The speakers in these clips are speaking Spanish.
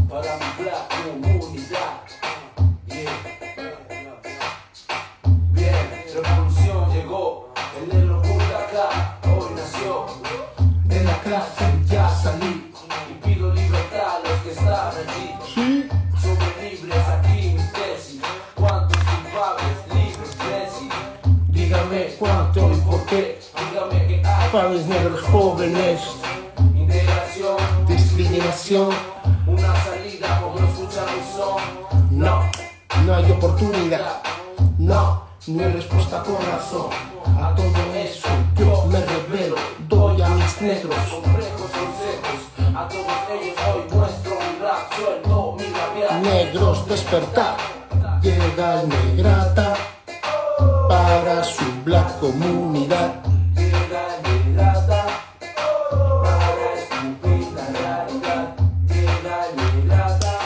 para mi black comunidad. Bien, revolución llegó, el negro junta acá, hoy nació. De la cárcel ya salí y pido libertad a los que están allí. Sobre libres aquí mi tesis, cuántos culpables libres Messi. Dígame cuánto y por qué, dígame qué hay para mis negros jóvenes. Integración, Discriminación, una salida como no escuchar mi son. no hay oportunidad, no hay respuesta con razón. A todo eso yo me revelo, doy a mis negros. Complejos consejos, a todos ellos hoy muestro mi rap, suelto mi rabiar. Negros despertar, llega el Negrata para su black comunidad. Llega el Negrata para escupir la realidad. Llega el Negrata,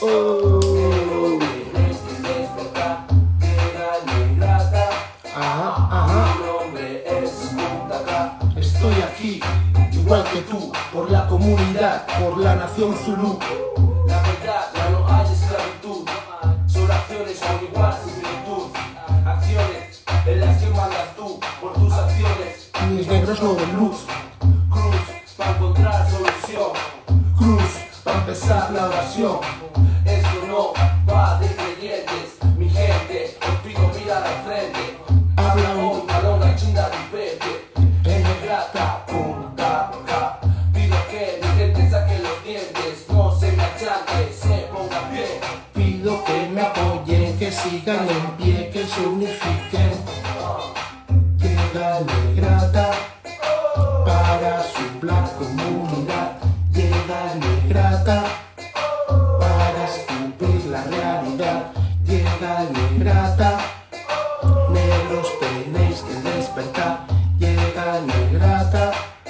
tienes que despertar. Llega el Negrata, Ajá, mi nombre es Puntaca. estoy aquí, igual que tú, por la comunidad, por la nación Zulú. La verdad, ya no hay esclavitud, solo acciones con igual similitud. Acciones en las que mandas tú por tus acciones. Mis negros no ven luz, Cruz para encontrar solución. cruz para empezar la oración. Esto no va de creyentes, mi gente. Os pido mirar al frente. Habla Hoy hoy, malonga y chinda de pepe. En Negrata, Puntaca. Pido que mi gente saque los dientes, no se me achante, se ponga a pie. pido que me apoyen, que sigan en pie, que se unifiquen. Llega el Negrata para su black comunidad. Llega el Negrata para escupir la realidad. Llega el Negrata, negros tenéis que despertar. Llega el Negrata,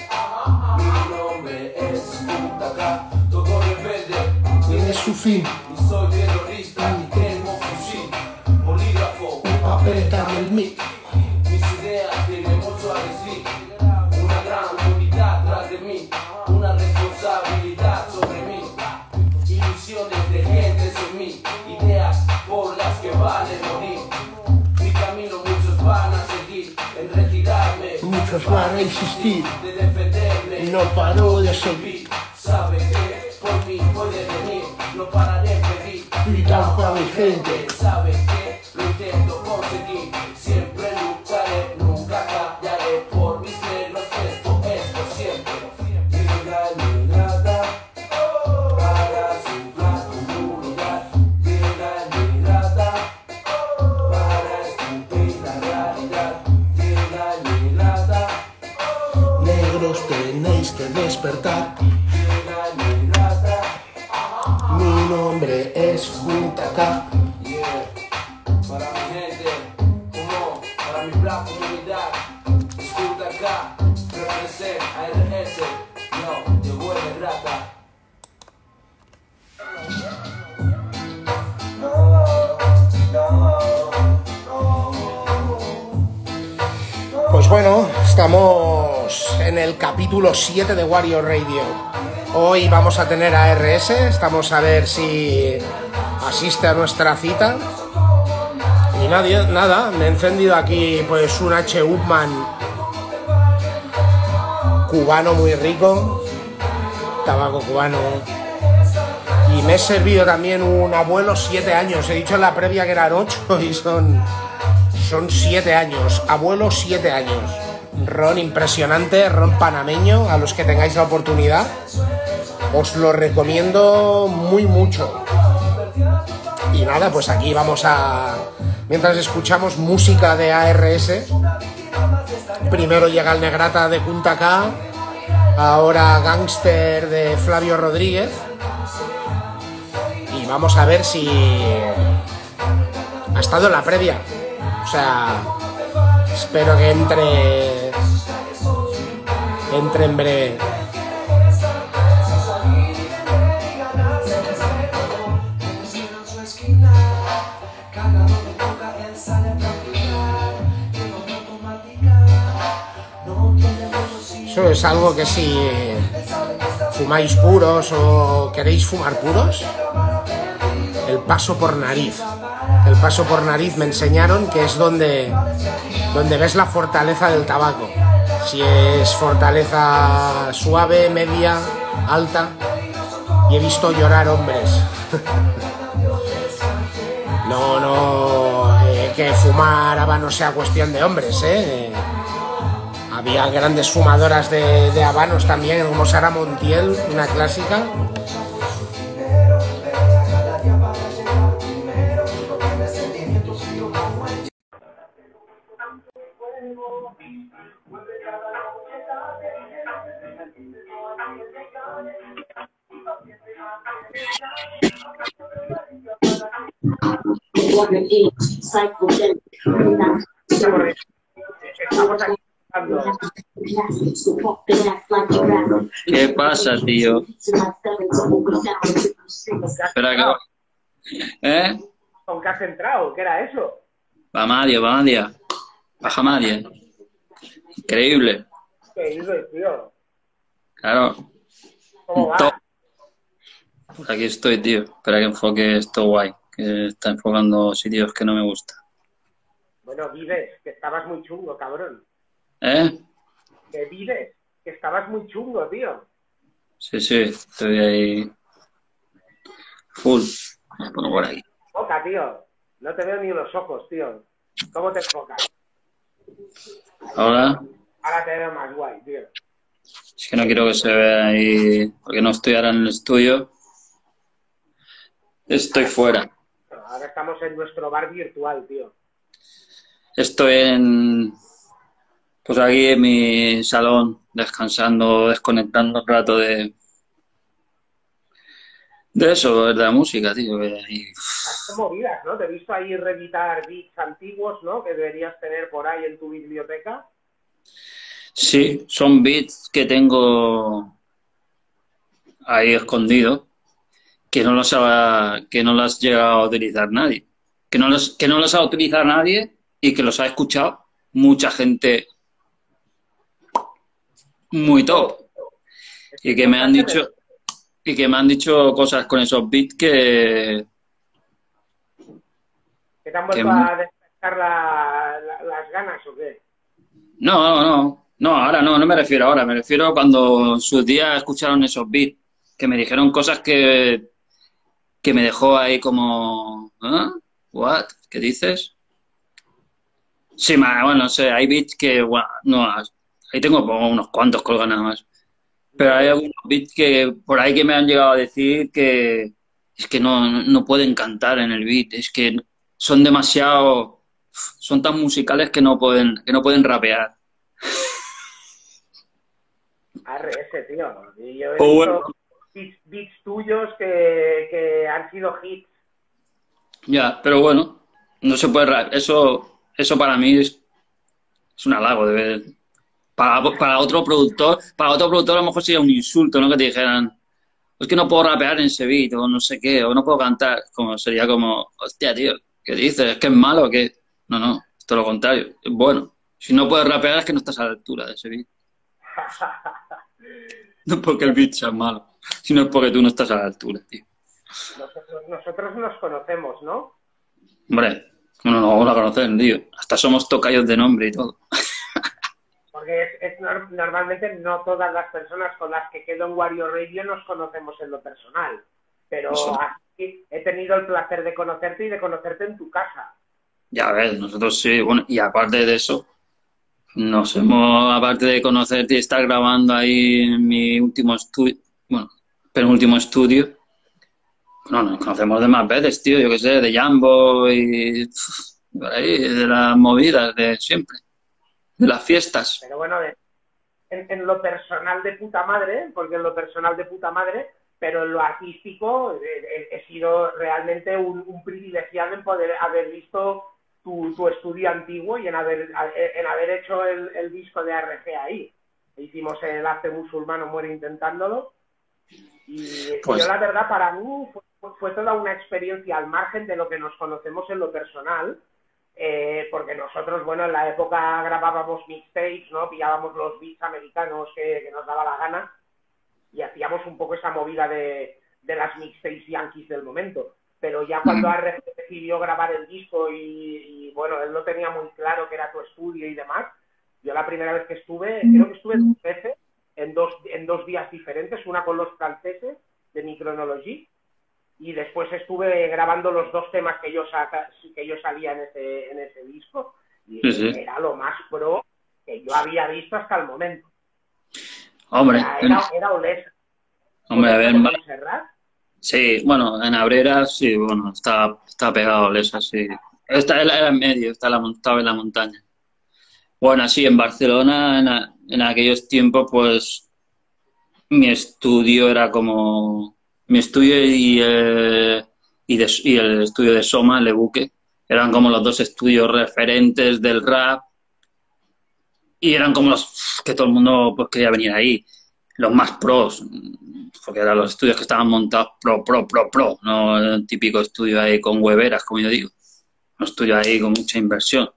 Mi nombre es Puntaca, todo rebelde. tiene su fin. Y soy terrorista y tengo fusil, bolígrafo, Apretan el mic, mis ideas tienen mucho a decir. Una gran unidad tras de mí, una responsabilidad sobre mí. Ilusiones de gentes en mí, ideas por las que vale morir. Mi camino muchos van a seguir, en retirarme, muchos van a insistir. de defenderme. No paro de seguir, Sabe que por mí puede venir, no pararé de pedir. gritan para mi gente. Sabe que lo intento conseguir, siempre lucharé, nunca callaré por mis negros, esto es por siempre. Llega el Negrata para su black comunidad. Llega el Negrata para escupir la realidad. Llega el Negrata, Negros tenéis que despertar. llega el Negrata. Mi nombre es Puntaca. Yeah, para mi gente, como para mi black comunidad, escucha acá, represent ARS, no, llegó el Negrata. Pues bueno, estamos en el capítulo 7 de Warrior Radio. Hoy vamos a tener a RS, estamos a ver si asiste a nuestra cita. Y nada, me he encendido aquí pues un H. Upman cubano muy rico, tabaco cubano. Y me he servido también un abuelo 7 años, he dicho en la previa que eran 8 y son 7 años, abuelo 7 años. Ron impresionante, ron panameño, a los que tengáis la oportunidad. Os lo recomiendo muy mucho. Y nada, pues aquí vamos a... Mientras escuchamos música de ARS, primero llega el Negrata de Puntaca, ahora Gangster de Flavio Rodríguez. Y vamos a ver si ha estado en la previa. O sea, espero que entre en breve. Eso es algo que si ¿Fumáis puros o queréis fumar puros? El paso por nariz. El paso por nariz me enseñaron que es donde ves la fortaleza del tabaco. Si es fortaleza suave, media, alta. Y he visto llorar hombres. Que fumar habano sea cuestión de hombres, ¿eh? Había grandes fumadoras de habanos también, como Sara Montiel, una clásica. Estamos aquí. ¿Qué pasa, tío? Espera que... ¿Eh? ¿Con qué has entrado? ¿Qué era eso? Va Madia. Baja Madia. Increíble. Increíble, tío. Claro. ¿Cómo va? Top. Aquí estoy, tío. Espera que enfoque esto guay. Que está enfocando sitios que no me gustan. Bueno, Vives, que estabas muy chungo, cabrón. ¿Eh? Que Vives, que estabas muy chungo, tío. Sí, estoy ahí. Full. Me pongo por aquí. Enfoca, tío. No te veo ni los ojos, tío. ¿Cómo te enfocas? Ahora. Ahora te veo más guay, tío. Es que no quiero que se vea ahí. Porque no estoy ahora en el estudio. Estoy fuera. Ahora estamos en nuestro bar virtual, tío. Estoy pues aquí en mi salón, descansando, desconectando un rato de eso, de la música, tío. Haces movidas, ¿no? Te he visto ahí reeditar beats antiguos, ¿no? Que deberías tener por ahí en tu biblioteca. Sí, son beats que tengo ahí escondidos, que no los has llegado a utilizar nadie. Que no los ha utilizado nadie y que los ha escuchado mucha gente muy top. Y que me han dicho cosas con esos beats que te han vuelto a despertar las ganas, ¿o qué? No, ahora no me refiero ahora, me refiero cuando en sus días escucharon esos beats, que me dijeron cosas que me dejó ahí como, ¿ah? ¿What? ¿Qué dices? Sí, bueno, no sé, hay beats que, bueno, no, ahí tengo unos cuantos colgan nada más. Pero hay algunos beats que por ahí que me han llegado a decir que es que no pueden cantar en el beat, es que son tan musicales que no pueden rapear. Arre, ese, tío. Y yo he visto beats tuyos que han sido hits. Ya, pero bueno, no se puede rapear. Eso para mí es un halago de ver. Para otro productor a lo mejor sería un insulto, ¿no? Que te dijeran, es que no puedo rapear en ese beat, o no sé qué, o no puedo cantar. Sería como, hostia, tío, ¿qué dices? ¿Es que es malo o qué? No, es todo lo contrario, es bueno. Si no puedes rapear es que no estás a la altura de ese beat. No es porque el beat sea malo, sino es porque tú no estás a la altura, tío. Nosotros nos conocemos, ¿no? Hombre, no nos vamos a conocer, tío. Hasta somos tocayos de nombre y todo. Porque normalmente no todas las personas con las que quedo en Wario Radio nos conocemos en lo personal. Pero así he tenido el placer de conocerte y de conocerte en tu casa. Ya ves, nosotros sí, bueno, y aparte de eso, aparte de conocerte y estar grabando ahí en mi último estudio, bueno, penúltimo estudio, bueno, nos conocemos de más veces, tío, yo qué sé, de Jambo y por ahí, de las movidas de siempre, de las fiestas. Pero bueno, en lo personal de puta madre, porque en lo personal de puta madre, pero en lo artístico he sido realmente un privilegiado en poder haber visto tu estudio antiguo y en haber hecho el disco de ARG ahí. Hicimos el Arte Musulmano Muere Intentándolo y Pues, yo la verdad para mí fue toda una experiencia al margen de lo que nos conocemos en lo personal, porque nosotros, bueno, en la época grabábamos mixtapes, ¿no? Pillábamos los beats americanos que nos daba la gana y hacíamos un poco esa movida de las mixtapes yankees del momento. Pero ya cuando ARG decidió grabar el disco y bueno, él lo tenía muy claro que era tu estudio y demás, yo la primera vez que estuve, creo que estuve 2 veces en dos días diferentes, una con los franceses de Micronologie, y después estuve grabando los 2 temas que yo salía en ese disco, y Sí. era lo más pro que yo había visto hasta el momento. Hombre, Era Olesa. hombre, a ver, ¿Olesa con Serrat? sí, bueno, en Abrera sí, bueno, está pegado Lesa, sí. Era en medio, estaba en la montaña. Bueno, sí, en Barcelona en aquellos tiempos, pues mi estudio era como mi estudio y el estudio de Soma, Le Buque, eran como los 2 estudios referentes del rap y eran como los que todo el mundo pues quería venir ahí, los más pros, porque eran los estudios que estaban montados pro, no el típico estudio ahí con hueveras, como yo digo, un estudio ahí con mucha inversión.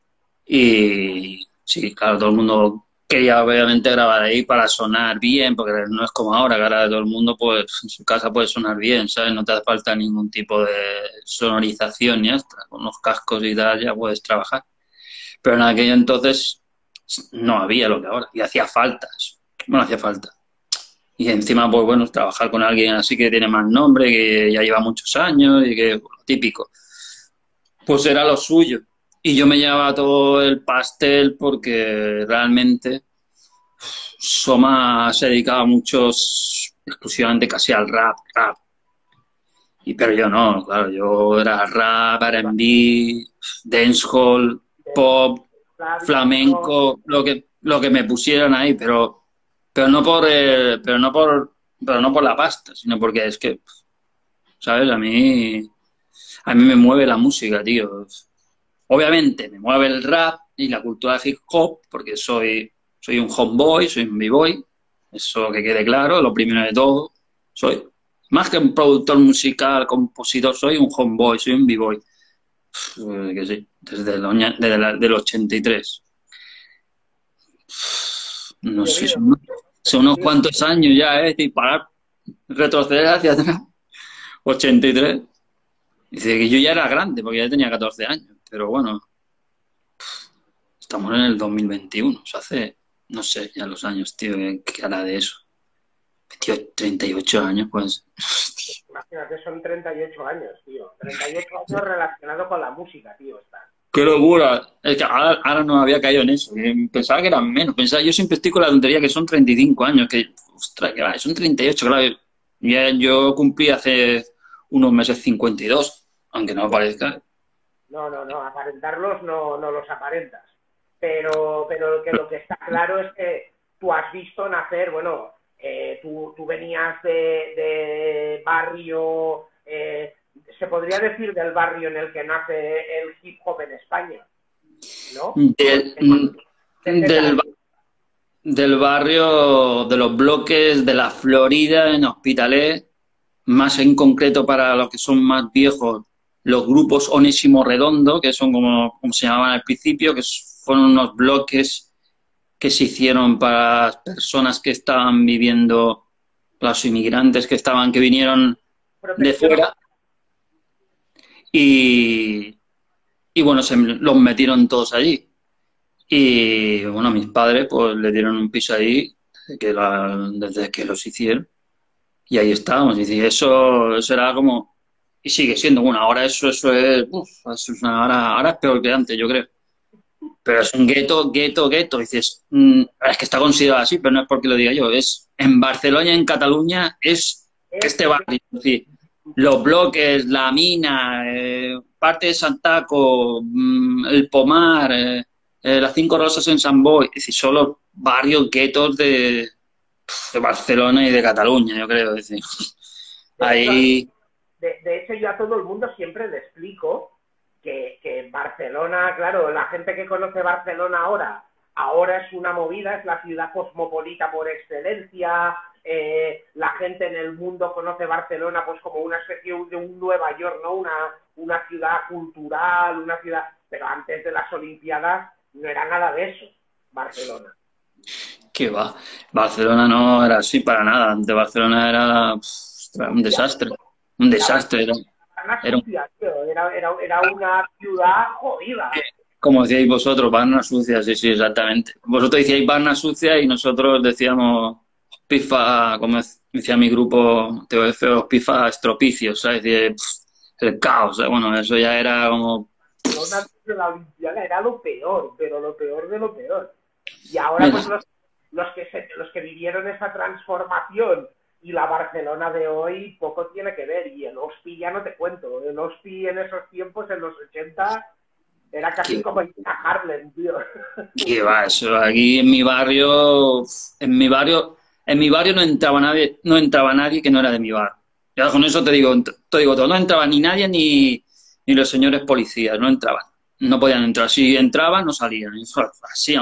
Y sí, claro, todo el mundo quería obviamente grabar ahí para sonar bien, porque no es como ahora, que ahora todo el mundo pues en su casa puede sonar bien, ¿sabes? No te hace falta ningún tipo de sonorización y hasta con los cascos y tal ya puedes trabajar. Pero en aquello entonces no había lo que ahora, y hacía falta eso. Bueno, hacía falta. Y encima, pues bueno, trabajar con alguien así que tiene más nombre, que ya lleva muchos años y que, bueno, típico, pues era lo suyo. Y yo me llevaba todo el pastel porque realmente Soma se dedicaba muchos exclusivamente casi al rap. Pero yo no, claro, yo era rap, R&B, dancehall, pop, flamenco, lo que me pusieran ahí, pero no por pero no por la pasta, sino porque es que, ¿sabes? A mí me mueve la música, tío. Obviamente me mueve el rap y la cultura de hip hop, porque soy un homeboy, soy un b-boy, eso que quede claro, lo primero de todo. Soy más que un productor musical, compositor, soy un homeboy, soy un b-boy. Que sí, del 83. No sé, son unos cuantos años ya, ¿eh? Y para retroceder hacia atrás. 83. Dice que yo ya era grande, porque ya tenía 14 años, pero bueno. Estamos en el 2021, o sea, hace, no sé, ya los años, tío, ¿qué hará de eso? Tío, 38 años, pues. Imagínate, son 38 años, tío. 38 años relacionado con la música, tío, está. ¡Qué locura! Es que ahora no había caído en eso. Pensaba que eran menos. Yo siempre estoy con la tontería que son 35 años, que, ostras, que va, son 38, claro. Yo cumplí hace unos meses 52, aunque no parezca. No, aparentarlos no los aparentas. Pero que lo que está claro es que tú has visto nacer, bueno, tú venías de barrio, se podría decir del barrio en el que nace el hip hop en España, ¿no? Del barrio, de los bloques de la Florida en Hospitalet, más en concreto para los que son más viejos, los grupos Onésimo Redondo, que son como se llamaban al principio, que fueron unos bloques que se hicieron para las personas que estaban viviendo, los inmigrantes que vinieron de fuera. Y bueno, los metieron todos allí. Y bueno, mis padres pues le dieron un piso ahí desde que los hicieron. Y ahí estábamos. Y eso era como... Y sigue siendo, bueno, ahora eso es... ahora es peor que antes, yo creo. Pero es un gueto. Dices, es que está considerado así, pero no es porque lo diga yo. Es en Barcelona, en Cataluña, es este barrio. Es decir, los bloques, la mina, parte de Santaco, el Pomar, las Cinco Rosas en San Boi. Es decir, son los barrios guetos de Barcelona y de Cataluña, yo creo. Es decir, ahí... De hecho, yo a todo el mundo siempre le explico que Barcelona, claro, la gente que conoce Barcelona ahora es una movida, es la ciudad cosmopolita por excelencia, la gente en el mundo conoce Barcelona pues como una especie de un Nueva York, ¿no? Una ciudad cultural, una ciudad... Pero antes de las Olimpiadas no era nada de eso, Barcelona. ¿Qué va? Barcelona no era así para nada. De Barcelona era un desastre. Un La desastre. Barcelona Era sucia, tío. Era una ciudad jodida. como decíais vosotros, Barna sucia, sí, sí, exactamente. Vosotros decíais Barna sucia y nosotros decíamos pifa, como decía mi grupo TOF, los pifa estropicios, ¿sabes? El caos, ¿sabes? Bueno, eso ya era como... Barcelona de la Olimpiada era lo peor, pero lo peor de lo peor. Y ahora, Bueno, pues, los que vivieron esa transformación y la Barcelona de hoy poco tiene que ver. Y el Hospi ya no te cuento. El Hospi en esos tiempos, en los 80, era casi qué, como ir a Harlem, tío. qué va eso. Aquí en mi barrio no entraba nadie que no era de mi barrio. Ya con eso te digo todo. No entraba ni nadie ni los señores policías, no entraban. No podían entrar. Si entraban, no salían. Eso, así,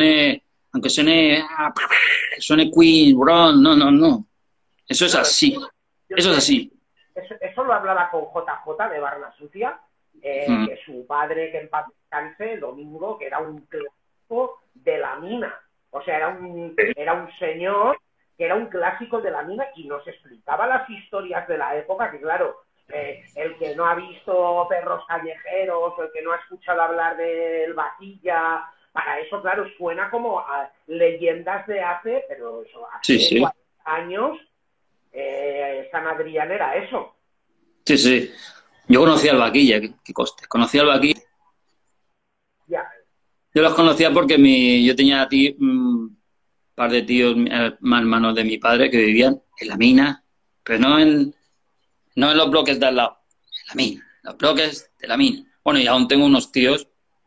suene Queen, Bron, no, no, no. Eso es No, así. yo Eso es así. eso lo hablaba con JJ de Barna Sucia, Mm. que su padre, que en paz descanse, Domingo, que era un clásico de la mina. O sea, era un señor que era un clásico de la mina y nos explicaba las historias de la época, que claro, el que no ha visto Perros Callejeros, o el que no ha escuchado hablar del Vaquilla, para eso, claro, suena como a leyendas de hace, pero eso, Sí, hace sí. 40 años, San Adrián era eso. Sí, sí. Yo conocía al Vaquilla, qué coste. Conocía al Vaquilla. Ya, Yo los conocía porque yo tenía un par de tíos, más hermanos de mi padre, que vivían en la mina, pero no en los bloques de al lado, en la mina, los bloques de la mina. Bueno, y aún tengo unos tíos,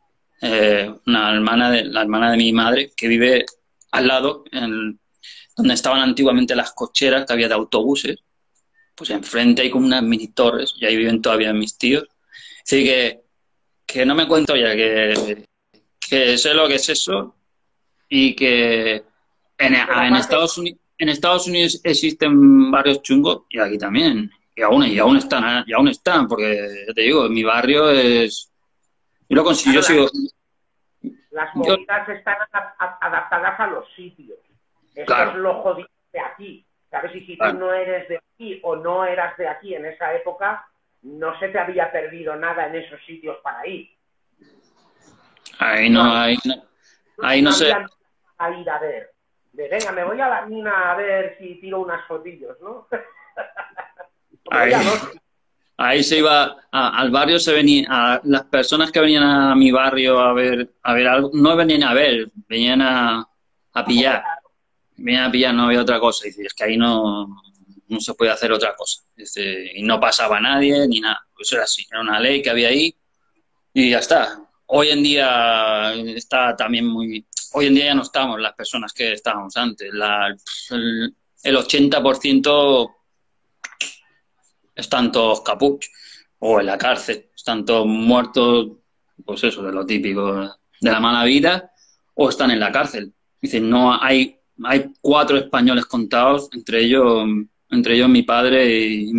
la hermana de mi madre, que vive al lado, donde estaban antiguamente las cocheras que había de autobuses, pues enfrente hay como unas mini torres, y ahí viven todavía mis tíos. Así que no me cuento ya que sé lo que es eso y que pero aparte, En Estados Unidos existen barrios chungos y aquí también. Y aún están, porque ya te digo, mi barrio es... Yo lo consigo, claro, yo sigo... las Yo, movidas están adaptadas a los sitios. Esto es claro, lo jodido de aquí. ¿Sabes? Y si tú claro. no eres de aquí o no eras de aquí en esa época, no se te había perdido nada en esos sitios para ir. Ahí No, no, había, ahí no no sé. había nada a ir a ver. De, venga, me voy a la mina a ver si tiro unas fotillos, ¿no? Me voy Ahí, a los... ahí se iba, al barrio se venía, a las personas que venían a mi barrio a ver algo, no venían a ver, venían a pillar. Venía a pillar, no había otra cosa. Y dice, es que ahí no se puede hacer otra cosa. Dice, y no pasaba nadie ni nada. Pues era así, era una ley que había ahí y ya está. Hoy en día está también muy... Hoy en día ya no estamos las personas que estábamos antes. El 80% están todos capuch o en la cárcel. Están todos muertos, pues eso, de lo típico, de la mala vida, o están en la cárcel. Dicen, no hay 4 españoles contados, entre ellos mi padre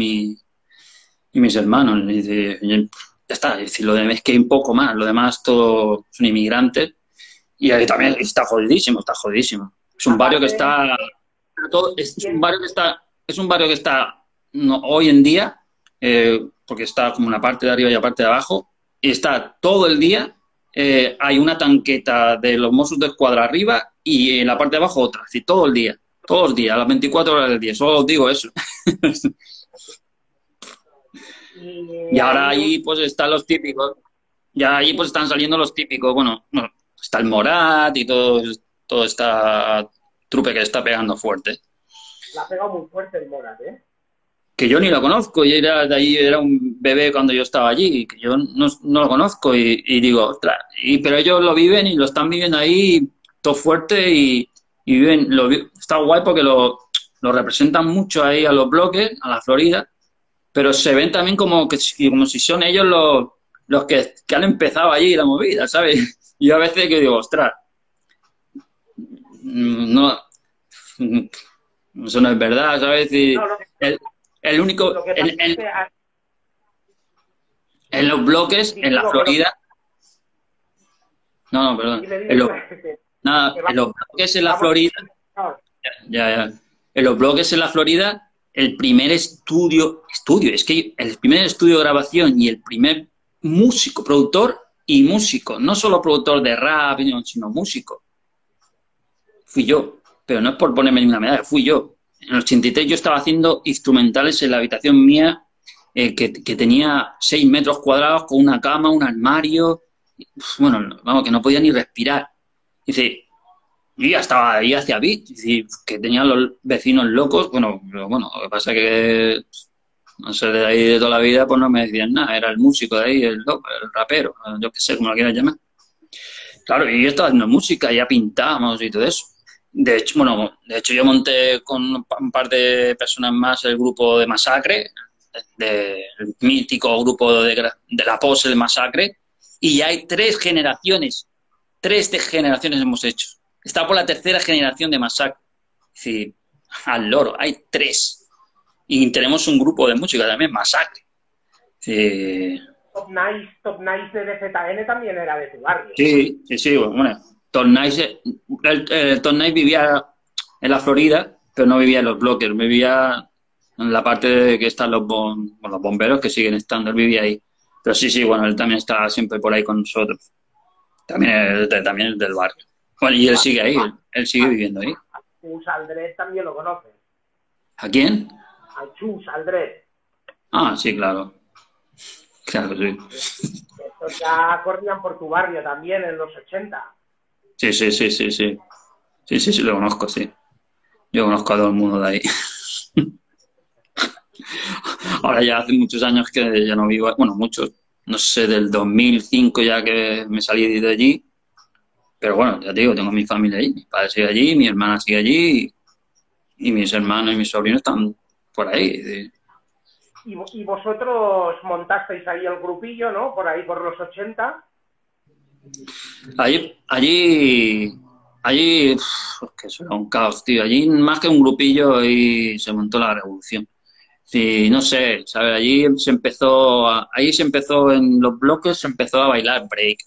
y mis hermanos. Y dice, ya está, es decir, lo demás es que hay un poco más, lo demás todos son inmigrantes y ahí también está jodidísimo, está jodidísimo. Es un barrio que Aparte, está, es un barrio que está no, hoy en día, porque está como una parte de arriba y una parte de abajo, y está todo el día, hay una tanqueta de los Mossos de Escuadra arriba y en la parte de abajo otra, es decir, todo el día, todos los días, a las 24 horas del día, solo os digo eso. y Y ahora ahí ahí pues están los típicos, ya ahí pues están saliendo los típicos, bueno, está el Morat y todo esta trupe que está pegando fuerte. la ha pegado muy fuerte el Morat, ¿eh? Que yo ni lo conozco, y era de ahí, era un bebé cuando yo estaba allí, que yo no lo conozco y digo, ostras, pero ellos lo viven y lo están viviendo ahí todo fuerte y viven, está guay porque lo representan mucho ahí a los bloques, a la Florida, pero se ven también como si son ellos los que han empezado allí la movida, ¿sabes? Y yo a veces que digo, ostras, no, eso no es verdad, ¿sabes? Y No, el, el único, lo que pasa es que en los bloques, en la digo, pero Florida, no, perdón, dime, en los, que nada, en los bloques en la Florida, Ya, ya. En los bloques en la Florida, el primer es que el primer estudio de grabación y el primer músico, productor y músico, no solo productor de rap, sino músico, fui yo. Pero no es por ponerme ninguna medalla, fui yo. En el 83 yo estaba haciendo instrumentales en la habitación mía, que tenía 6 metros cuadrados, con una cama, un armario. Bueno, vamos, que no podía ni respirar. Dice, yo ya estaba ahí hacia beat, que tenían los vecinos locos. Bueno, pero bueno, lo que pasa es que, no sé, de ahí de toda la vida, pues no me decían nada. Era el músico de ahí, el loco, el rapero, yo qué sé, como lo quieras llamar. Claro, y yo estaba haciendo música, ya pintábamos y todo eso. De hecho yo monté con un par de personas más el grupo de Masacre, del mítico grupo de la pose de Masacre, y ya hay 3 generaciones, 3 de generaciones hemos hecho. Está por la 3ª generación de Masacre. Es decir, al loro, hay 3. Y tenemos un grupo de música también, Masacre. Top Nice de DZN también era de tu barrio. Sí, bueno. Top Nice, el Top Nice vivía en la Florida, pero no vivía en los bloques, vivía en la parte de que están los bomberos, que siguen estando, él vivía ahí. Pero sí, bueno, él también está siempre por ahí con nosotros. También es del barrio. Bueno, y él sigue ahí, él sigue viviendo ahí. A Chus Aldred también lo conoces. ¿A quién? A Chus Aldred. Ah, sí, claro. Claro, sí. Estos ya corrían por tu barrio también en los 80. Sí. Sí, lo conozco, sí. Yo conozco a todo el mundo de ahí. Ahora ya hace muchos años que ya no vivo, bueno, muchos, no sé, del 2005 ya que me salí de allí. Pero bueno, ya te digo, tengo mi familia allí, mi padre sigue allí, mi hermana sigue allí y mis hermanos y mis sobrinos están por ahí. Y vosotros montasteis ahí el grupillo, ¿no? Por ahí, por los 80. Allí, que eso era un caos, tío. Allí, más que un grupillo, ahí se montó la revolución. Sí, no sé, ¿sabes? Allí se empezó en los bloques, se empezó a bailar break.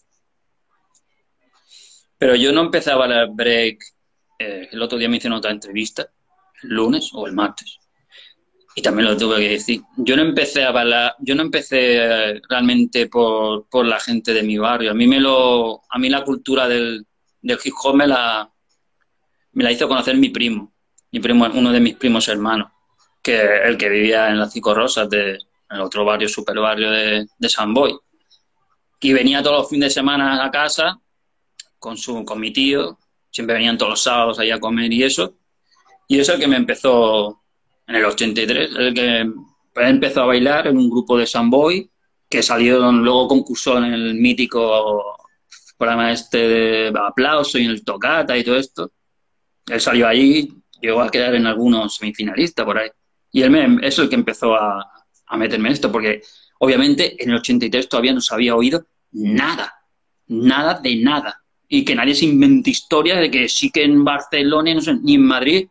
Pero yo no empecé a bailar break. El otro día me hicieron otra entrevista, el lunes o el martes. Y también lo tuve que decir. Yo no empecé a bailar, yo no empecé realmente por la gente de mi barrio. A mí la cultura del hip hop me la hizo conocer mi primo, uno de mis primos hermanos, que el que vivía en las Cinco Rosas, en el otro barrio, super barrio de San Boy. Y venía todos los fines de semana a casa con mi tío, siempre venían todos los sábados ahí a comer y eso. Y eso es el que me empezó en el 83, el que empezó a bailar en un grupo de San Boy, que luego concursó en el mítico programa de Aplauso y en el Tocata y todo esto. Él salió allí, llegó a quedar en algunos semifinalistas por ahí. Y él es el que empezó a meterme en esto, porque obviamente en el 83 todavía no se había oído nada de nada. Y que nadie se invente historias de que sí que en Barcelona, no sé, ni en Madrid,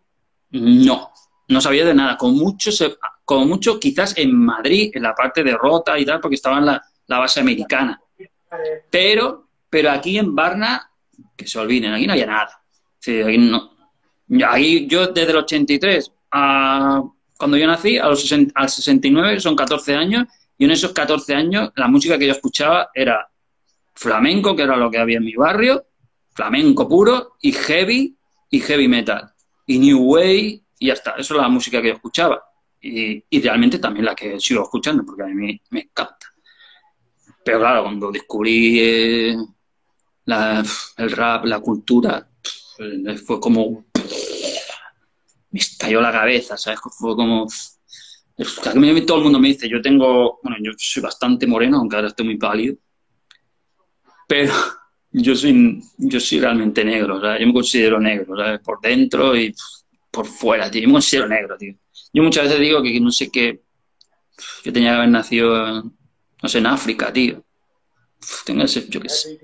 no sabía de nada. Como mucho quizás en Madrid, en la parte de Rota y tal, porque estaba en la base americana. Pero aquí en Barna, que se olviden, aquí no había nada. Sí, aquí yo desde el 83 cuando yo nací, al 69, son 14 años, y en esos 14 años la música que yo escuchaba era flamenco, que era lo que había en mi barrio, flamenco puro, y heavy metal, y new wave, y ya está. Eso es la música que yo escuchaba. Y realmente también la que sigo escuchando, porque a mí me encanta. Pero claro, cuando descubrí el rap, la cultura, fue como... me estalló la cabeza, ¿sabes? Fue como... A mí todo el mundo me dice, yo soy bastante moreno, aunque ahora estoy muy pálido, pero yo soy realmente negro, ¿sabes? Yo me considero negro, ¿sabes? Por dentro y por fuera, tío. Yo me considero negro, tío. Yo muchas veces digo que no sé qué, que tenía que haber nacido, no sé, en África, tío. Tengo ese, yo qué sé.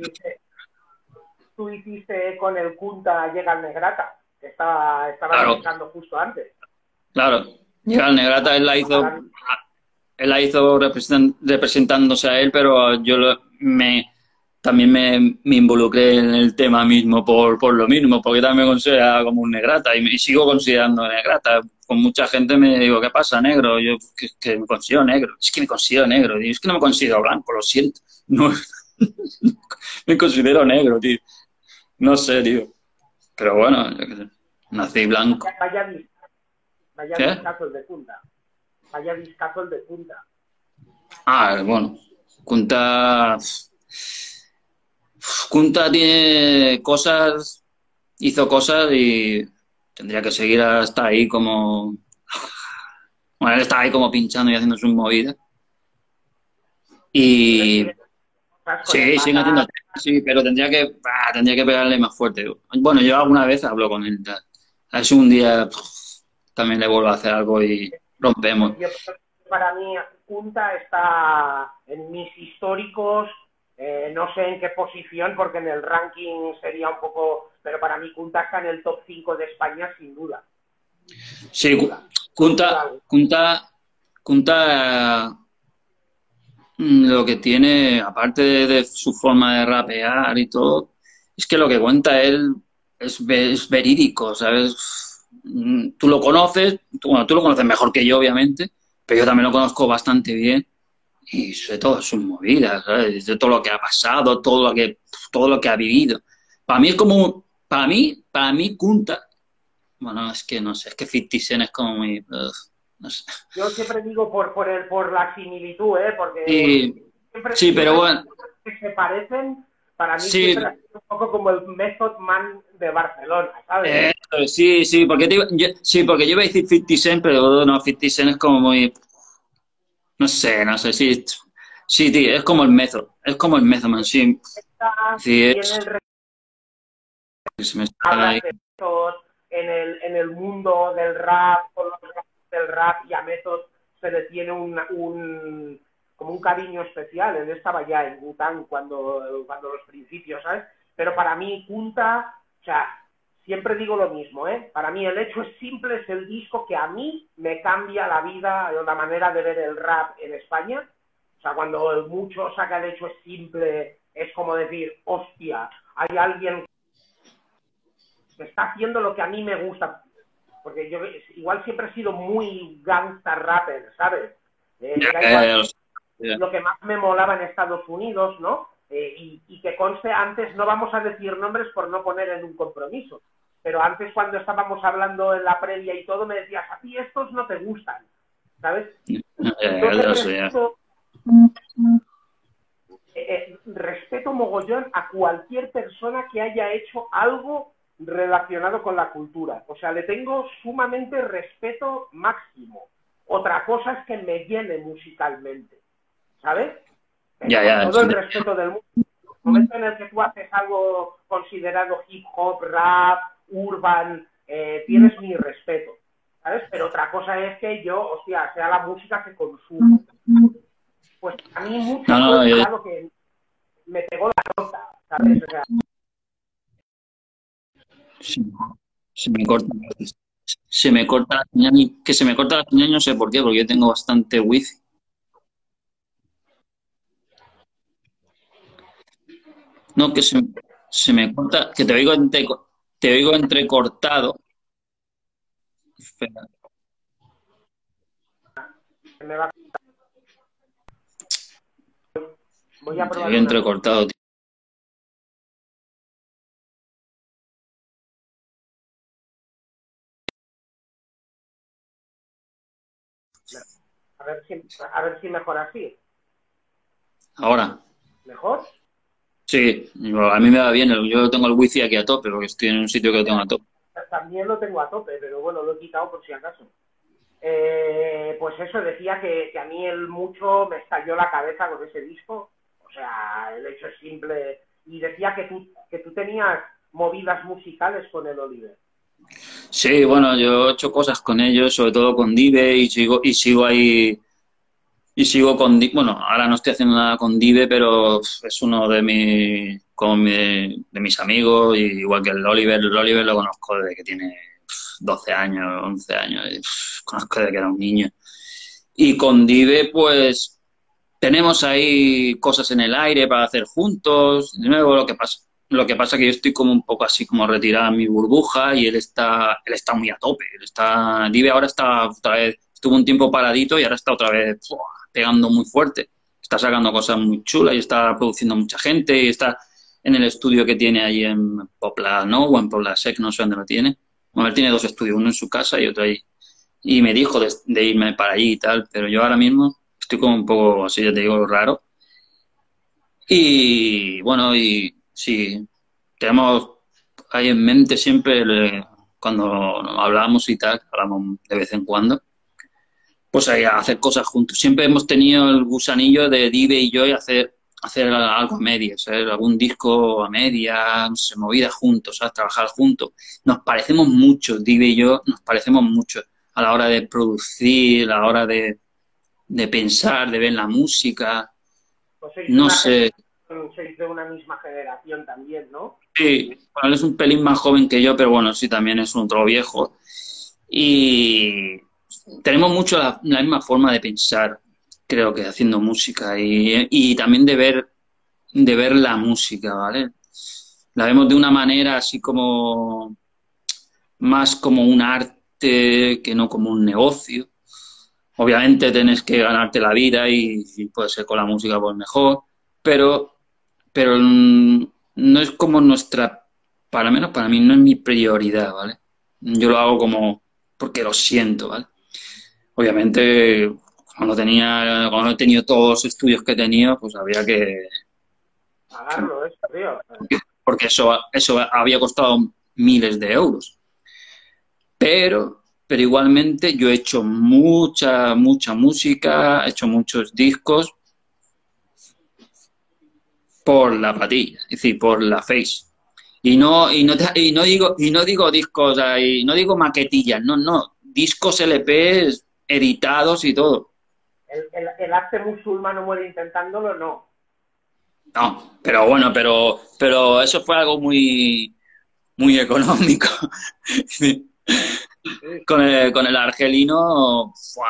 Tú hiciste con el Kunta Llega el Negrata, que estaba buscando justo antes. Claro, Llega el Negrata, él la hizo representándose a él, pero también me involucré en el tema mismo por lo mismo, porque también me considero como un negrata y sigo considerando negrata. Con mucha gente me digo, ¿qué pasa, negro? Yo que me considero negro, es que me considero negro, tío. Es que no me considero blanco, lo siento. No, me considero negro, tío. No sé, tío. Pero bueno, yo qué sé. Nací blanco. Vaya ¿Qué? discazo el de Kunta. Vaya discazo el de Kunta. Ah, bueno. Kunta... Kunta tiene cosas, hizo cosas y tendría que seguir hasta ahí como... Bueno, él estaba ahí como pinchando y haciendo sus movidas. Y sí, siguen haciendo, sí, pero tendría que pegarle más fuerte. Bueno, yo alguna vez hablo con él. A ver si un día también le vuelvo a hacer algo y rompemos. Yo, para mí, Kunta está en mis históricos, no sé en qué posición, porque en el ranking sería un poco... Pero para mí Kunta está en el top 5 de España, sin duda. Sí, Kunta lo que tiene, aparte de su forma de rapear y todo, es que lo que cuenta él es verídico, ¿sabes? Tú lo conoces, bueno, tú lo conoces mejor que yo, obviamente, pero yo también lo conozco bastante bien y sé todas sus movidas, ¿sabes? De todo lo que ha pasado, todo lo que ha vivido. Para mí es como, para mí Kunta, bueno, es que no sé, es que 50 Cent es como muy, no sé. Yo siempre digo por la similitud, porque Sí, siempre, sí, pero bueno, que se parecen, para mí sí, siempre ha sido un poco como el Method Man de Barcelona, ¿sabes? sí, porque porque yo iba a decir 50 Cent, pero no, 50 Cent es como muy, no sé, sí, tío, es como el Method Man, sí, sí, Tiene el se me está hablas ahí. de Method en el mundo del rap, con los raps del rap, y a Method se le tiene como un cariño especial. Él estaba ya en Wu-Tang cuando los principios, ¿sabes? Pero para mí, Kunta, o sea, siempre digo lo mismo, para mí El Hecho es Simple es el disco que a mí me cambia la vida, la manera de ver el rap en España. O sea, cuando el mucho saca El Hecho es Simple, es como decir, hostia, hay alguien que está haciendo lo que a mí me gusta, porque yo igual siempre he sido muy gangsta rapper, ¿sabes? Ya, Era igual ya. lo que más me molaba en Estados Unidos, ¿no? Y que conste, antes no vamos a decir nombres por no poner en un compromiso, pero antes cuando estábamos hablando en la previa y todo me decías, a ti estos no te gustan, ¿sabes? Yo Lo sé, ya. Respeto mogollón a cualquier persona que haya hecho algo relacionado con la cultura. O sea, le tengo sumamente respeto máximo. Otra cosa es que me llene musicalmente, ¿sabes? Ya, Con todo el respeto del mundo. En el momento en el que tú haces algo considerado hip hop, rap, urban, tienes mi respeto, ¿sabes? Pero otra cosa es que yo, hostia, sea la música que consumo. Pues a mí mucho fue lo que me pegó la nota, ¿sabes? O sea, se me corta, se me corta la señal, que se me corta la señal no sé por qué, porque yo tengo bastante wifi. No, que se me corta, que te oigo entrecortado. Espera, me va, voy a te probar oigo una. entrecortado, tío. A ver si mejor así. Ahora, ¿Mejor? sí, a mí me va bien, yo tengo el wifi aquí a tope, porque estoy en un sitio que lo tengo a tope. También lo tengo a tope, pero bueno, lo he quitado por si acaso. Pues eso, decía que a mí el mucho me estalló la cabeza con ese disco. O sea, El Hecho es Simple. Y decía que tú tenías movidas musicales con el Oliver. Sí, bueno, yo he hecho cosas con ellos, sobre todo con Dive, y sigo ahí, y sigo con Dive. Bueno, ahora no estoy haciendo nada con Dive, pero es uno de mis amigos, y igual que el Oliver lo conozco desde que tiene 12 años, 11 años, conozco desde que era un niño. Y con Dive, pues, tenemos ahí cosas en el aire para hacer juntos. De nuevo, lo que pasa que yo estoy como un poco así como retirada en mi burbuja y él está muy a tope. Dive ahora está otra vez, estuvo un tiempo paradito y ahora está otra vez pegando muy fuerte. Está sacando cosas muy chulas y está produciendo mucha gente y está en el estudio que tiene ahí en Popla, ¿no? O en Pobla Sec, no sé dónde lo tiene. Bueno, él tiene 2 estudios, uno en su casa y otro ahí. Y me dijo de irme para allí y tal, pero yo ahora mismo estoy como un poco, así ya te digo, raro. Y bueno, y sí, tenemos ahí en mente siempre, cuando hablamos y tal, hablamos de vez en cuando, pues ahí a hacer cosas juntos. Siempre hemos tenido el gusanillo de Dive y yo y hacer algo a medias, ¿sabes? Algún disco a medias, no sé, movida juntos, ¿sabes? Trabajar juntos. Nos parecemos mucho, Dive y yo, nos parecemos mucho a la hora de producir, a la hora de pensar, de ver la música, Pues sois no sé. sois de una misma generación también, ¿no? Sí, bueno, él es un pelín más joven que yo, pero bueno, sí, también es otro viejo. Y tenemos mucho la misma forma de pensar, creo que haciendo música y también de ver la música, ¿vale? La vemos de una manera así como más como un arte que no como un negocio. Obviamente tienes que ganarte la vida y si puede ser con la música pues mejor, pero no es como para menos para mí no es mi prioridad, ¿vale? Yo lo hago como porque lo siento, ¿vale? Obviamente cuando he tenido todos los estudios que he tenido, pues había que Pagarlo, eso, tío. porque eso había costado miles de euros. Pero igualmente yo he hecho mucha música, he hecho muchos discos por la patilla, es decir, por la Face. Y no digo discos ahí, no digo maquetillas, no, discos LPs editados y todo. El arte musulmán no muere intentándolo, no. No, pero bueno, pero eso fue algo muy económico. Con el argelino, ¡fua!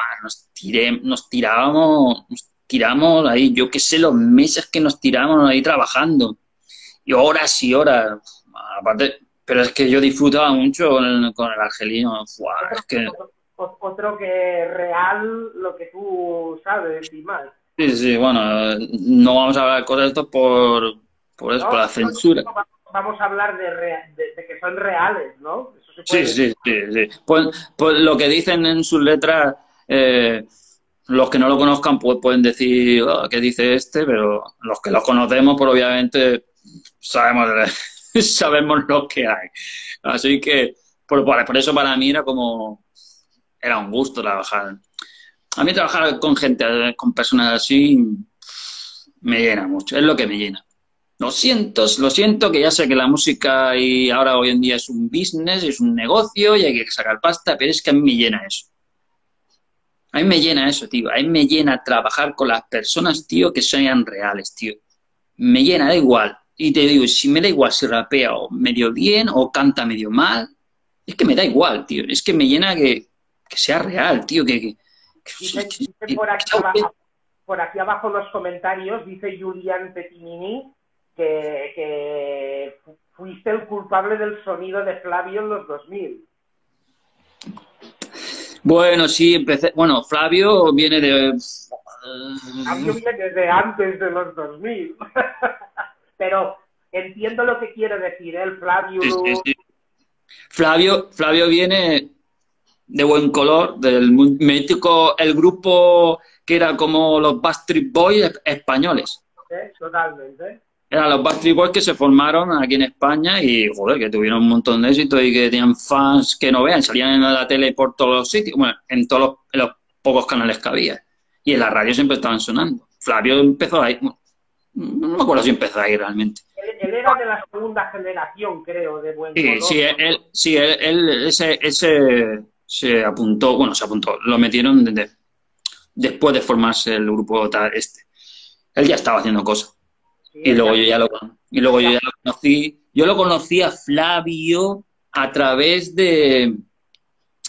Nos tiramos ahí, yo qué sé, los meses que nos tiramos ahí trabajando, y horas y horas, aparte, pero es que yo disfrutaba mucho con el argelino, ¡fua! Es que, Otro que real, lo que tú sabes y más. sí, bueno, no vamos a hablar de cosas de esto por eso, ¿No? por la censura. Vamos a hablar de que son reales, ¿no? Eso se Sí, puede sí, sí, sí. Pues lo que dicen en sus letras, los que no lo conozcan pues pueden decir, "Oh, ¿qué dice este?", pero los que lo conocemos, pues obviamente sabemos, sabemos lo que hay. Así que, por eso para mí era un gusto trabajar. A mí trabajar con gente, con personas así, me llena mucho, es lo que me llena. Lo siento, que ya sé que la música y ahora hoy en día es un business, es un negocio y hay que sacar pasta, pero es que a mí me llena eso. A mí me llena eso, tío. A mí me llena trabajar con las personas, tío, que sean reales, tío. Me llena, da igual. Y te digo, si me da igual si rapea o medio bien o canta medio mal, es que me da igual, tío. Es que me llena que sea real, tío. Dice por aquí abajo en los comentarios, dice Julián Petinini, que fuiste el culpable del sonido de Flavio en los 2000. Bueno, sí, empecé. Bueno, Flavio viene de. Flavio viene desde antes de los 2000. Pero entiendo lo que quiere decir, el Flavio. Sí. Flavio viene de Buen Color, del mítico, el grupo que era como los Backstreet Boys españoles. Totalmente. Eran los Backstreet Boys que se formaron aquí en España y, joder, que tuvieron un montón de éxito y que tenían fans que no vean, salían en la tele por todos los sitios, bueno, en los pocos canales que había. Y en la radio siempre estaban sonando. Flavio empezó ahí, no me acuerdo si empezó ahí realmente. Él era de la segunda generación, creo, de Buen Color. Sí, él se apuntó, lo metieron después de formarse el grupo este. Él ya estaba haciendo cosas. Sí, y luego yo ya lo conocí. Yo lo conocí a Flavio a través del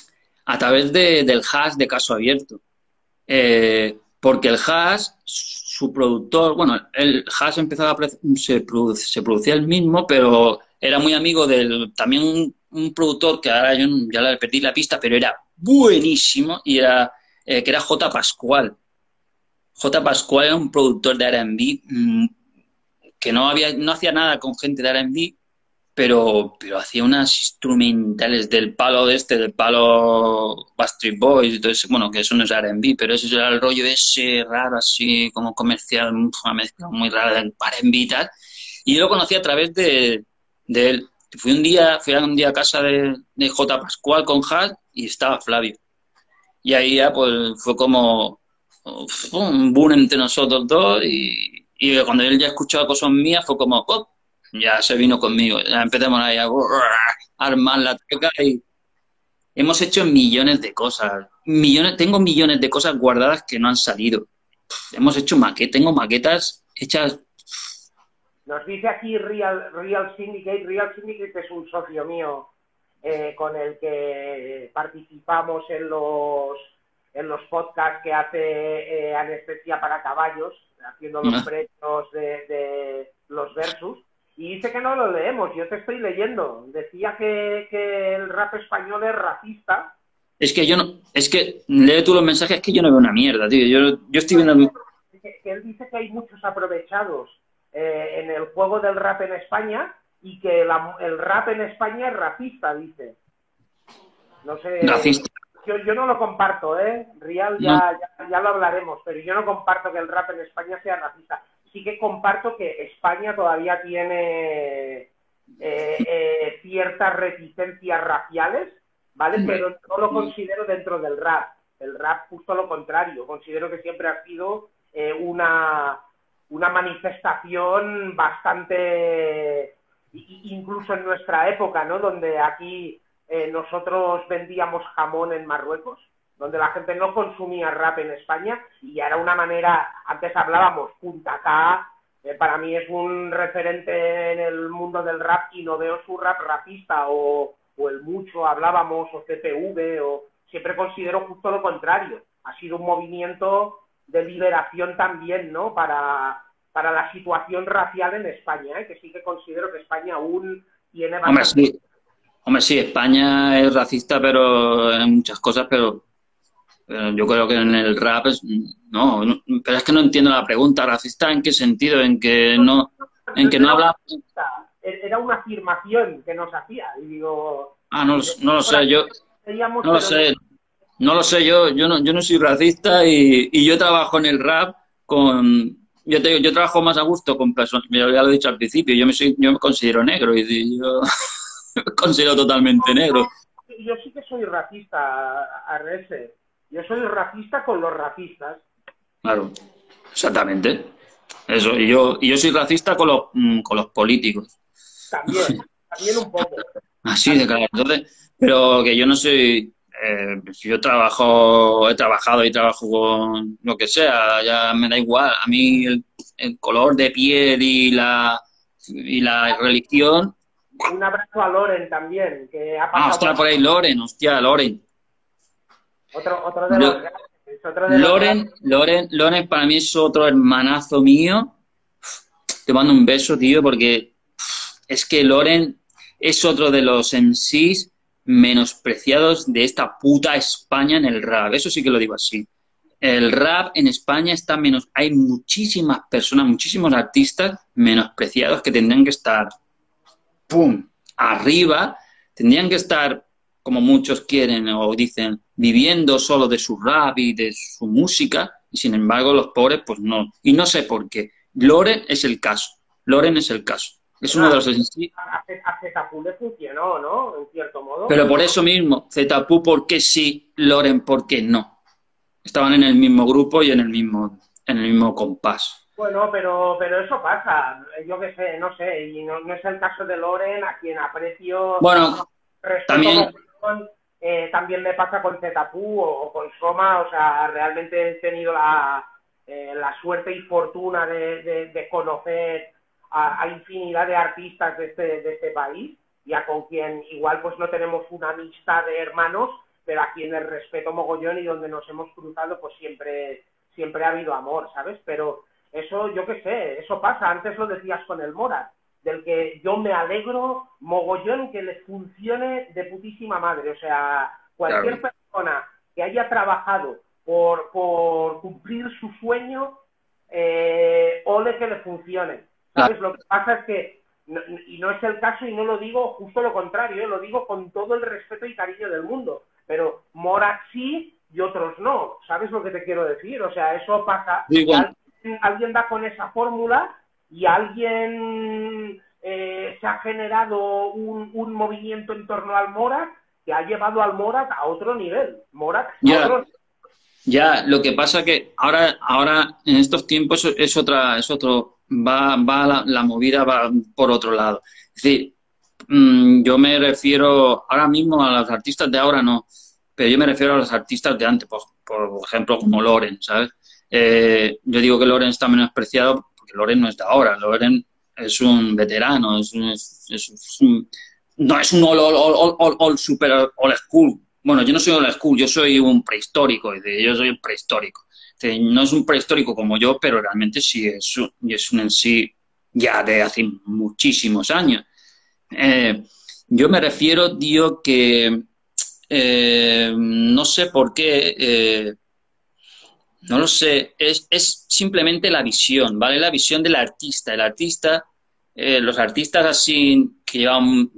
hash de Caso Abierto. Porque el hash, su productor, bueno, el Haas empezaba se producía el mismo, pero era muy amigo del también un productor que ahora yo ya le perdí la pista, pero era buenísimo y era que era J. Pascual. J. Pascual era un productor de R&B que no hacía nada con gente de R&B, pero hacía unas instrumentales del palo Backstreet Boys y todo eso, bueno, que eso no es R&B, pero eso era el rollo ese raro, así como comercial, una mezcla muy rara del R&B y tal, y yo lo conocí a través de él. Fui un día a casa de J. Pascual con Hal y estaba Flavio. Y ahí ya pues fue como un boom entre nosotros dos y cuando él ya escuchaba cosas mías fue como, ¡oh! Ya se vino conmigo. Ya empezamos ahí a armar la teca y hemos hecho millones de cosas. Tengo millones de cosas guardadas que no han salido. Hemos hecho tengo maquetas hechas. Nos dice aquí Real Syndicate. Real Syndicate es un socio mío con el que participamos en los podcasts que hace Anestesia para Caballos, haciendo los premios de los versus. Y dice que no lo leemos, yo te estoy leyendo. Decía que el rap español es racista. Es que lee tú los mensajes, que yo no veo una mierda, tío. Yo estoy viendo. Que él dice que hay muchos aprovechados en el juego del rap en España y que el rap en España es racista, dice. No sé. Racista. Yo no lo comparto, Rial, ya lo hablaremos, pero yo no comparto que el rap en España sea racista. Sí que comparto que España todavía tiene ciertas reticencias raciales, ¿vale? Pero no lo considero dentro del rap. El rap justo lo contrario. Considero que siempre ha sido una manifestación bastante, incluso en nuestra época, ¿no? Donde aquí nosotros vendíamos jamón en Marruecos, donde la gente no consumía rap en España y era una manera, antes hablábamos, Punta K, para mí es un referente en el mundo del rap y no veo su rap racista o el Mucho hablábamos, o CPV, o siempre considero justo lo contrario. Ha sido un movimiento de liberación también, ¿no? Para la situación racial en España, que sí que considero que España aún tiene bastante... Hombre, sí, España es racista, pero en muchas cosas, pero yo creo que en el rap no, pero es que no entiendo la pregunta. ¿Racista en qué sentido? En que no habla... Era una afirmación que nos hacía, y digo... no lo sé, yo... No lo sé, yo no soy racista y yo trabajo en el rap con... Yo te digo, yo trabajo más a gusto con personas, ya lo he dicho al principio, yo me considero negro y yo me considero totalmente negro. Yo sí que soy racista, RS. Yo soy racista con los racistas. Claro, exactamente. Eso, y yo soy racista con los políticos. También un poco. Así de claro. Entonces, pero que yo no soy... yo he trabajado y trabajo con lo que sea, ya me da igual. A mí el color de piel y la religión. Un abrazo a Loren también, que ha pasado... hostia, por ahí Loren. Otro de los... Loren para mí es otro hermanazo mío. Te mando un beso, tío, porque es que Loren es otro de los MCs menospreciados de esta puta España en el rap. Eso sí que lo digo así. El rap en España está menos... Hay muchísimas personas, muchísimos artistas menospreciados que tendrían que estar arriba, tendrían que estar, como muchos quieren o dicen, viviendo solo de su rap y de su música, y sin embargo los pobres pues no. Y no sé por qué. Loren es el caso. Es uno de los... A Zetapu le funcionó, ¿no? En cierto modo. Pero por eso mismo, Zetapu, ¿por qué sí? Loren, ¿por qué no? Estaban en el mismo grupo y en el mismo compás. Bueno, pero eso pasa. Yo qué sé, no sé. Y no es el caso de Loren, a quien aprecio... Bueno, también... también me pasa con Zetapu o con Soma. O sea, realmente he tenido la suerte y fortuna de conocer a infinidad de artistas de este país, y a con quien igual pues no tenemos una amistad de hermanos, pero a quienes respeto mogollón y donde nos hemos cruzado pues siempre ha habido amor, ¿sabes? Pero Eso, yo qué sé, eso pasa. Antes lo decías con el Morat, del que yo me alegro mogollón que le funcione de putísima madre. O sea, cualquier Claro. persona que haya trabajado por cumplir su sueño, ole que le funcione. Claro. ¿Sabes? Lo que pasa es que, y no es el caso, y no lo digo justo lo contrario, lo digo con todo el respeto y cariño del mundo, pero Morat sí y otros no. ¿Sabes lo que te quiero decir? O sea, eso pasa, Sí, que bueno, alguien da con esa fórmula y alguien se ha generado un movimiento en torno al Morat que ha llevado al Morat a otro nivel. Morat a ya, otro. ya, lo que pasa que ahora en estos tiempos es otro, va la movida va por otro lado. Es decir, yo me refiero ahora mismo a los artistas de ahora no, pero yo me refiero a los artistas de antes, por ejemplo, como Loren, ¿sabes? Yo digo que Loren está menospreciado porque Loren no es de ahora, Loren es un veterano, no es un all super old school. Bueno, yo no soy old school, yo soy un prehistórico, es decir, yo soy un prehistórico. Es decir, no es un prehistórico como yo, pero realmente sí es un en sí ya de hace muchísimos años. Eh, yo me refiero, tío, que no sé por qué, no lo sé, es simplemente la visión, ¿vale? La visión del artista. El artista, los artistas así que llevan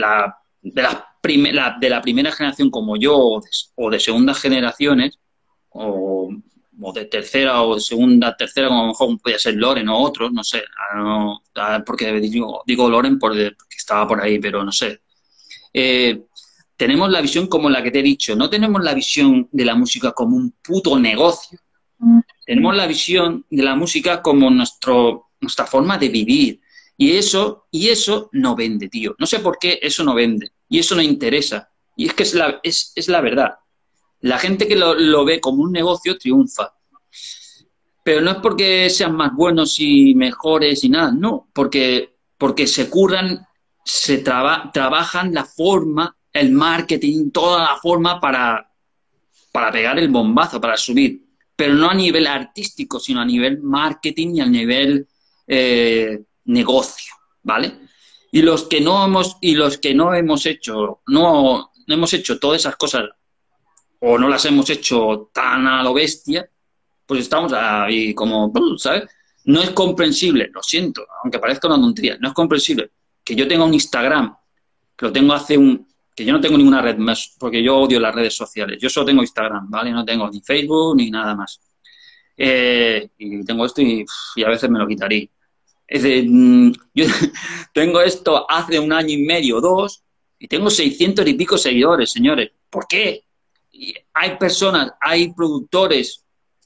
de la primera generación como yo, o de segundas generaciones, o de tercera o de segunda, tercera, como a lo mejor podía ser Loren o otros, no sé, porque digo Loren porque estaba por ahí, pero no sé. Eh, tenemos la visión como la que te he dicho, no tenemos la visión de la música como un puto negocio, tenemos la visión de la música como nuestra forma de vivir. Y eso no vende, tío. No sé por qué eso no vende. Y eso no interesa. Y es que es la verdad. La gente que lo ve como un negocio triunfa. Pero no es porque sean más buenos y mejores y nada, no, porque se curran, trabajan la forma, el marketing, toda la forma para pegar el bombazo, para subir. Pero no a nivel artístico, sino a nivel marketing y a nivel negocio, ¿vale? Y los que no hemos hecho todas esas cosas o no las hemos hecho tan a lo bestia, pues estamos ahí como, ¿sabes? No es comprensible, lo siento, aunque parezca una tontería, no es comprensible que yo tenga un Instagram, que lo tengo que yo no tengo ninguna red más, porque yo odio las redes sociales, yo solo tengo Instagram, ¿vale? No tengo ni Facebook ni nada más. Y tengo esto y a veces me lo quitaría. Es decir, yo tengo esto hace un año y medio, dos, y tengo 600 y pico seguidores, señores. ¿Por qué? Y hay personas, hay productores,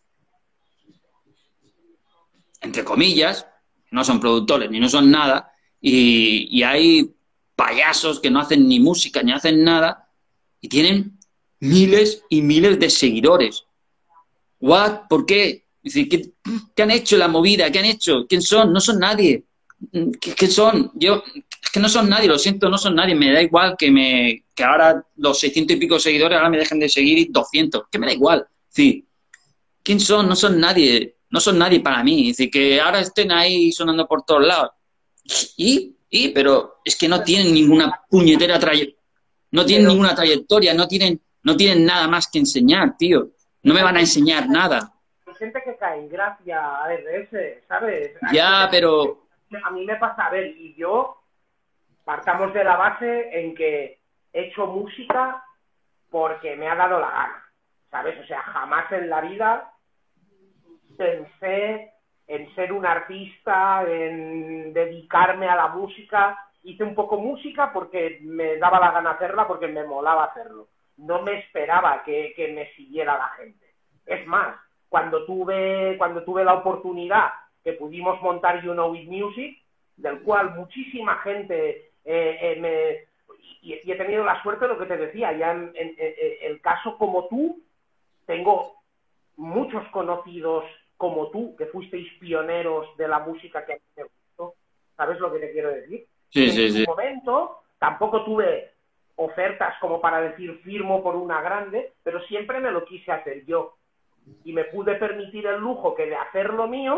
entre comillas, no son productores ni no son nada, y hay payasos que no hacen ni música ni hacen nada, y tienen miles y miles de seguidores. ¿What? ¿Por qué? Es decir, ¿qué han hecho la movida? ¿Qué han hecho? ¿Quién son? No son nadie. ¿Qué son? Es que no son nadie, lo siento, no son nadie. Me da igual que ahora los 600 y pico seguidores ahora me dejen de seguir y 200. Que me da igual. Sí. ¿Quién son? No son nadie. No son nadie para mí. Es decir, que ahora estén ahí sonando por todos lados. Pero es que no tienen ninguna puñetera trayectoria. No tienen ninguna trayectoria, no tienen nada más que enseñar, tío. No me van a enseñar nada. Hay gente que cae en gracia a RS, ¿sabes? Ya, pero... A mí me pasa, a ver, y yo partamos de la base en que he hecho música porque me ha dado la gana, ¿sabes? O sea, jamás en la vida pensé en ser un artista, en dedicarme a la música. Hice un poco música porque me daba la gana hacerla, porque me molaba hacerlo. No me esperaba que me siguiera la gente. Es más, cuando tuve la oportunidad que pudimos montar You Know It Music, del cual muchísima gente y he tenido la suerte de lo que te decía, ya en el caso como tú, tengo muchos conocidos como tú, que fuisteis pioneros de la música que a mí me gustó. ¿Sabes lo que te quiero decir? Sí, en sí, su sí. momento tampoco tuve ofertas como para decir firmo por una grande, pero siempre me lo quise hacer yo. Y me pude permitir el lujo que de hacer lo mío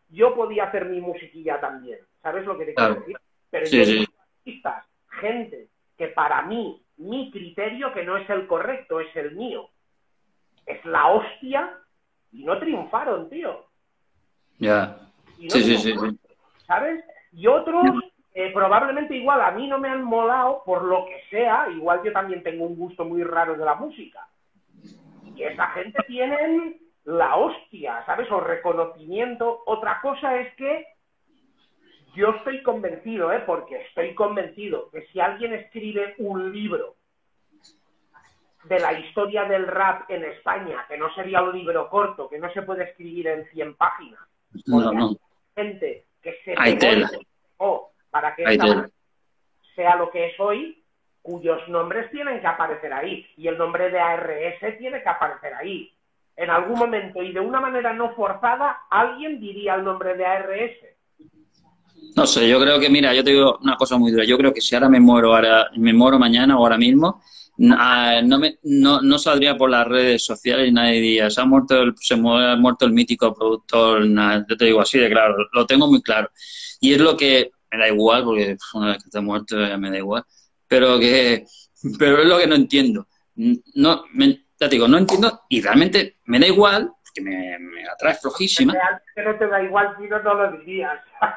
yo podía hacer mi musiquilla también. ¿Sabes lo que te quiero decir? Pero Sí, yo sí. artistas, gente que para mí, mi criterio, que no es el correcto, es el mío, es la hostia, y no triunfaron, tío. Ya. Y no Sí, sí, sí, triunfaron, sí. ¿sabes? Y otros, probablemente igual a mí no me han molado por lo que sea, igual yo también tengo un gusto muy raro de la música. Y esa gente tienen la hostia, ¿sabes? O reconocimiento. Otra cosa es que yo estoy convencido, porque estoy convencido que si alguien escribe un libro de la historia del rap en España, que no sería un libro corto, que no se puede escribir en 100 páginas, porque No, no. hay gente que se Hay pegó tela. para que Hay esta tela. sea lo que es hoy, cuyos nombres tienen que aparecer ahí, y el nombre de ARS tiene que aparecer ahí. En algún momento, y de una manera no forzada, alguien diría el nombre de ARS. No sé, yo creo que, mira, yo te digo una cosa muy dura. Yo creo que si ahora me muero mañana o ahora mismo, no saldría por las redes sociales y nadie diría, ha muerto el mítico productor. Nada, yo te digo así de claro, lo tengo muy claro. Y es lo que me da igual, porque una vez que esté muerto ya me da igual, pero pero es lo que no entiendo. Ya te digo, no entiendo y realmente me da igual, porque me atrae flojísima. Que no te da igual, si no lo dirías.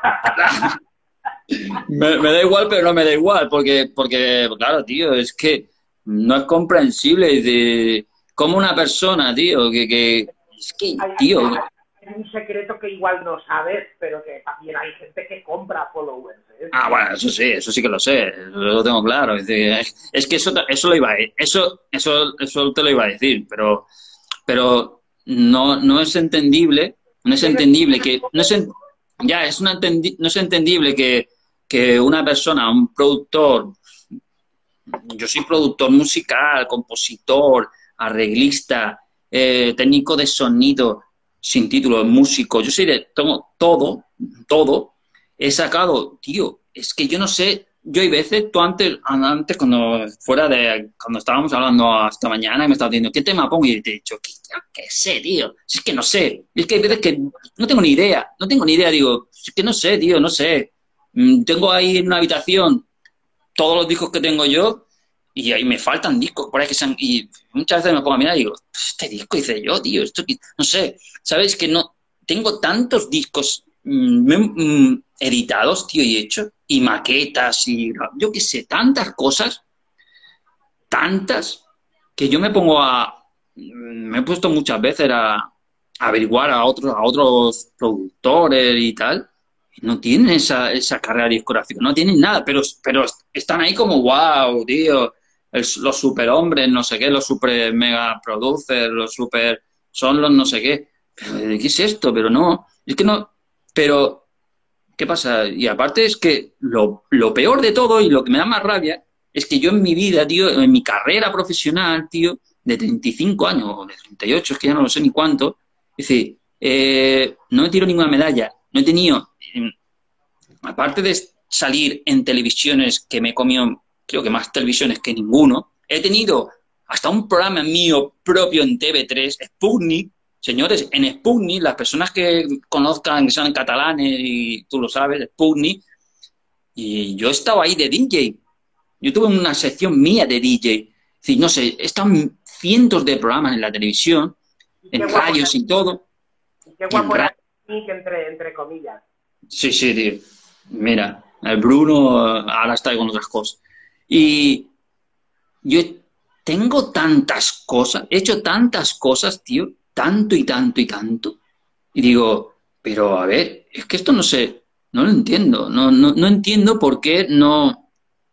Me da igual, pero no me da igual, porque claro, tío, es que no es comprensible de cómo una persona, tío, es que, tío, Hay un secreto que igual no sabes, pero que también hay gente que compra followers. bueno, eso sí que lo sé, lo tengo claro. Es que eso lo iba a, eso te lo iba a decir, pero no es entendible, que, no es entendible que una persona, un productor, yo soy productor musical, compositor, arreglista, técnico de sonido, sin título, músico, yo soy de todo, he sacado, tío, es que yo no sé, yo hay veces, tú antes cuando estábamos hablando hasta mañana y me estabas diciendo, ¿qué tema pongo? Y te he dicho, ¿qué sé, tío? Si es que no sé, es que hay veces que no tengo ni idea, digo, es que no sé, tío, no sé. Tengo ahí en una habitación todos los discos que tengo yo y ahí me faltan discos por ahí y muchas veces me pongo a mirar y digo, este disco hice yo, tío, no sé, ¿sabes? Que no tengo tantos discos editados, tío, y hechos, y maquetas, y yo qué sé, tantas, que yo me he puesto muchas veces a averiguar a otros productores y tal, y no tienen esa carrera discográfica, no tienen nada, pero están ahí como, wow, tío, los superhombres, no sé qué, los super mega producers, son los no sé qué. Pero, ¿qué es esto? Pero no, es que no, pero, ¿qué pasa? Y aparte es que lo peor de todo y lo que me da más rabia es que yo en mi vida, tío, en mi carrera profesional, tío, de 35 años o de 38, es que ya no lo sé ni cuánto, es decir, no me tiro ninguna medalla, no he tenido, aparte de salir en televisiones que me he comido, creo que más televisiones que ninguno, he tenido hasta un programa mío propio en TV3, Sputnik. Señores, en Sputnik, las personas que conozcan, que sean catalanes, y tú lo sabes, Sputnik, y yo estaba ahí de DJ. Yo tuve una sección mía de DJ. Es decir, no sé, están cientos de programas en la televisión, en radios y todo. Y qué guapo era Sputnik, entre comillas. Sí, tío. Mira, el Bruno ahora está con otras cosas. Y yo tengo tantas cosas, he hecho tantas cosas, tío, tanto y tanto y tanto. Y digo, pero a ver, es que esto no lo entiendo. No entiendo por qué no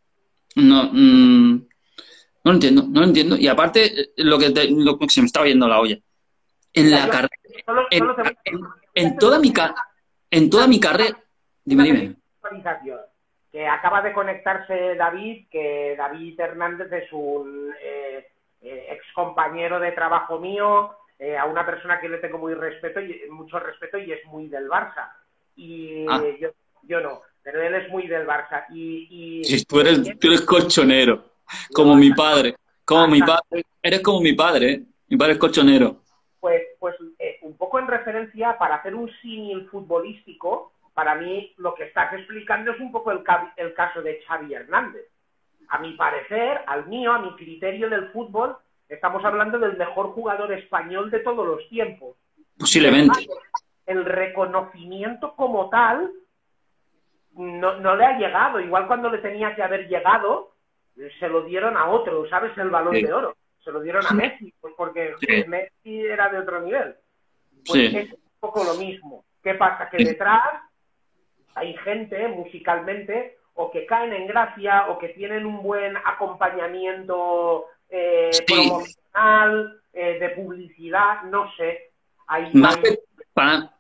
lo entiendo. Y aparte, lo que se me está yendo la olla. En la carrera, en toda mi carrera, dime. Que acaba de conectarse David, que David Hernández es un ex compañero de trabajo mío, a una persona que le tengo mucho respeto y es muy del Barça. Y yo no, pero él es muy del Barça. Sí, tú eres colchonero, como mi padre. Eres como mi padre, ¿eh? Mi padre es colchonero. Pues un poco en referencia, para hacer un símil futbolístico, para mí lo que estás explicando es un poco el caso de Xavi Hernández. A mi parecer, al mío, a mi criterio del fútbol, estamos hablando del mejor jugador español de todos los tiempos. Posiblemente. El reconocimiento como tal no le ha llegado. Igual cuando le tenía que haber llegado, se lo dieron a otro, ¿sabes? El Balón de Oro. Se lo dieron a Messi, pues porque Messi era de otro nivel. Pues es un poco lo mismo. ¿Qué pasa? Que detrás hay gente, musicalmente, o que caen en gracia, o que tienen un buen acompañamiento promocional, de publicidad, no sé. Más que para...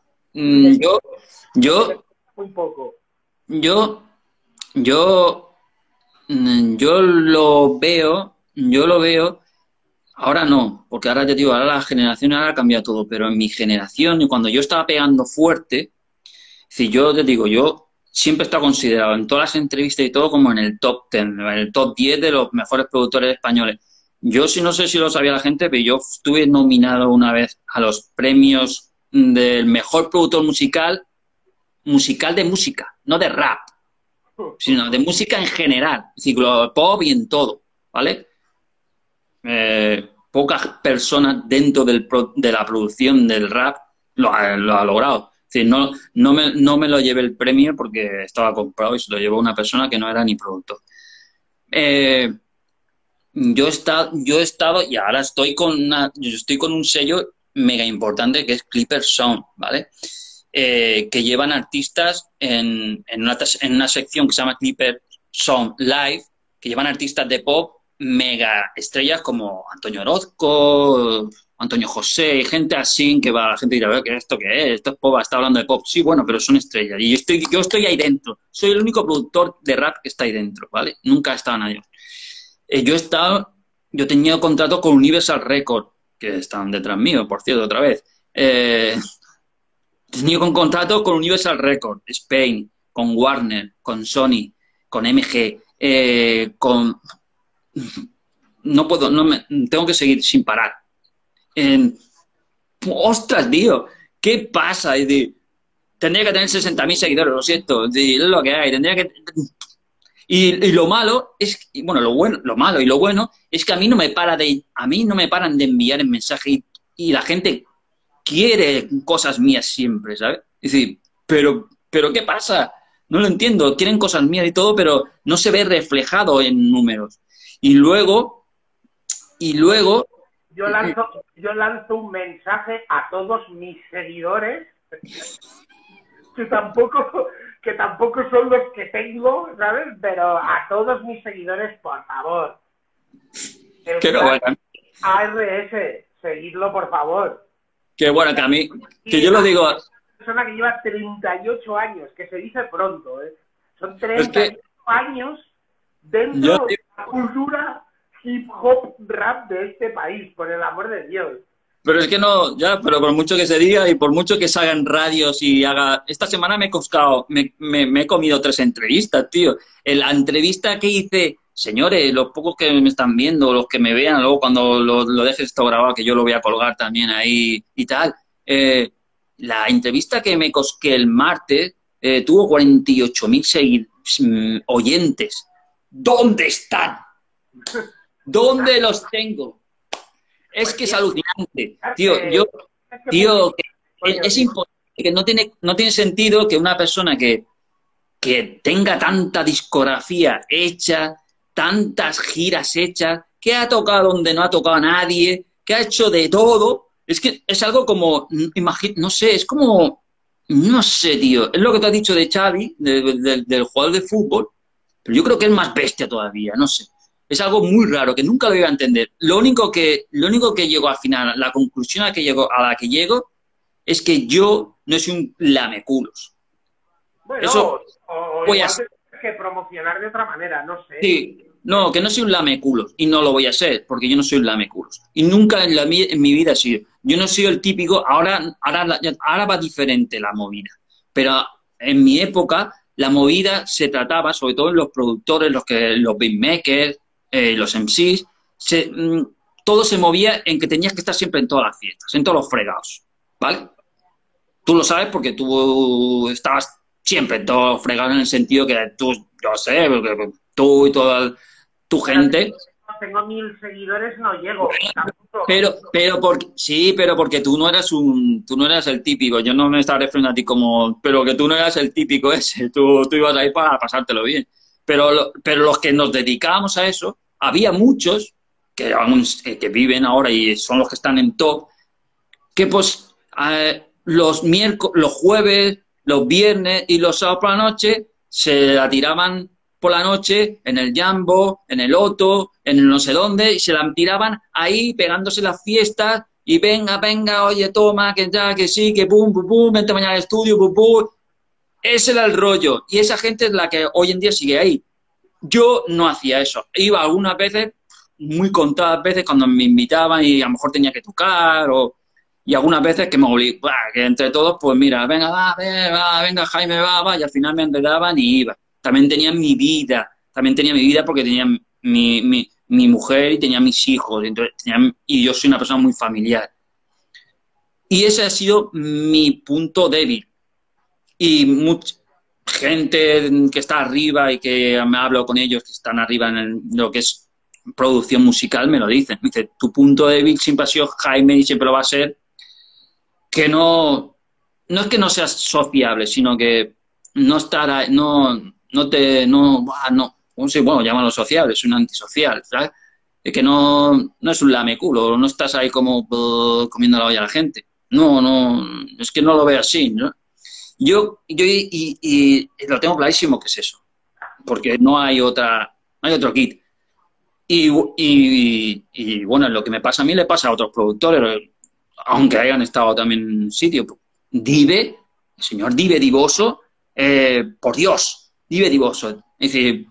Muy poco. Yo lo veo, ahora no, porque ahora te digo, ahora la generación ha cambiado todo, pero en mi generación, cuando yo estaba pegando fuerte, si yo te digo, yo siempre he estado considerado en todas las entrevistas y todo como en el top 10, en el top 10 de los mejores productores españoles. Yo no sé si lo sabía la gente, pero yo estuve nominado una vez a los premios del mejor productor musical de música, no de rap, sino de música en general, ciclo pop y en todo, ¿vale? Pocas personas dentro de la producción del rap lo ha logrado. Es decir, no me lo llevé el premio porque estaba comprado y se lo llevó una persona que no era ni productor. Yo he estado y ahora estoy con un sello mega importante que es Clipper Sound, ¿vale? Que llevan artistas en una sección que se llama Clipper Sound Live, que llevan artistas de pop mega estrellas como Antonio Orozco, Antonio José, y gente así que va, la gente dirá, ¿qué es esto? ¿Qué es? Esto es pop, está hablando de pop. Sí, bueno, pero son estrellas. Y yo estoy ahí dentro. Soy el único productor de rap que está ahí dentro, ¿vale? Nunca ha estado nadie. Yo tenía contrato con Universal Records, que están detrás mío, por cierto, otra vez. Tenía un contrato con Universal Records, Spain, con Warner, con Sony, con MG, tengo que seguir sin parar. ¡Ostras, tío! ¿Qué pasa? Tendría que tener 60.000 seguidores, lo siento, es lo que hay, Y lo malo es, bueno, lo malo y lo bueno es que a mí no me paran de enviar el mensaje y la gente quiere cosas mías siempre, ¿sabes? Es decir, pero ¿qué pasa? No lo entiendo. Quieren cosas mías y todo, pero no se ve reflejado en números. Y luego... Yo lanzo un mensaje a todos mis seguidores que tampoco son los que tengo, ¿sabes? Pero a todos mis seguidores, por favor. Qué bueno. ARS, seguidlo, por favor. Qué bueno que a mí... Que yo lo digo... Una persona que lleva 38 años, que se dice pronto, ¿eh? Son 38 años dentro de la cultura hip hop rap de este país, por el amor de Dios. Pero es que no, pero por mucho que se diga y por mucho que se hagan radios y haga... Esta semana me he comido 3 entrevistas, tío. En la entrevista que hice, señores, los pocos que me están viendo, los que me vean, luego cuando lo dejes esto grabado, que yo lo voy a colgar también ahí y tal. La entrevista que me cosqué el martes tuvo 48.000 oyentes. ¿Dónde están? ¿Dónde los tengo? Es que es alucinante, tío. Es imposible, que no tiene sentido que una persona que tenga tanta discografía hecha, tantas giras hechas, que ha tocado donde no ha tocado a nadie, que ha hecho de todo, es que es algo como, no sé, es como, no sé, tío, es lo que te has dicho de Xavi, del jugador de fútbol, pero yo creo que es más bestia todavía, no sé. Es algo muy raro, que nunca lo iba a entender. Lo único que llego al final, la conclusión a la que llego, es que yo no soy un lameculos. Bueno, eso voy a hacer que promocionar de otra manera, no sé. Sí, no, que no soy un lameculos, y no lo voy a ser, porque yo no soy un lameculos. Y nunca en mi vida he sido. Yo no soy el típico, ahora va diferente la movida. Pero en mi época, la movida se trataba, sobre todo en los productores, los beatmakers, los MCs, todo se movía en que tenías que estar siempre en todas las fiestas, en todos los fregados. ¿vale? Tú lo sabes porque tú estabas siempre todo fregado en el sentido que tú, yo sé, porque tú y toda tu Pero gente... tengo 1000 seguidores, no llego. Tampoco. Pero porque tú no eras tú no eras el típico, yo no me estaba refiriendo a ti como, pero que tú no eras el típico ese, tú ibas ahí para pasártelo bien. Pero los que nos dedicábamos a eso, había muchos que viven ahora y son los que están en top, que pues los jueves, los viernes y los sábados por la noche se la tiraban por la noche en el Jambo, en el Otto, en el no sé dónde, y se la tiraban ahí pegándose las fiestas y venga, venga, oye, toma, que ya, que sí, que pum, pum, pum, vente mañana al estudio, pum, pum. Ese era el rollo. Y esa gente es la que hoy en día sigue ahí. Yo no hacía eso. Iba algunas veces, muy contadas veces, cuando me invitaban y a lo mejor tenía que tocar, y algunas veces que me obligaban, que entre todos, pues mira, venga, venga, Jaime, va, y al final me enredaban y iba. También tenía mi vida porque tenía mi mujer y tenía mis hijos, entonces, y yo soy una persona muy familiar. Y ese ha sido mi punto débil. Y mucha gente que está arriba y que me hablo con ellos, que están arriba en lo que es producción musical, me lo dicen. Me dice, tu punto débil siempre ha sido Jaime y siempre lo va a ser que no es que no seas sociable, sino que no estar, sí, bueno, llámalo sociable, es un antisocial, ¿sabes? Es que no es un lameculo, no estás ahí como comiendo la olla a la gente. No, es que no lo veo así, ¿no? Y lo tengo clarísimo que es eso, porque no hay otro kit. Y bueno, lo que me pasa a mí le pasa a otros productores, aunque hayan estado también en un sitio. Dive, el señor Dive Divoso, por Dios, Dive Divoso. Es decir,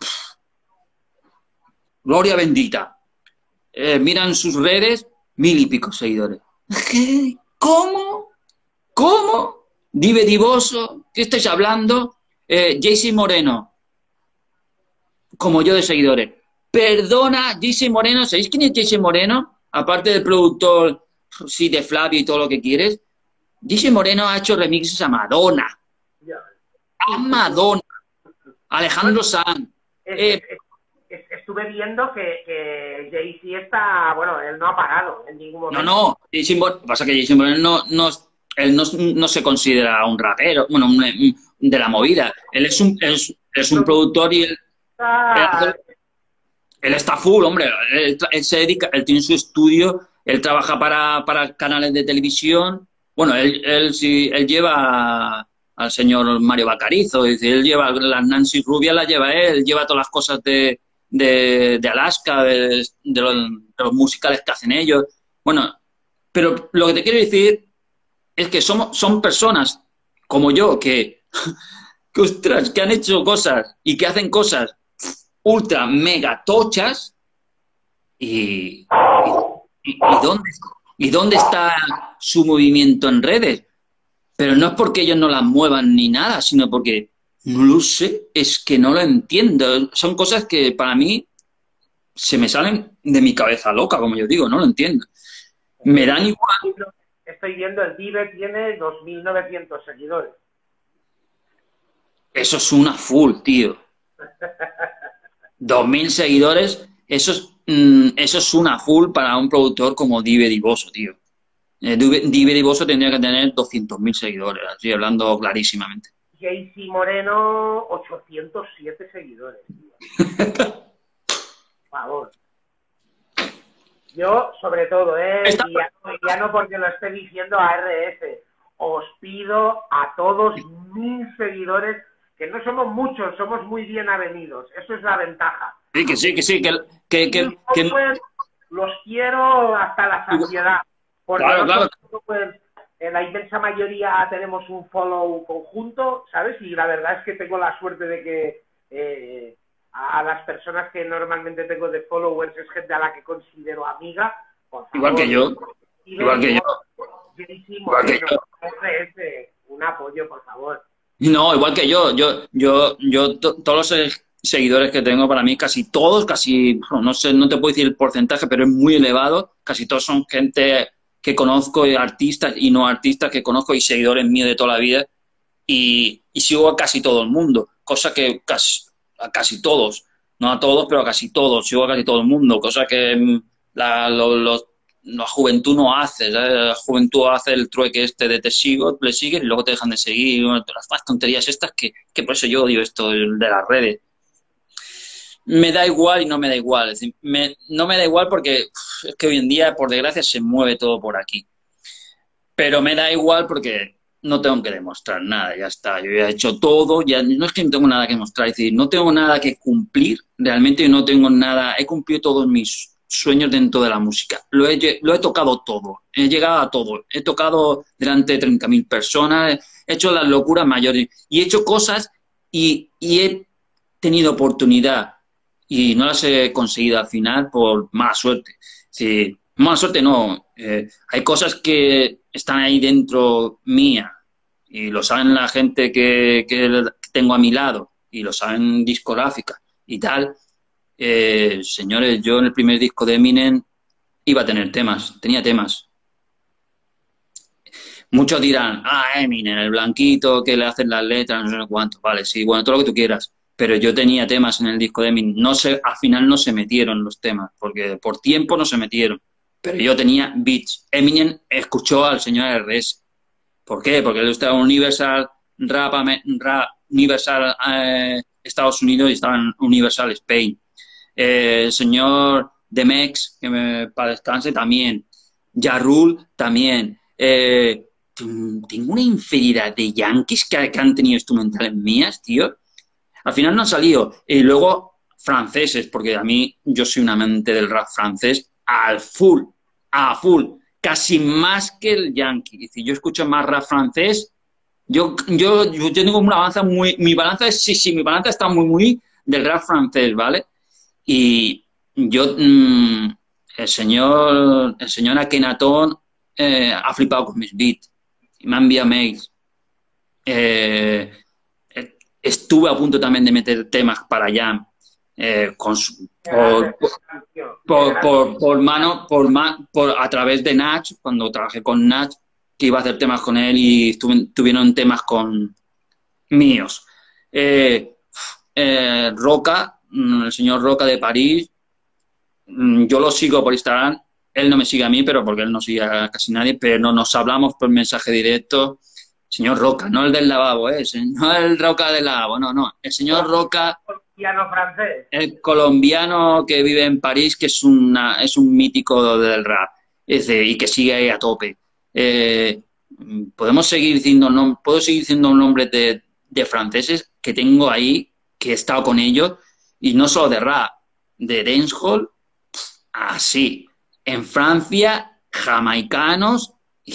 gloria bendita. Miran sus redes, 1000 y pico seguidores. ¿Qué? ¿Cómo? ¿Cómo? Dive Divoso, ¿qué estáis hablando? JC Moreno, como yo de seguidores. Perdona, JC Moreno, ¿sabéis quién es JC Moreno? Aparte del productor, sí, de Flavio y todo lo que quieres. JC Moreno ha hecho remixes a Madonna. A Madonna. Alejandro Sanz. Estuve viendo que Jay-Z está, bueno, él no ha parado en ningún momento. No, pasa que JC Moreno él no se considera un rapero, bueno, de la movida. Él es un productor y él está full, hombre. Él se dedica, él tiene su estudio, él trabaja para canales de televisión. Bueno, él lleva al señor Mario Bacarizo, es decir, él lleva las Nancy Rubias, las lleva él lleva todas las cosas de Alaska, de los musicales que hacen ellos. Bueno, pero lo que te quiero decir es que son personas como yo que ostras, que han hecho cosas y que hacen cosas ultra mega tochas y dónde está su movimiento en redes. Pero no es porque ellos no las muevan ni nada, sino porque no lo sé, es que no lo entiendo. Son cosas que para mí se me salen de mi cabeza loca, como yo digo, no lo entiendo. Me dan igual. Estoy viendo, el Dive tiene 2900 seguidores. Eso es una full, tío. 2000 seguidores, eso es una full para un productor como Dive Divoso, tío. Dive Divoso tendría que tener 200.000 seguidores, estoy hablando clarísimamente. JC Moreno, 807 seguidores, tío. Por favor. Yo, sobre todo, y ya no porque lo esté diciendo a RS, os pido a todos 1000 seguidores, que no somos muchos, somos muy bien avenidos. Eso es la ventaja. Sí, que sí, que los quiero hasta la saciedad. Porque claro. Pues, en la inmensa mayoría tenemos un follow conjunto, ¿sabes? Y la verdad es que tengo la suerte de que a las personas que normalmente tengo de followers es gente a la que considero amiga. Por favor, igual que yo. Un apoyo, por favor. No, igual que yo. Todos los seguidores que tengo, para mí, casi, no sé, no te puedo decir el porcentaje, pero es muy elevado. Casi todos son gente que conozco, artistas y no artistas que conozco y seguidores míos de toda la vida, y sigo a casi todo el mundo, cosa que a casi todos, no a todos, pero a casi todos, sigo a casi todo el mundo, cosa que la juventud no hace, ¿sabes? La juventud hace el trueque este de te sigo, le sigues y luego te dejan de seguir, las más tonterías estas que por eso yo odio esto de las redes. Me da igual y no me da igual. Es decir, no me da igual porque es que hoy en día, por desgracia, se mueve todo por aquí. Pero me da igual porque no tengo que demostrar nada, ya está. Yo ya he hecho todo, ya no es que no tengo nada que mostrar, es decir, no tengo nada que cumplir, realmente no tengo nada, he cumplido todos mis sueños dentro de la música. Lo he tocado todo, he llegado a todo, he tocado delante de 30.000 personas, he hecho las locuras mayores y he hecho cosas y he tenido oportunidad y no las he conseguido al final por mala suerte. Sí, mala suerte no. Hay cosas que están ahí dentro mía y lo saben la gente que tengo a mi lado y lo saben discográfica y tal. Señores, yo en el primer disco de Eminem iba a tener temas, tenía temas. Muchos dirán, Eminem, el blanquito que le hacen las letras, no sé cuánto. Vale, sí, bueno, todo lo que tú quieras. Pero yo tenía temas en el disco de Eminem. Al final no se metieron los temas, porque por tiempo no se metieron. Pero yo tenía beats. Eminem escuchó al señor RS. ¿Por qué? Porque él estaba en Universal Rap Universal Estados Unidos y estaba en Universal Spain. El señor Demex, que para descanse, también. Ja Rule, también. Tengo una infinidad de yankees que han tenido instrumentales mías, tío. Al final no han salido. Y luego franceses, porque a mí yo soy un amante del rap francés a full. Casi más que el yankee. Es decir, yo escucho más rap francés. Yo tengo una balanza muy... Mi balanza mi balanza está muy del rap francés, ¿vale? Y yo... el señor Akhenaton ha flipado con mis beats. Y me ha enviado mails. Estuve a punto también de meter temas para Jam a través de Nach, cuando trabajé con Nach, que iba a hacer temas con él y tuvieron temas con míos. Roca, el señor Roca de París, yo lo sigo por Instagram, él no me sigue a mí, pero porque él no sigue a casi nadie, pero no nos hablamos por mensaje directo. Señor Roca, no el del lavabo, no el Roca del lavabo, no, el señor Roca, colombiano francés, el colombiano que vive en París, que es un mítico del rap, y que sigue ahí a tope. Puedo seguir diciendo nombres de franceses que tengo ahí, que he estado con ellos, y no solo de rap, de dancehall, así. En Francia, jamaicanos.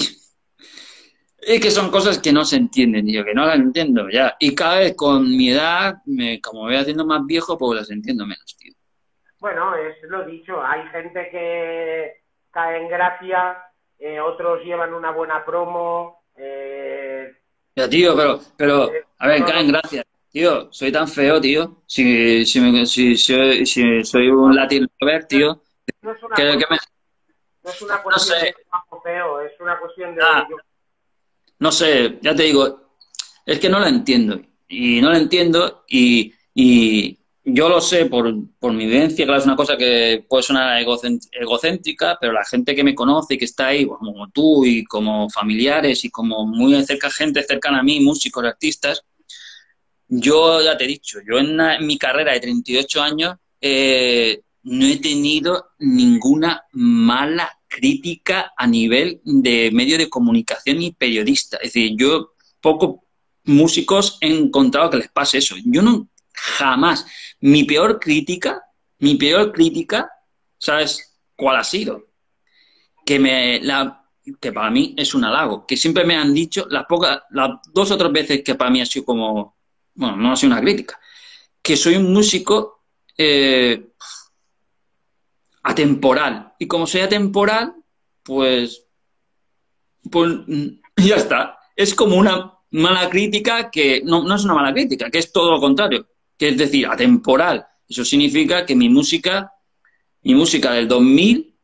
Es que son cosas que no se entienden, tío, que no las entiendo ya. Y cada vez con mi edad, como me voy haciendo más viejo, pues las entiendo menos, tío. Bueno, es lo dicho, hay gente que cae en gracia, otros llevan una buena promo. Ya, tío, pero a ver, cae en gracia. Tío, soy tan feo, tío. Si soy un Latin lover, tío. No es una cuestión de trabajo feo, es una cuestión de... No sé, ya te digo, es que no lo entiendo. Y no lo entiendo y yo lo sé por mi vivencia, claro, es una cosa que puede sonar egocéntrica, pero la gente que me conoce y que está ahí, como tú y como familiares y como muy cerca, gente cercana a mí, músicos, artistas, yo ya te he dicho, yo en mi carrera de 38 años no he tenido ninguna mala crítica a nivel de medio de comunicación y periodista. Es decir, yo pocos músicos he encontrado que les pase eso. Yo no, jamás. Mi peor crítica, ¿sabes cuál ha sido? Que para mí es un halago. Que siempre me han dicho, las 2 o 3 veces que para mí ha sido como, bueno, no ha sido una crítica, que soy un músico atemporal. Y como soy atemporal, pues ya está. Es como una mala crítica que no es una mala crítica, que es todo lo contrario. Que es decir, atemporal. Eso significa que mi música del 2000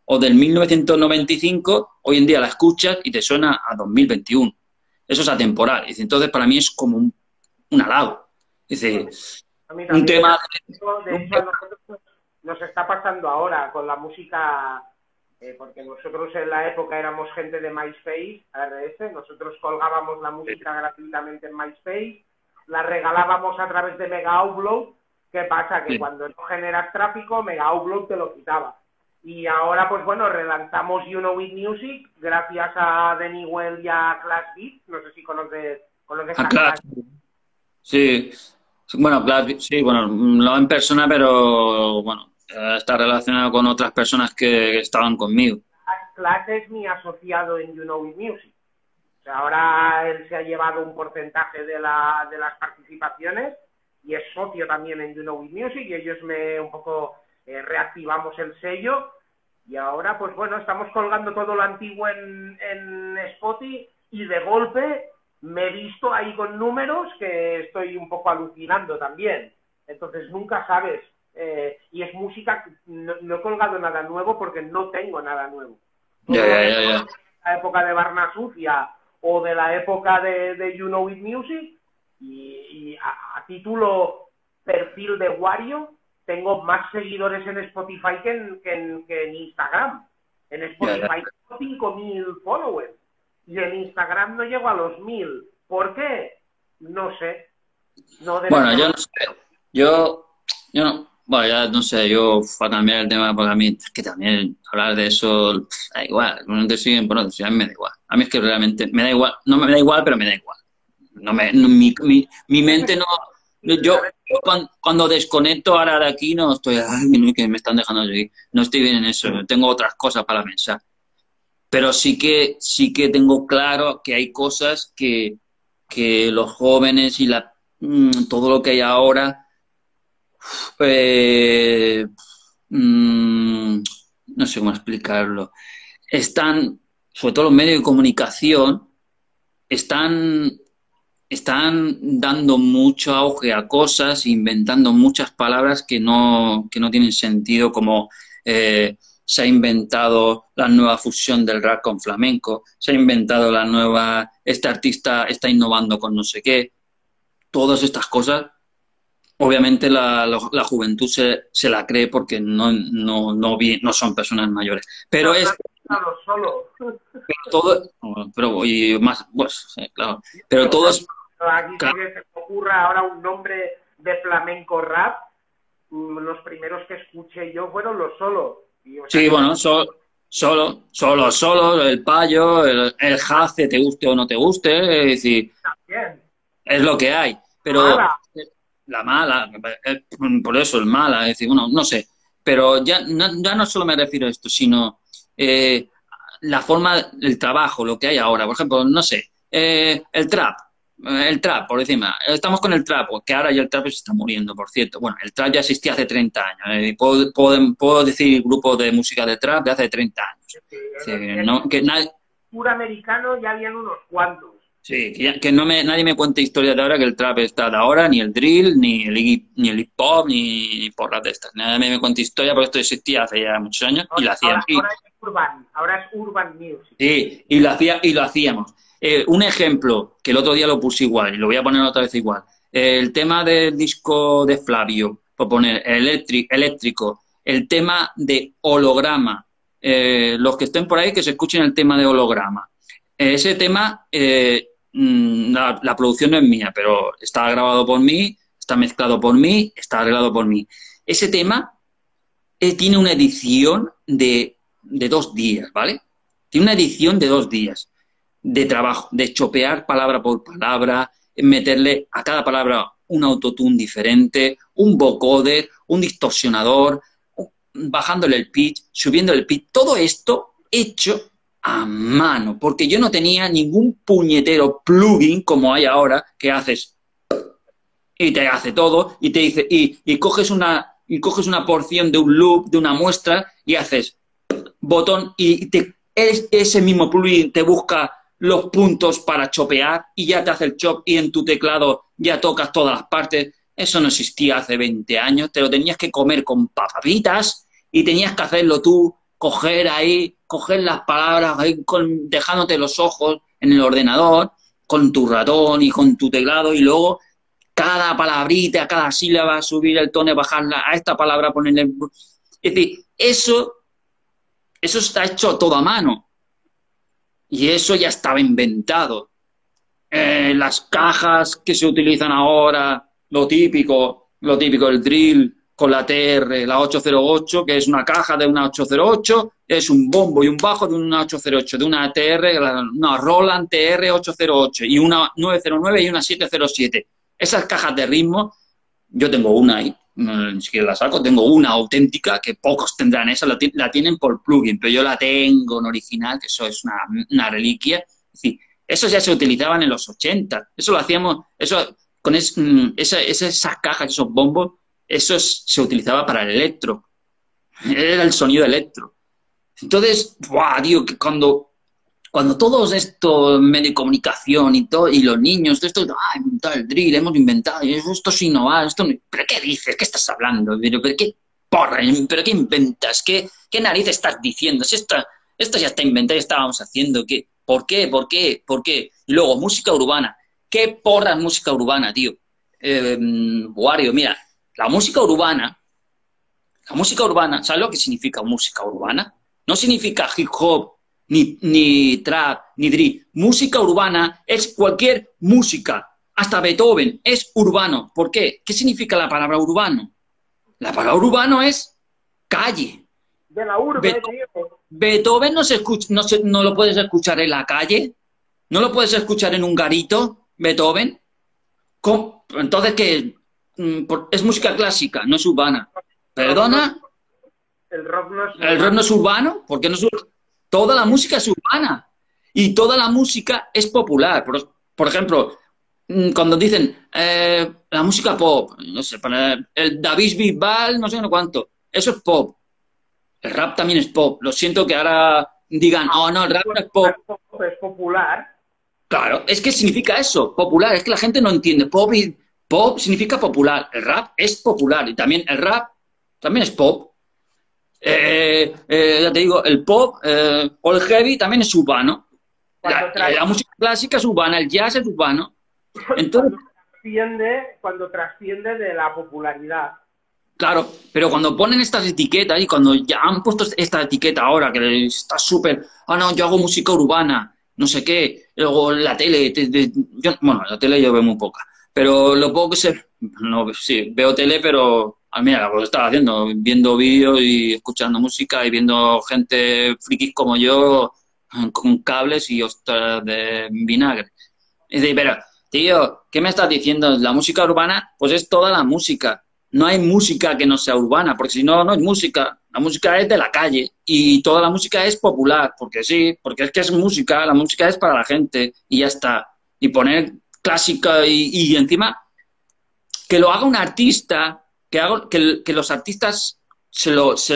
o del 1995, hoy en día la escuchas y te suena a 2021. Eso es atemporal. Dice, entonces, para mí es como un halago. Dice, A mí un también. tema... De hecho, a nosotros nos está pasando ahora con la música, porque nosotros en la época éramos gente de MySpace, RS, nosotros colgábamos la música gratuitamente en MySpace, la regalábamos a través de Mega Upload. ¿Qué pasa? Que cuando no generas tráfico, Mega Upload te lo quitaba. Y ahora, pues bueno, relanzamos You Know It Music gracias a Danny Well y a Clash Beat. No sé si conoces a Clash. Sí. Bueno, Clash, sí, bueno, no en persona, pero bueno, está relacionado con otras personas que estaban conmigo. Clash es mi asociado en You Know It Music. O sea, ahora él se ha llevado un porcentaje de las participaciones y es socio también en You Know It Music, y ellos un poco reactivamos el sello, y ahora pues bueno, estamos colgando todo lo antiguo en Spotify, y de golpe me he visto ahí con números que estoy un poco alucinando también. Entonces nunca sabes, y es música, no he colgado nada nuevo porque no tengo nada nuevo. Ya. La época de Barna Sucia o de la época de You Know It Music, y a título perfil de Wario tengo más seguidores en Spotify que en Instagram. En Spotify tengo 5.000 followers y en Instagram no llego a los 1.000. ¿Por qué? No sé. Bueno, yo no sé. Yo no. Bueno, ya no sé, yo para cambiar el tema, porque a mí es que también hablar de eso da igual. No te siguen por otro, a mí me da igual. A mí es que realmente me da igual, no me da igual, pero me da igual. Mi mente no... Yo cuando desconecto ahora de aquí no estoy, ay, que me están dejando seguir. No estoy bien en eso, tengo otras cosas para pensar. Pero sí que tengo claro que hay cosas que los jóvenes y todo lo que hay ahora, no sé cómo explicarlo, están, sobre todo los medios de comunicación, están dando mucho auge a cosas, inventando muchas palabras que no tienen sentido, como se ha inventado la nueva fusión del rap con flamenco, se ha inventado este artista está innovando con no sé qué. Todas estas cosas, obviamente la juventud se la cree porque no son personas mayores. Pero solo. Todo, pero y más, pues, claro. Pero todo es... Aquí sí que se me ocurra ahora un nombre de flamenco rap. Los primeros que escuché yo fueron los Solo. Sí, bueno, solo, el payo, el jace, te guste o no te guste, es decir, es lo que hay. Pero la mala, por eso el mala, es decir, bueno, no sé. Pero ya no solo me refiero a esto, sino la forma, el trabajo, lo que hay ahora. Por ejemplo, no sé, el trap, por encima. Estamos con el trap, que ahora ya el trap se está muriendo, por cierto. Bueno, el trap ya existía hace 30 años. Puedo decir grupos de música de trap de hace 30 años. El puramericano ya habían unos cuantos. Sí, que nadie me cuente historias de ahora, que el trap está de ahora, ni el drill, ni el hip hop, ni porras de estas. Nadie me cuenta historia, porque esto existía hace ya muchos años y lo hacían. Ahora es urban music. Sí, y lo hacíamos. Un ejemplo, que el otro día lo puse igual, y lo voy a poner otra vez igual. El tema del disco de Flavio, por poner eléctrico, el tema de holograma. Los que estén por ahí, que se escuchen el tema de holograma. Ese tema, la producción no es mía, pero está grabado por mí, está mezclado por mí, está arreglado por mí. Ese tema tiene una edición de 2 días, ¿vale? Tiene una edición de 2 días de trabajo, de chopear palabra por palabra, meterle a cada palabra un autotune diferente, un vocoder, un distorsionador, bajándole el pitch, subiéndole el pitch, todo esto hecho a mano, porque yo no tenía ningún puñetero plugin como hay ahora, que haces y te hace todo, y te dice, y coges una porción de un loop, de una muestra, y haces botón, y ese mismo plugin te busca los puntos para chopear, y ya te hace el chop, y en tu teclado ya tocas todas las partes. Eso no existía hace 20 años, te lo tenías que comer con papitas, y tenías que hacerlo tú coger ahí, coger las palabras, ahí dejándote los ojos en el ordenador, con tu ratón y con tu teclado, y luego cada palabrita, cada sílaba, subir el tono, bajarla, a esta palabra ponerle... Es decir, eso está hecho todo a mano. Y eso ya estaba inventado. Las cajas que se utilizan ahora, lo típico, el drill con la TR, la 808, que es una caja de una 808, es un bombo y un bajo de una 808, de una TR, una Roland TR 808, y una 909 y una 707. Esas cajas de ritmo, yo tengo una ahí, ni siquiera la saco, tengo una auténtica, que pocos tendrán esa, la tienen por plugin, pero yo la tengo en original, que eso es una reliquia. Es decir, eso ya se utilizaban en los 80, eso lo hacíamos, eso con esas cajas, esos bombos, eso se utilizaba para el electro, era el sonido electro. Entonces, ¡buah, tío! Que cuando todos estos medios de comunicación y todo, y los niños, esto, inventado el drill, hemos inventado, esto es innovar, ¿pero qué dices? ¿Qué estás hablando? ¿Pero qué porra? ¿Pero qué inventas? ¿Qué narices estás diciendo? Si esto ya está inventado, ya estábamos haciendo, ¿qué? ¿Por qué? ¿Por qué? ¿Por qué? Y luego, música urbana. ¿Qué porra es música urbana, tío? Wario, mira, la música urbana, ¿sabes lo que significa música urbana? No significa hip hop, ni trap, ni drill. Música urbana es cualquier música. Hasta Beethoven es urbano. ¿Por qué? ¿Qué significa la palabra urbano? La palabra urbano es calle. De la urbe, Beethoven no lo puedes escuchar en la calle. No lo puedes escuchar en un garito, Beethoven. Entonces, ¿qué? Es música clásica, no es urbana. ¿Perdona? El rock no es urbano. ¿El rock no es urbano? ¿Por qué no es urbano? Toda la música es urbana. Y toda la música es popular. Por ejemplo, cuando dicen la música pop, no sé, el David Bisbal, no sé cuánto, eso es pop. El rap también es pop. Lo siento que ahora digan, oh, no, el rap no es pop. Es popular. Claro, es que significa eso, popular. Es que la gente no entiende. Pop significa popular. El rap es popular. Y también el rap también es pop. Ya te digo, el pop o el heavy también es urbano. La música clásica es urbana, el jazz es urbano. Entonces, cuando trasciende de la popularidad. Claro, pero cuando ponen estas etiquetas y cuando ya han puesto esta etiqueta ahora, que está súper, no, yo hago música urbana, no sé qué, luego la tele, la tele yo veo muy poca, pero lo poco que sí, veo tele, pero mira, lo que estaba haciendo, viendo vídeos y escuchando música y viendo gente frikis como yo con cables y ostras de vinagre. Es decir, pero, tío, ¿qué me estás diciendo? La música urbana, pues es toda la música. No hay música que no sea urbana, porque si no, no es música. La música es de la calle y toda la música es popular, porque sí, porque es que es música, la música es para la gente y ya está. Y poner clásica y encima que lo haga un artista, que los artistas se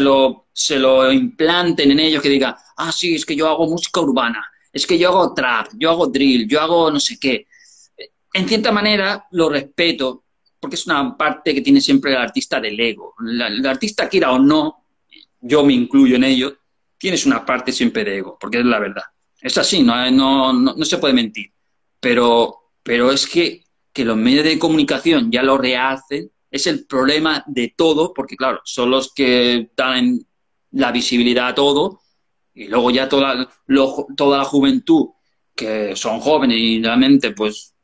lo implanten en ellos, que diga, sí, es que yo hago música urbana, es que yo hago trap, yo hago drill, yo hago no sé qué. En cierta manera lo respeto, porque es una parte que tiene siempre el artista del ego. El artista, quiera o no, yo me incluyo en ello, tienes una parte siempre de ego, porque es la verdad. Es así, no se puede mentir. Pero es que los medios de comunicación ya lo rehacen, es el problema de todo, porque claro, son los que dan la visibilidad a todo, y luego ya toda la juventud, que son jóvenes y realmente pues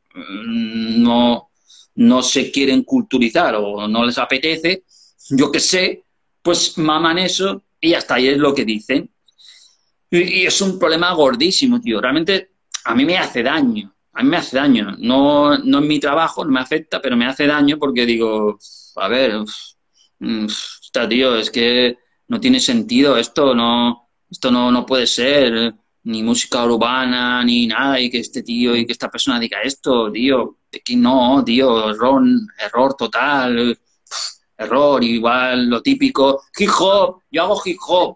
no se quieren culturizar o no les apetece, yo qué sé, pues maman eso y hasta ahí es lo que dicen. Y es un problema gordísimo, tío. Realmente a mí me hace daño. A mí me hace daño. No en mi trabajo, no me afecta, pero me hace daño porque digo, a ver, tío, es que no tiene sentido esto no puede ser ni música urbana, ni nada, y que este tío y que esta persona diga esto, tío, que no, tío, error total, error, igual, lo típico, hip hop, yo hago hip hop,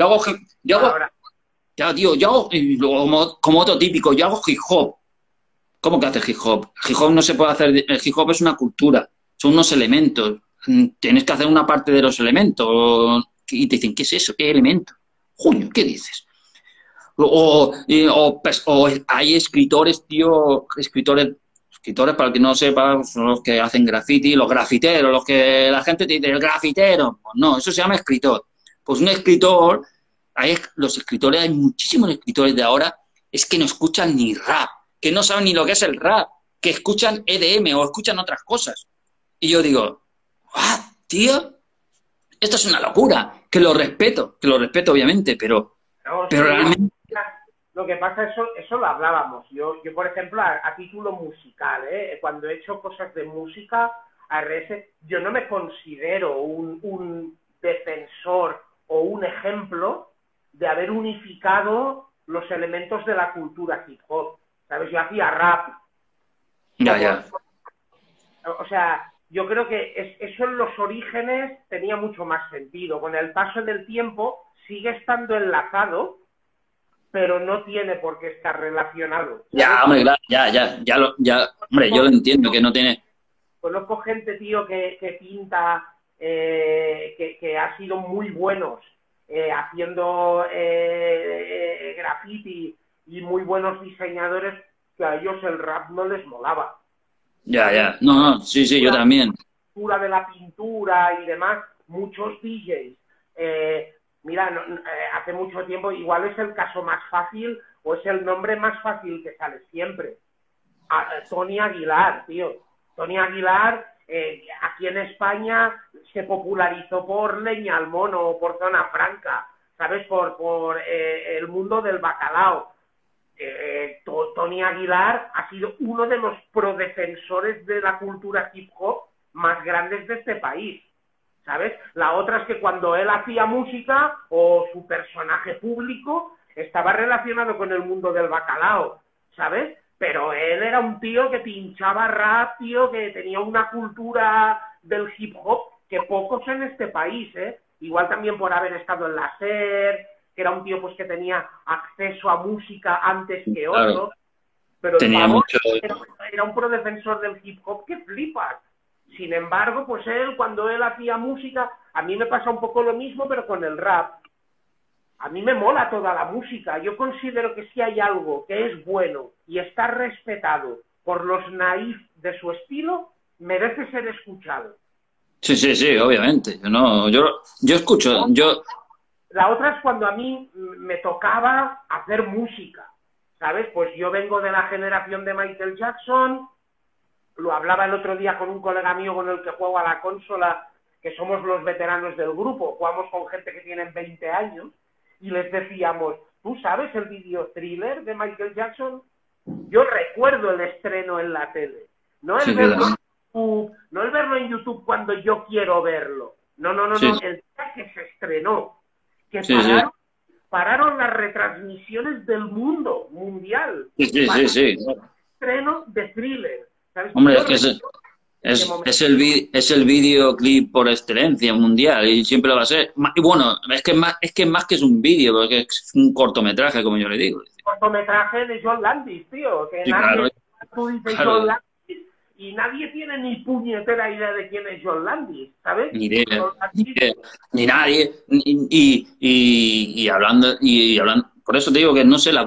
ya, tío, yo hago, como otro típico, yo hago hip hop. ¿Cómo que haces hip hop? El hip hop no se puede hacer, el hip hop es una cultura, son unos elementos, tienes que hacer una parte de los elementos, y te dicen, ¿qué es eso? ¿Qué elemento? Coño, ¿qué dices? O hay escritores, tío, escritores, para el que no sepa, son los que hacen graffiti, los grafiteros, los que la gente te dice, el grafitero. Pues no, eso se llama escritor. Pues un escritor, los escritores, hay muchísimos escritores de ahora, es que no escuchan ni rap, que no saben ni lo que es el rap, que escuchan EDM o escuchan otras cosas. Y yo digo, ¡ah, tío! Esto es una locura, que lo respeto obviamente, pero No, sí, realmente... lo que pasa, eso lo hablábamos. Yo por ejemplo, a título musical, cuando he hecho cosas de música, yo no me considero un defensor o un ejemplo de haber unificado los elementos de la cultura hip hop. ¿Sabes? Yo hacía rap. Ya. O sea, yo creo que eso en los orígenes tenía mucho más sentido. Con el paso del tiempo sigue estando enlazado, pero no tiene por qué estar relacionado. ¿Sabes? Ya, hombre, claro, hombre, yo lo entiendo, que no tiene... Conozco gente, tío, que pinta, que ha sido muy buenos haciendo graffiti y muy buenos diseñadores, que a ellos el rap no les molaba. Ya. No, sí, yo también. La de la pintura y demás, muchos DJs. Mira, hace mucho tiempo, igual es el caso más fácil o es el nombre más fácil que sale siempre. Tony Aguilar, tío. Tony Aguilar, aquí en España se popularizó por Leña al Mono o por Zona Franca, ¿sabes? Por el mundo del bacalao. Tony Aguilar ha sido uno de los prodefensores de la cultura hip hop más grandes de este país, ¿sabes? La otra es que cuando él hacía música o su personaje público estaba relacionado con el mundo del bacalao, ¿sabes? Pero él era un tío que pinchaba rap, tío, que tenía una cultura del hip hop que pocos en este país, ¿eh? Igual también por haber estado en la SER, que era un tío pues que tenía acceso a música antes que otros, pero tenía mucho... era un prodefensor del hip hop que flipas. Sin embargo, pues él, cuando él hacía música, a mí me pasa un poco lo mismo, pero con el rap. A mí me mola toda la música. Yo considero que si hay algo que es bueno y está respetado por los naif de su estilo, merece ser escuchado. Sí, obviamente. Yo escucho, La otra es cuando a mí me tocaba hacer música, ¿sabes? Pues yo vengo de la generación de Michael Jackson, lo hablaba el otro día con un colega mío con el que juego a la consola, que somos los veteranos del grupo, jugamos con gente que tienen 20 años, y les decíamos, ¿tú sabes el video Thriller de Michael Jackson? Yo recuerdo el estreno en la tele, no el verlo en YouTube cuando yo quiero verlo, no, el día que se estrenó, que pararon las retransmisiones del mundo mundial. Sí. Estreno de Thriller. ¿Sabes? Hombre, es el videoclip por excelencia mundial y siempre lo va a ser. Y bueno, es que más que es un vídeo, porque es un cortometraje, como yo le digo. Cortometraje de John Landis, tío. Que sí, nadie, tú dices John Landis y nadie tiene ni puñetera idea de quién es John Landis, ¿sabes? Ni nadie. Y hablando, por eso te digo que no sé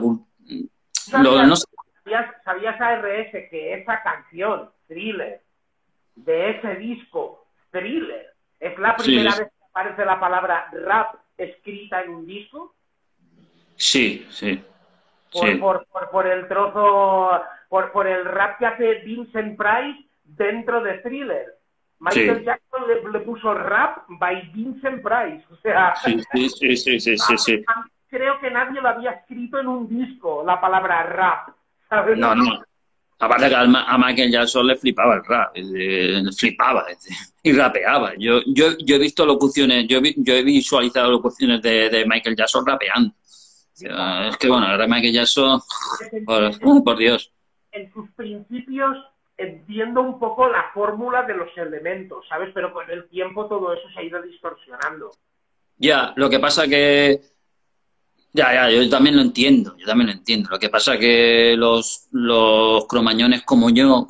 ¿Sabías ARS que esa canción, Thriller, de ese disco, Thriller, es la primera vez que aparece la palabra rap escrita en un disco? Sí. Por el trozo, por el rap que hace Vincent Price dentro de Thriller. Michael Jackson le puso rap by Vincent Price. O sea, sí. Creo que nadie lo había escrito en un disco, la palabra rap. ¿Sabes? No. Aparte que a Michael Jackson le flipaba el rap, y rapeaba. Yo he visto locuciones, yo he visualizado locuciones de Michael Jackson rapeando. Es que bueno, ahora Michael Jackson, por Dios. En sus principios entiendo un poco la fórmula de los elementos, ¿sabes? Pero con el tiempo todo eso se ha ido distorsionando. Ya, lo que pasa que... Ya, yo también lo entiendo. Lo que pasa que los cromañones como yo,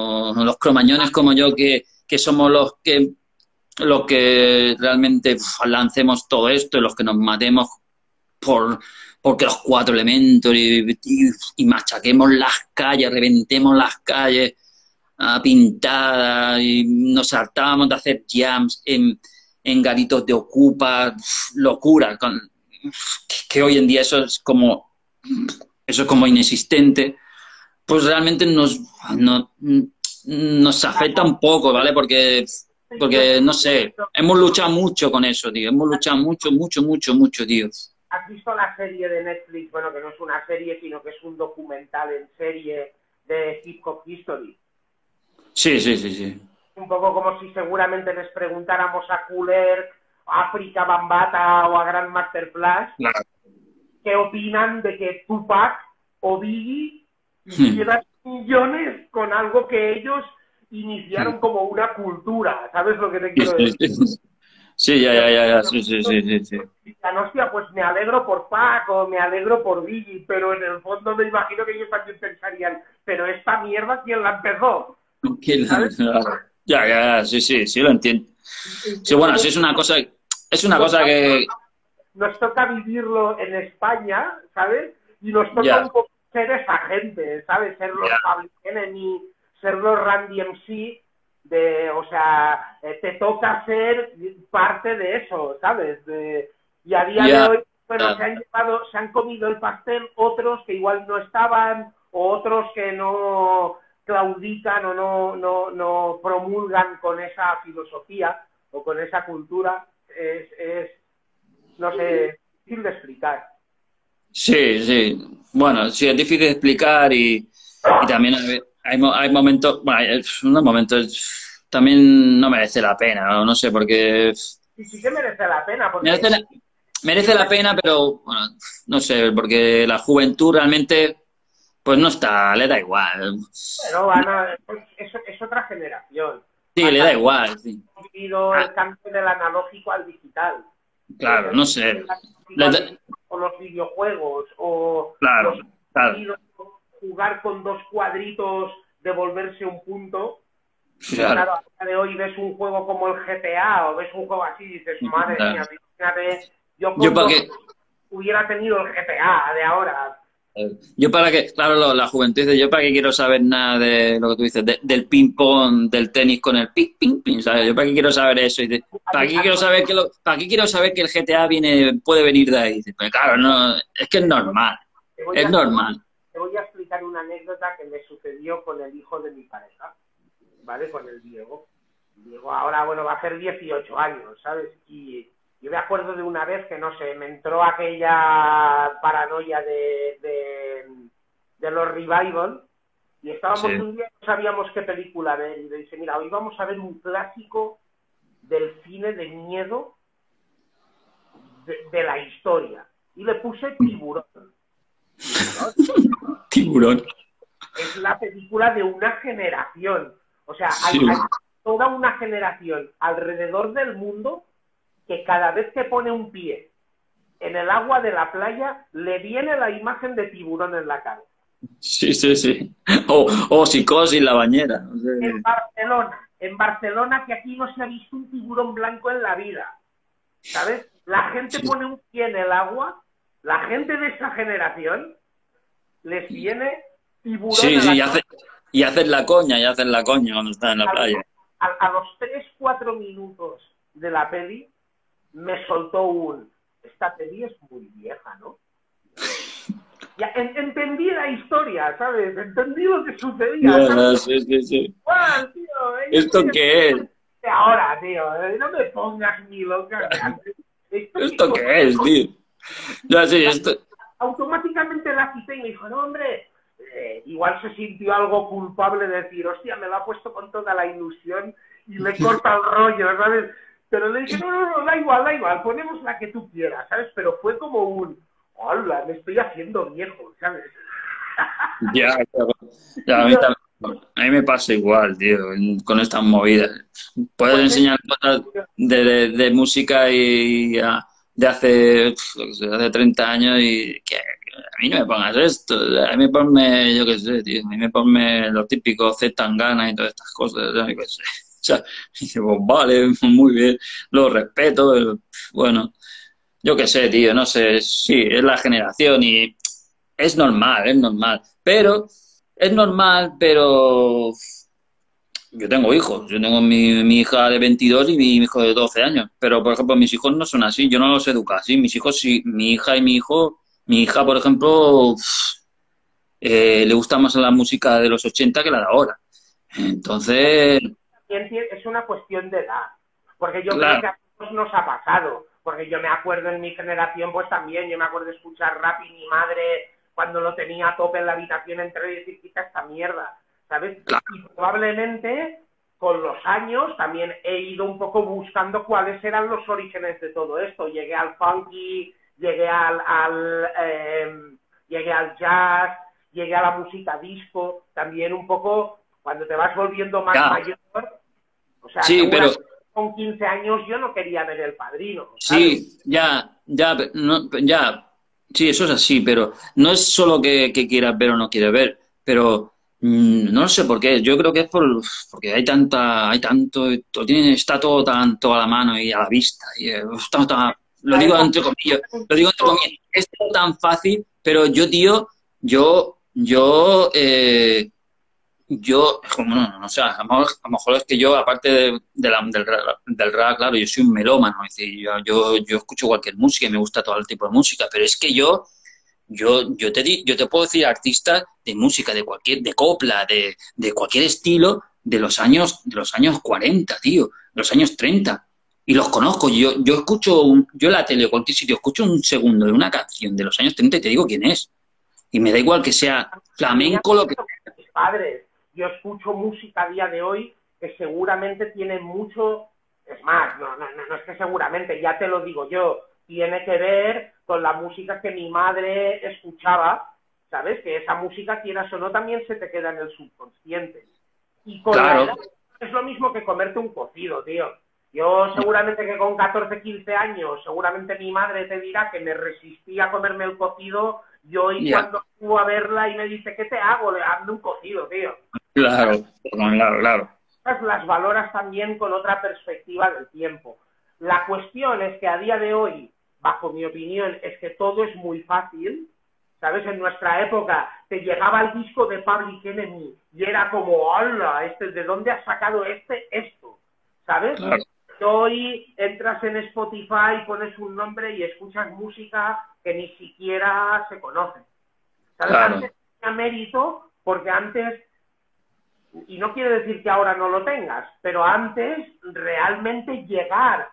que somos los que realmente lancemos todo esto y los que nos matemos porque los cuatro elementos y machaquemos las calles, reventemos las calles pintadas y nos saltábamos de hacer jams en garitos de Ocupa, locura, que hoy en día eso es como inexistente, pues realmente nos afecta un poco, ¿vale? Porque no sé, hemos luchado mucho con eso, tío, hemos luchado mucho, tío. ¿Has visto la serie de Netflix? Bueno, que no es una serie, sino que es un documental en serie de Hip Hop History. Sí. Un poco como si seguramente les preguntáramos a Cooler, a África Bambata o a Grandmaster Flash, Claro. qué opinan de que Tupac o Biggie hicieran millones con algo que ellos iniciaron como una cultura. ¿Sabes lo que te quiero decir? Sí, ya, sí. Dicen, hostia, pues me alegro por Pac o me alegro por Biggie, pero en el fondo me imagino que ellos también pensarían, pero esta mierda, ¿quién la empezó? Ya, sí, lo entiendo. Sí, bueno, sí, es una cosa que... Nos toca vivirlo en España, ¿sabes? Y nos toca un poco ser esa gente, ¿sabes? Ser los Public Enemy, ser los Randy MC, o sea, te toca ser parte de eso, ¿sabes? Y a día de hoy, bueno, se han comido el pastel otros que igual no estaban, o otros que no claudican o no promulgan con esa filosofía o con esa cultura. No sé, difícil de explicar. Sí. Bueno, sí, es difícil de explicar y también hay momentos, bueno, hay unos momentos también no merece la pena, no sé, porque... Sí que merece la pena. Porque... Merece la pena, pero, bueno, no sé, porque la juventud realmente, pues no está, le da igual. Bueno, es otra generación. Sí, le da igual, sí. Hemos vivido el cambio del analógico al digital. Claro, no sé. O los videojuegos, o claro. jugar con dos cuadritos, devolverse un punto. Claro, a día de hoy ves un juego como el GTA o ves un juego así y dices, madre mía, fíjate, yo hubiera tenido el GTA de ahora. Yo para qué, claro, la juventud dice, yo para qué quiero saber nada de lo que tú dices, del ping-pong, del tenis con el ping, ¿sabes? Yo para qué quiero saber eso. Y dice, ¿para qué quiero saber que el GTA puede venir de ahí? Dice, pues claro, no, es que es normal. Es normal. Te voy a explicar una anécdota que me sucedió con el hijo de mi pareja, ¿vale? Con el Diego. Diego ahora, bueno, va a hacer 18 años, ¿sabes? Y yo me acuerdo de una vez que, no sé, me entró aquella paranoia de los revival y estábamos un día, no sabíamos qué película ver y le dice, mira, hoy vamos a ver un clásico del cine de miedo de la historia. Y le puse Tiburón. Tiburón. Es la película de una generación. O sea, hay toda una generación alrededor del mundo que cada vez que pone un pie en el agua de la playa le viene la imagen de Tiburón en la cabeza. Sí. O Psicosis, la bañera. O sea... En Barcelona, que aquí no se ha visto un tiburón blanco en la vida. ¿Sabes? La gente pone un pie en el agua, la gente de esa generación les viene Tiburón en la cabeza. Y hacen la coña cuando están en la playa. A los 3-4 minutos de la peli me soltó esta peli es muy vieja, ¿no? Ya entendí la historia, ¿sabes? Entendí lo que sucedía. Sí. ¡Guau, tío! ¿Esto qué es? Ahora, tío, no me pongas ni loca. ¿Esto qué es, tío? Ya, sí, esto... Automáticamente la cité y me dijo, no, hombre, igual se sintió algo culpable de decir, hostia, me lo ha puesto con toda la ilusión y le corta el rollo, ¿sabes? Pero le dije, no, da igual, ponemos la que tú quieras, ¿sabes? Pero fue como hola, me estoy haciendo viejo, ¿sabes? Ya, a mí me pasa igual, tío, con estas movidas. Puedes enseñar cosas de música y de hace 30 años y que a mí no me pongas esto, a mí me ponme, yo qué sé, tío, a mí me ponme lo típico Z Tangana y todas estas cosas, yo qué sé. O sea, dice, pues vale, muy bien, lo respeto, bueno, yo qué sé, tío, no sé, sí, es la generación y es normal, es normal. Pero, es normal, pero yo tengo hijos, yo tengo mi hija de 22 y mi hijo de 12 años, pero por ejemplo mis hijos no son así, yo no los educo así, mis hijos sí, mi hija y mi hijo, mi hija por ejemplo le gusta más la música de los 80 que la de ahora. Entonces, Es una cuestión de edad, porque yo creo claro, que a todos nos ha pasado, porque yo me acuerdo en mi generación, pues también, yo me acuerdo de escuchar rap y mi madre, cuando lo tenía a tope en la habitación, entré y decir, quita esta mierda, ¿sabes? claro, Y probablemente con los años también he ido un poco buscando cuáles eran los orígenes de todo esto. Llegué al funky, llegué al jazz, llegué a la música disco, también un poco cuando te vas volviendo más ya, mayor, o sea, sí, pero seguramente con 15 años yo no quería ver El Padrino, ¿sabes? sí, no, ya, sí, eso es así, pero no es solo que quieras ver o no quieres ver, pero no sé por qué, yo creo que es porque hay tanto, está todo tanto a la mano y a la vista, y, lo La digo época, lo digo entre comillas, es todo tan fácil, pero yo, tío, yo, como no sé, a lo mejor es que yo, aparte del rap, claro, yo soy un melómano, es decir, yo escucho cualquier música y me gusta todo el tipo de música, pero es que yo te puedo decir artistas de música, de copla, de cualquier estilo, de los años 40 tío, de los años 30 y los conozco, yo escucho, yo en la tele o cualquier sitio, escucho un segundo de una canción de los años 30 y te digo quién es, y me da igual que sea a mí flamenco, lo que... mis padres, yo escucho música a día de hoy que seguramente tiene mucho, es más, no es que seguramente, ya te lo digo yo, tiene que ver con la música que mi madre escuchaba, ¿sabes? Que esa música, quieras o no, también se te queda en el subconsciente. Y con la Claro, edad es lo mismo que comerte un cocido, tío. Yo seguramente que con 14, 15 años, seguramente mi madre te dirá que me resistía a comerme el cocido, yo y ya, cuando subo a verla y me dice, ¿qué te hago? Le hazme un cocido, tío. claro, claro, claro. Las valoras también con otra perspectiva del tiempo. La cuestión es que a día de hoy, bajo mi opinión, es que todo es muy fácil, ¿sabes? En nuestra época te llegaba el disco de Public Enemy y era como, hola, ¿de dónde has sacado esto? ¿Sabes? Claro, Hoy entras en Spotify, pones un nombre y escuchas música que ni siquiera se conoce. ¿Sabes? claro, Antes tenía mérito porque antes, y no quiere decir que ahora no lo tengas, pero antes realmente llegar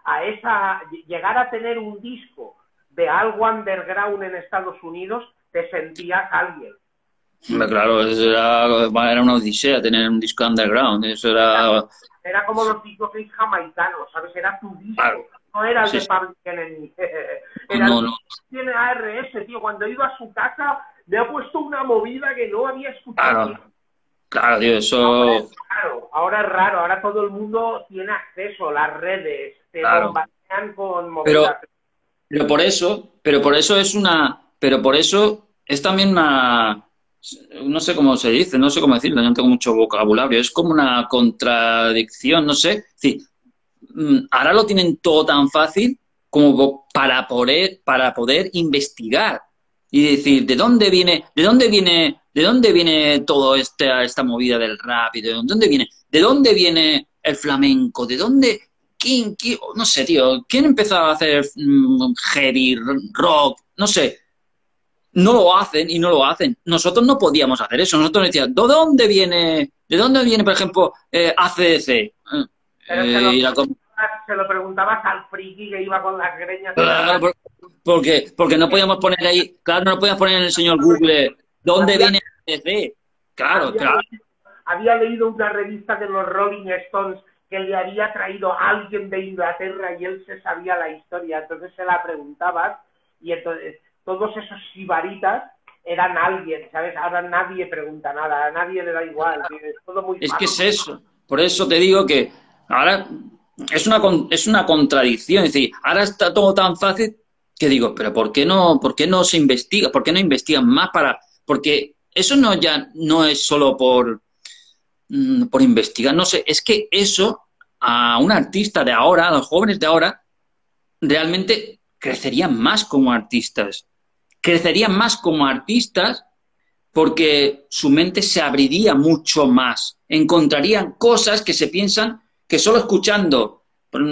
a tener un disco de algo underground en Estados Unidos, te sentías alguien. hombre, claro, era una odisea tener un disco underground, eso era, Era como los discos jamaicanos, ¿sabes? Era tu claro, disco, no era el sí, de sí, Public Enemy. Era el no, que no, tiene ARS, tío. Cuando he ido a su casa, me ha puesto una movida que no había escuchado ni. claro, claro, tío, Ahora eso, es raro, ahora todo el mundo tiene acceso, las redes, te claro, bombardean con pero, movidas. pero por eso es también no sé cómo se dice, no sé cómo decirlo, no tengo mucho vocabulario, es como una contradicción, no sé, es decir, ahora lo tienen todo tan fácil como para poder investigar y decir de dónde viene toda esta movida del rap y de dónde viene el flamenco, de dónde, no sé, tío, quién empezó a hacer heavy rock, no sé, no lo hacen y no lo hacen. Nosotros no podíamos hacer eso. Nosotros decíamos, de dónde viene, por ejemplo, AC/DC? Pero Y se lo preguntabas al friki que iba con las greñas de claro, verdad. porque no podíamos poner ahí, claro, no podíamos poner en el señor Google, ¿dónde Había, viene AC? Claro, había, claro, había leído una revista de los Rolling Stones que le había traído a alguien de Inglaterra y él se sabía la historia, entonces se la preguntabas y entonces todos esos sibaritas eran alguien, ¿sabes? Ahora nadie pregunta nada, a nadie le da igual, es todo muy es que fácil. es eso. Por eso te digo que ahora es una contradicción. Es decir, ahora está todo tan fácil que digo, pero por qué no se investiga? ¿Por qué no investigan más porque eso ya no es solo por investigar, no sé, es que eso a un artista de ahora, a los jóvenes de ahora, realmente crecerían más como artistas. Crecerían más como artistas porque su mente se abriría mucho más. Encontrarían cosas que se piensan que solo escuchando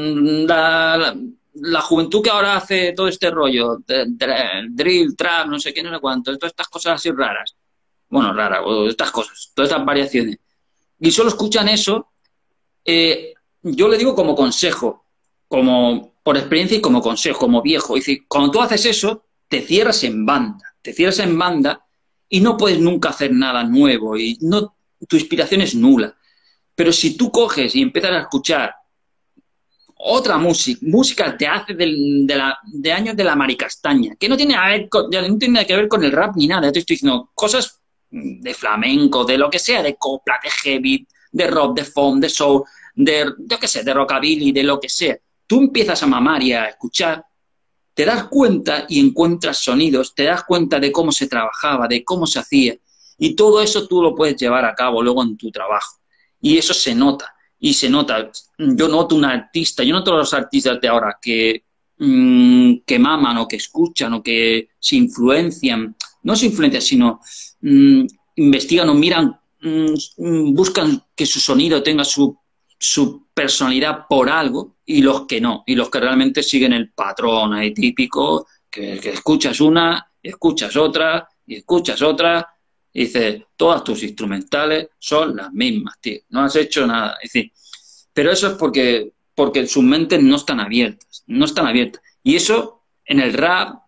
la juventud que ahora hace todo este rollo, drill, trap, no sé qué, no sé cuánto, todas estas cosas así raras. Bueno, raras, o estas cosas, todas estas variaciones. Y solo escuchan eso, yo le digo como consejo, como por experiencia y como consejo, como viejo. Dice, cuando tú haces eso, te cierras en banda y no puedes nunca hacer nada nuevo y no, tu inspiración es nula. Pero si tú coges y empiezas a escuchar otra música te hace de años de la maricastaña, que no tiene, no tiene nada que ver con el rap ni nada. Yo te estoy diciendo cosas de flamenco, de lo que sea, de copla, de heavy, de rock, de funk, de soul, yo qué sé, de rockabilly, de lo que sea. Tú empiezas a mamar y a escuchar, te das cuenta y encuentras sonidos, te das cuenta de cómo se trabajaba, de cómo se hacía, y todo eso tú lo puedes llevar a cabo luego en tu trabajo. Y eso se nota, y se nota. Yo noto un artista, yo noto a los artistas de ahora que maman o que escuchan o que se influencian, no se influencian, sino investigan o miran, buscan que su sonido tenga su personalidad por algo, y los que no, y los que realmente siguen el patrón ahí típico, que escuchas una, y escuchas otra, y escuchas otra, y dices, todas tus instrumentales son las mismas, tío, no has hecho nada. Es decir, pero eso es porque sus mentes no están abiertas, no están abiertas. Y eso en el rap,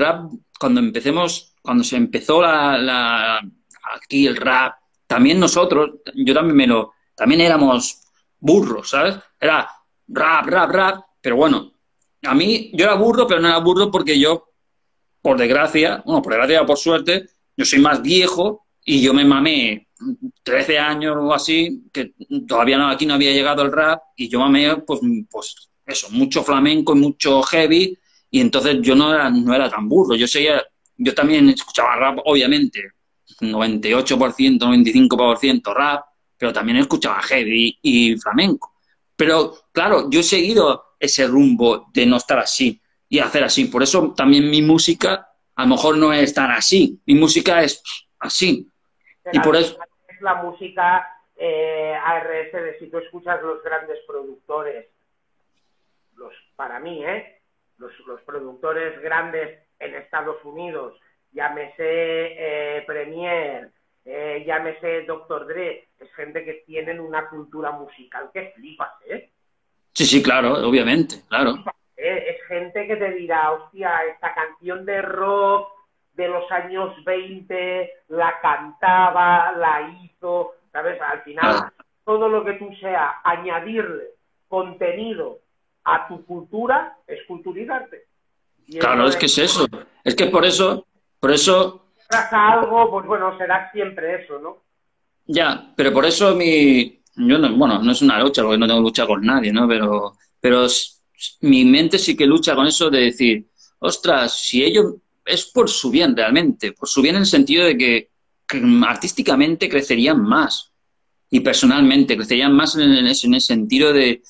cuando se empezó aquí el rap, también nosotros, yo también también éramos burros, ¿sabes? Era rap, pero bueno, a mí, yo era burro, pero no era burro porque yo, por desgracia o por suerte, yo soy más viejo y yo me mamé 13 años o así, que todavía aquí no había llegado el rap, y yo mamé, pues eso, mucho flamenco y mucho heavy, y entonces yo no era tan burro, yo también escuchaba rap, obviamente, 98%, 95% rap, pero también escuchaba heavy y flamenco. Pero, claro, yo he seguido ese rumbo de no estar así y hacer así. Por eso también mi música a lo mejor no es tan así. Mi música es así. Y por eso... Es la música ARS, de si tú escuchas los grandes productores, para mí, los productores grandes en Estados Unidos, llámese Premier, llámese Dr. Dre, es gente que tienen una cultura musical que flipas, ¿eh? Sí, claro, obviamente, claro. Es gente que te dirá, hostia, esta canción de rock de los años 20 la cantaba, la hizo, ¿sabes? Al final, todo lo que tú sea añadirle contenido a tu cultura es culturizarte. Claro, es que es eso. Es que por eso... algo, pues bueno, será siempre eso, ¿no? Ya, pero por eso no es una lucha, porque no tengo lucha con nadie, ¿no? Pero mi mente sí que lucha con eso de decir, ostras, si ellos es por su bien realmente, por su bien en el sentido de que artísticamente crecerían más y personalmente crecerían más en el sentido de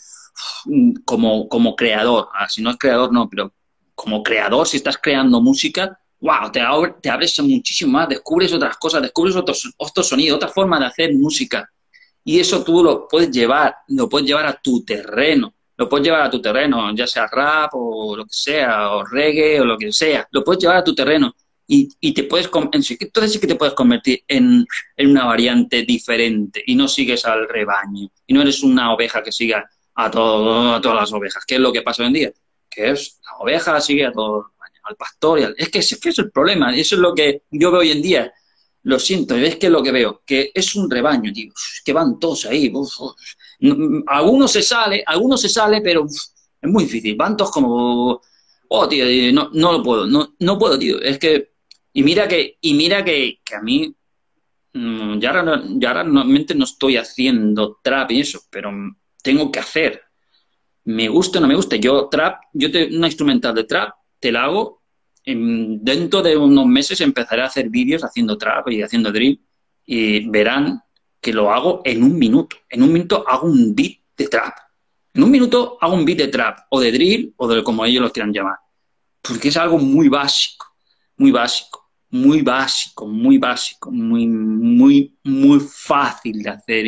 como creador. Si no es creador, no, pero como creador, si estás creando música, wow, te abres muchísimo más, descubres otras cosas, descubres otros sonidos, otra forma de hacer música. Y eso tú lo puedes llevar a tu terreno. Lo puedes llevar a tu terreno, ya sea rap o lo que sea, o reggae o lo que sea. Lo puedes llevar a tu terreno y te puedes... Entonces sí que te puedes convertir en una variante diferente y no sigues al rebaño. Y no eres una oveja que siga a todas las ovejas, que es lo que pasa hoy en día. Que es, la oveja sigue a todos, al pastor. Es que ese es el problema. Y eso es lo que yo veo hoy en día. Lo siento, es que es lo que veo. Que es un rebaño, tío. Que van todos ahí. Algunos se sale, pero es muy difícil. Van todos como... Oh, tío, no lo puedo. No puedo, tío. Es que... Y mira que a mí... Ya realmente no estoy haciendo trap y eso, pero tengo que hacer. Me gusta o no me gusta. Una instrumental de trap te la hago. Dentro de unos meses empezaré a hacer vídeos haciendo trap y haciendo drill y verán que lo hago en un minuto. En un minuto hago un beat de trap. En un minuto hago un beat de trap o de drill o de como ellos lo quieran llamar. porque es algo muy básico, muy básico, muy básico, muy básico, muy fácil de hacer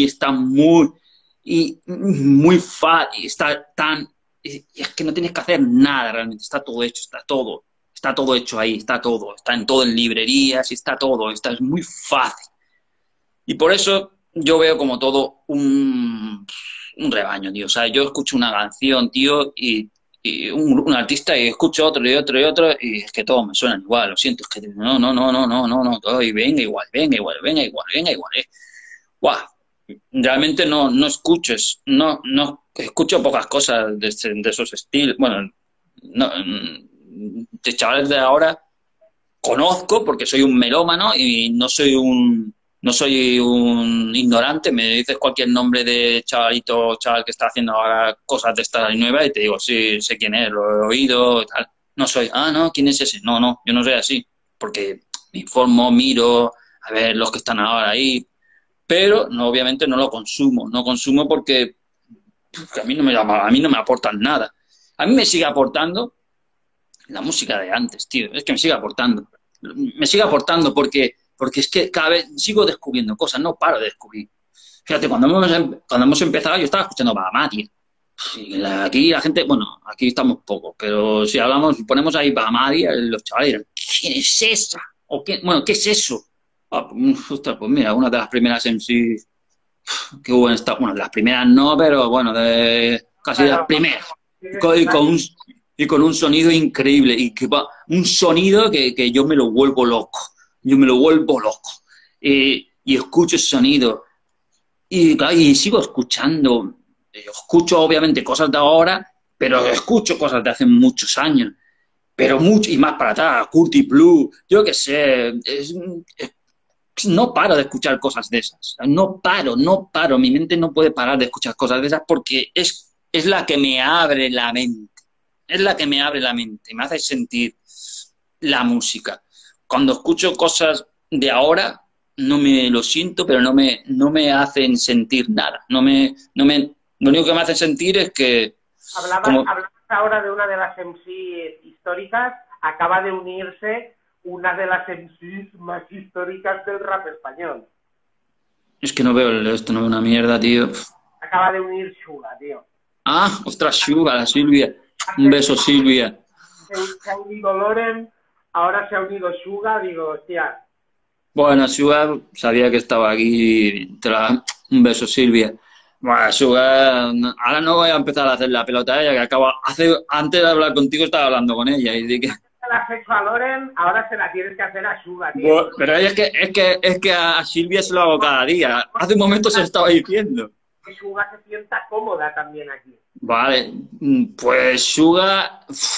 y muy fácil, y es que no tienes que hacer nada realmente, está todo hecho, está todo hecho ahí, está en todo en librerías y es muy fácil. Y por eso yo veo como todo un rebaño, tío. O sea, yo escucho una canción, tío, y un artista y escucho otro y otro y otro, y es que todos me suenan igual, lo siento, es que no, todo, y venga igual, venga igual, venga igual, venga igual. Guau. Realmente no escucho, no escucho pocas cosas de esos estilos. Bueno, no, de chavales de ahora conozco porque soy un melómano y no soy un ignorante. Me dices cualquier nombre de chavalito o chaval que está haciendo ahora cosas de esta nueva y te digo, sí, sé quién es, lo he oído, tal. No soy, no, ¿quién es ese? No, yo no soy así, porque me informo, miro, a ver los que están ahora ahí, pero no, obviamente no consumo porque a mí a mí no me aportan nada. A mí me sigue aportando la música de antes, tío, es que me sigue aportando porque es que cada vez sigo descubriendo cosas, no paro de descubrir. Fíjate, cuando hemos empezado yo estaba escuchando Bahamá, tío. Aquí la gente, bueno, aquí estamos pocos, pero si ponemos ahí Bahamá, los chavales dirán, ¿quién es esa? Bueno, ¿qué es eso? Ostras, pues mira, una de las primeras MC que hubo en esta, bueno, de las primeras no, pero bueno, de casi de las primeras. Y con un sonido increíble, un sonido que yo me lo vuelvo loco, y escucho ese sonido, y, claro, y sigo escuchando, escucho obviamente cosas de ahora, pero escucho cosas de hace muchos años, pero mucho, y más para atrás, Curtis Blue, yo qué sé, no paro de escuchar cosas de esas, no paro, mi mente no puede parar de escuchar cosas de esas porque es la que me abre la mente. Es la que me abre la mente, me hace sentir la música. Cuando escucho cosas de ahora, no me lo siento, pero no me hacen sentir nada. Lo único que me hace sentir es que... Hablabas ahora de una de las MC históricas, acaba de unirse una de las MCs más históricas del rap español. Es que no veo esto, no veo una mierda, tío. Acaba de unir Suga, tío. Ostras, Suga, la Silvia. Un beso, Silvia. Se ha unido Loren, ahora se ha unido Suga, digo, hostia. Bueno, Suga sabía que estaba aquí. Un beso, Silvia. Bueno, Suga, ahora no voy a empezar a hacer la pelota a ella, que antes de hablar contigo estaba hablando con ella y dije que... La has hecho a Loren, ahora se la tienes que hacer a Suga, tío. Bueno, pero es que a Silvia se lo hago cada día. Hace un momento se lo estaba diciendo. Que Suga se sienta cómoda también aquí. Vale, pues Suga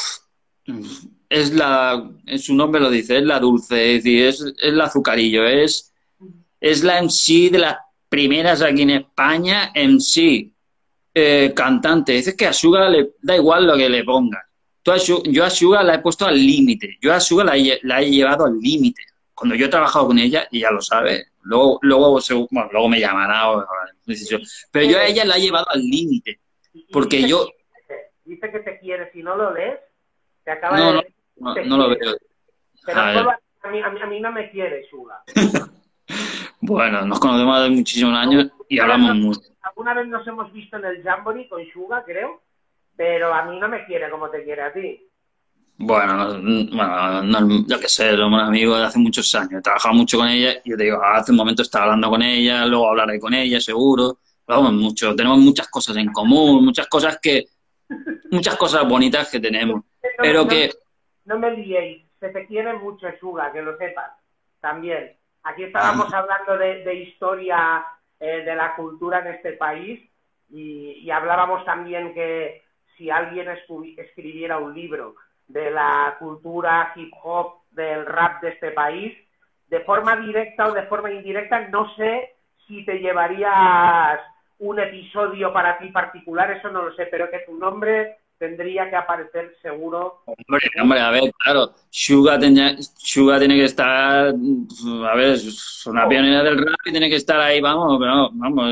su nombre lo dice, es la dulce, es decir, es la azucarillo, es la MC de las primeras aquí en España, MC, cantante. Es que a Suga le da igual lo que le pongas. Yo a Suga la he puesto al límite, yo a Suga la he llevado al límite. Cuando yo he trabajado con ella, y ya lo sabe, luego me llamará, pero yo a ella la he llevado al límite. Porque dice que te quiere, si no lo lees, te acaba no, de decir. No lo veo. Pero a mí no me quiere, Suga. Bueno, nos conocemos hace muchísimos años y hablamos mucho. Alguna vez nos hemos visto en el Jamboree con Suga, creo, pero a mí no me quiere como te quiere a ti. Bueno, yo qué sé, somos amigos de hace muchos años. He trabajado mucho con ella y yo te digo, hace un momento estaba hablando con ella, luego hablaré con ella, seguro. Hablamos mucho, tenemos muchas cosas en común, muchas cosas bonitas que tenemos. Pero que... No me liéis, se te quiere mucho, Suga, que lo sepas, también. Aquí estábamos hablando de historia de la cultura en este país y hablábamos también que si alguien escribiera un libro de la cultura hip hop, del rap de este país, de forma directa o de forma indirecta, no sé si te llevarías un episodio para ti particular, eso no lo sé, pero que tu nombre tendría que aparecer seguro. Hombre, a ver, claro, Suga tiene que estar, a ver, es una pionera del rap y tiene que estar ahí, vamos,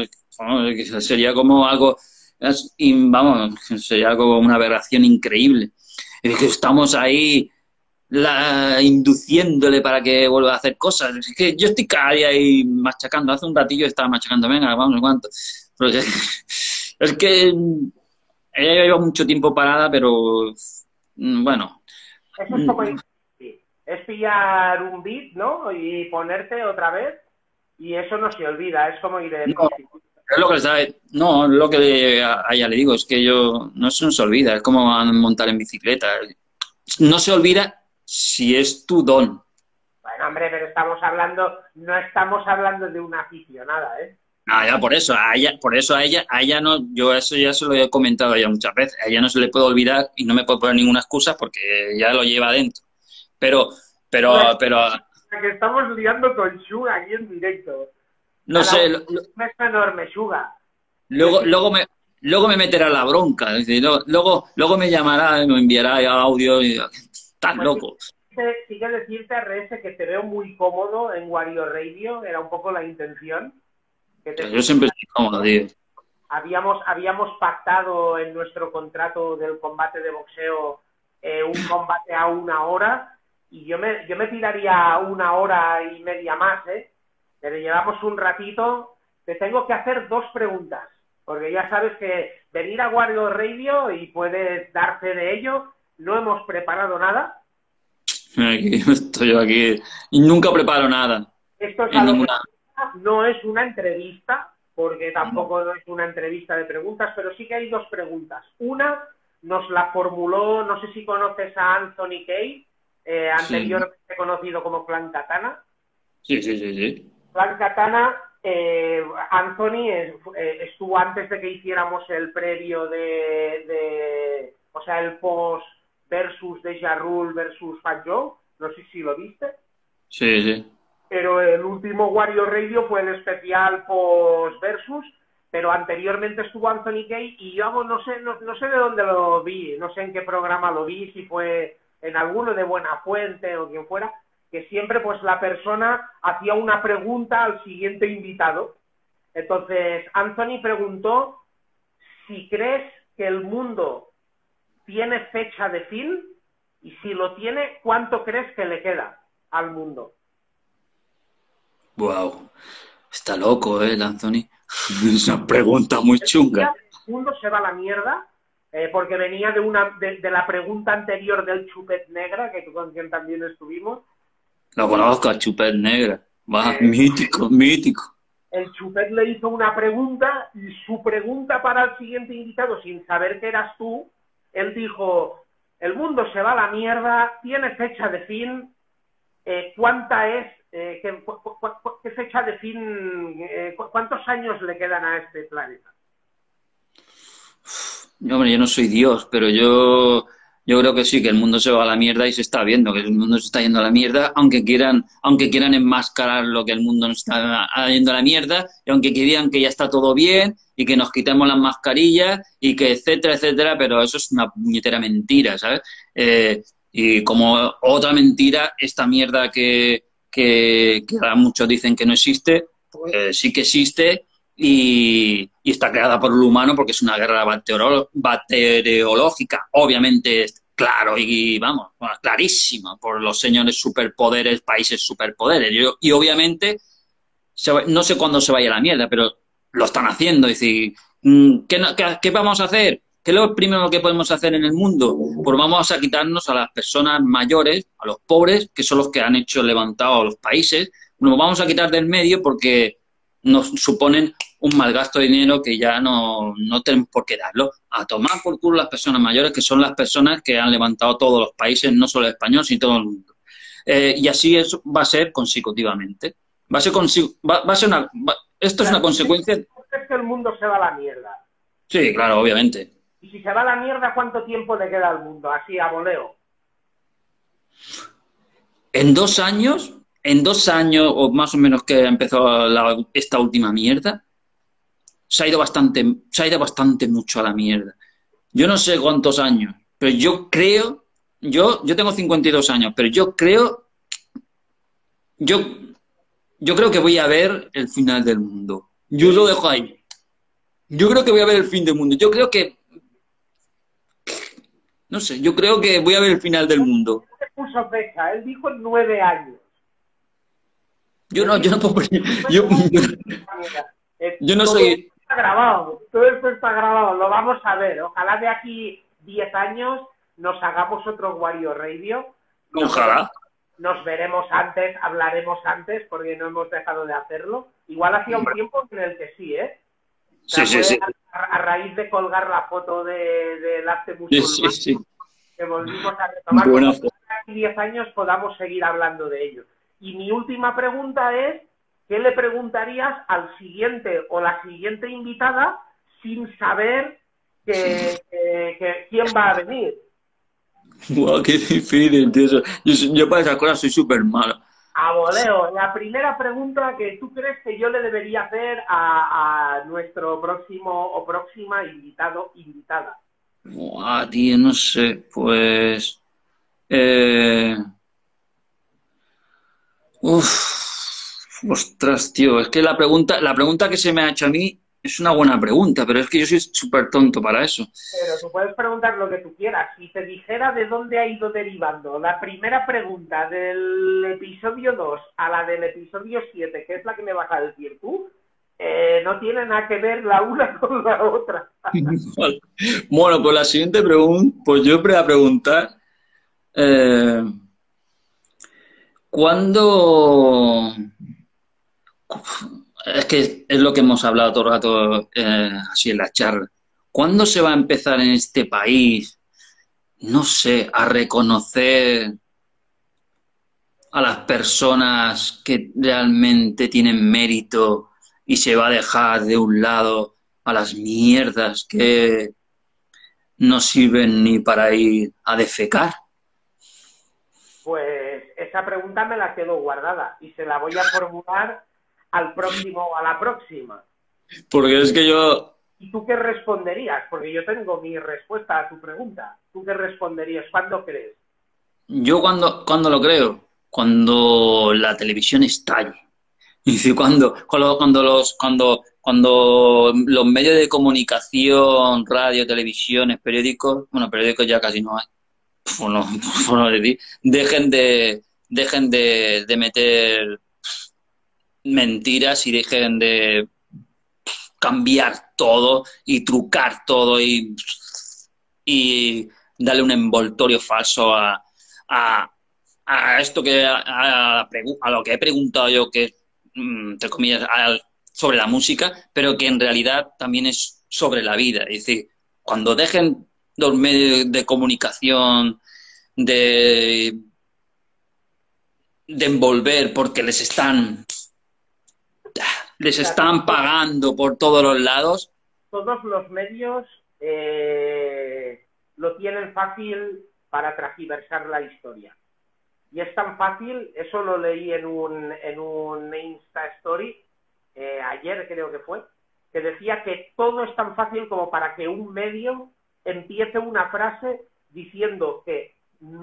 sería como algo, vamos, sería como una aberración increíble. Es que estamos ahí induciéndole para que vuelva a hacer cosas. Es que yo estoy cada día ahí machacando. Hace un ratillo estaba machacando, venga, vamos, no sé cuánto. Porque es que ella lleva mucho tiempo parada, pero bueno. Eso es como es pillar un beat, ¿no? Y ponerte otra vez, y eso no se olvida, es como ir en No, es lo que sabe. No, lo que a ella le digo es que yo no se olvida, es como montar en bicicleta. No se olvida si es tu don. Bueno, hombre, pero no estamos hablando de una aficionada, ¿eh? Ah, ya por eso a ella no, yo eso ya se lo he comentado ya muchas veces, a ella no se le puede olvidar y no me puede poner ninguna excusa porque ya lo lleva adentro. Pero, Que estamos liando con Suga aquí en directo. no sé, Es enorme, Suga. luego me meterá la bronca, es decir, luego me llamará, me enviará audio y estás Pues loco. sí que decirte, RS, que te veo muy cómodo en Wario Radio, era un poco la intención. Yo siempre estoy cómodo, tío. Habíamos pactado en nuestro contrato del combate de boxeo un combate a 1 hora, y yo me tiraría 1 hora y media más, ¿eh? Pero llevamos un ratito. Te tengo que hacer 2 preguntas, porque ya sabes que venir a Wario Radio y puedes darte de ello, no hemos preparado nada. Aquí estoy yo aquí y nunca preparo nada. Esto es En algo ninguna. no es una entrevista, porque tampoco no es una entrevista de preguntas, pero sí que hay 2 preguntas. Una nos la formuló, no sé si conoces a Anthony Kay, anteriormente conocido como Clan Katana. Sí. Clan Katana, Anthony estuvo antes de que hiciéramos el previo o sea, el post versus Deja Rule versus Fat Joe, no sé si lo viste. Sí. Pero el último Wario Radio fue el especial post versus, pero anteriormente estuvo Anthony Kay, y yo no sé de dónde lo vi, no sé en qué programa lo vi, si fue en alguno de Buenafuente o quien fuera, que siempre pues la persona hacía una pregunta al siguiente invitado. Entonces Anthony preguntó si crees que el mundo tiene fecha de fin, y si lo tiene, ¿cuánto crees que le queda al mundo? Wow, está loco, el Anthony. Es una pregunta muy chunga. El mundo se va a la mierda, porque venía de la pregunta anterior del Chupet Negra, que tú con quien también estuvimos. Lo conozco, a Chupet Negra. Va, mítico. El Chupet le hizo una pregunta, y su pregunta para el siguiente invitado, sin saber que eras tú, él dijo: el mundo se va a la mierda, tiene fecha de fin, ¿cuánta es? ¿Qué fecha de fin? ¿Cuántos años le quedan a este planeta? Hombre, yo no soy Dios, pero yo creo que sí, que el mundo se va a la mierda y se está viendo que el mundo se está yendo a la mierda, aunque quieran enmascarar lo que el mundo nos está yendo a la mierda, y aunque quieran que ya está todo bien y que nos quitemos las mascarillas y que etcétera, pero eso es una puñetera mentira, ¿sabes? Y como otra mentira, esta mierda que ahora muchos dicen que no existe, pues sí que existe. Y está creada por el humano porque es una guerra bacteriológica, obviamente, claro, y vamos, clarísima, por los señores superpoderes, países superpoderes. Y obviamente, no sé cuándo se vaya a la mierda, pero lo están haciendo. Es decir, ¿qué vamos a hacer? ¿Qué es lo primero que podemos hacer en el mundo? Pues vamos a quitarnos a las personas mayores, a los pobres, que son los que han levantado a los países. Nos vamos a quitar del medio porque nos suponen un mal gasto de dinero que ya no tenemos por qué darlo. A tomar por culo las personas mayores, que son las personas que han levantado todos los países, no solo el español, sino todo el mundo. Y así eso va a ser consecutivamente. Esto es una consecuencia. ¿Es que el mundo se va a la mierda? Sí, claro, obviamente. Y si se va a la mierda, ¿cuánto tiempo le queda al mundo? Así, a voleo. En 2 años, o más o menos que empezó esta última mierda, se ha ido bastante mucho a la mierda. Yo no sé cuántos años, pero yo creo, yo tengo 52 años, pero yo creo que voy a ver el final del mundo. Yo lo dejo ahí. Yo creo que voy a ver el fin del mundo. Yo creo que No sé, yo creo que voy a ver el final del mundo. Se puso fecha, él dijo en 9 años. Yo no puedo... Yo, yo no Todo soy... esto está grabado, todo esto está grabado, lo vamos a ver. Ojalá de aquí 10 años nos hagamos otro Wario Radio. Ojalá. Nos veremos antes, hablaremos antes, porque no hemos dejado de hacerlo. Igual hacía un tiempo en el que sí, ¿eh? O sea, Sí. a raíz de colgar la foto del arte Sí, musulmán, sí. que volvimos a retomar. Buena Cuando aquí 10 años podamos seguir hablando de ello. Y mi última pregunta es, ¿qué le preguntarías al siguiente o la siguiente invitada sin saber quién va a venir? Wow, qué difícil, tío. Yo para esas cosas soy súper malo. A voleo, la primera pregunta que tú crees que yo le debería hacer a nuestro próximo o próxima invitado, invitada. Wow, tío, no sé, pues... ostras, tío, es que la pregunta que se me ha hecho a mí es una buena pregunta, pero es que yo soy súper tonto para eso. Pero tú puedes preguntar lo que tú quieras. Si te dijera de dónde ha ido derivando la primera pregunta del episodio 2 a la del episodio 7, que es la que me vas a decir tú, no tiene nada que ver la una con la otra. Vale. Bueno, pues la siguiente pregunta, pues yo voy a preguntar, ¿cuándo? Es que es lo que hemos hablado todo el rato, así en la charla. ¿Cuándo se va a empezar en este país, no sé, a reconocer a las personas que realmente tienen mérito y se va a dejar de un lado a las mierdas que no sirven ni para ir a defecar? Pues esa pregunta me la quedo guardada y se la voy a formular al próximo o a la próxima. Porque es que yo... ¿Y tú qué responderías? Porque yo tengo mi respuesta a tu pregunta. ¿Tú qué responderías? ¿Cuándo crees? Yo cuando lo creo, cuando la televisión estalle. Y si cuando los medios de comunicación, radio, televisiones, periódicos, bueno, periódicos ya casi no hay, por no decir, dejen de meter mentiras y dejen de cambiar todo y trucar todo y darle un envoltorio falso a esto a lo que he preguntado yo, que entre comillas, sobre la música, pero que en realidad también es sobre la vida. Es decir, cuando dejen los medios de comunicación de envolver porque les están pagando por todos los lados. Todos los medios lo tienen fácil para transversar la historia. Y es tan fácil, eso lo leí en un Insta Story, ayer creo que fue, que decía que todo es tan fácil como para que un medio empiece una frase diciendo que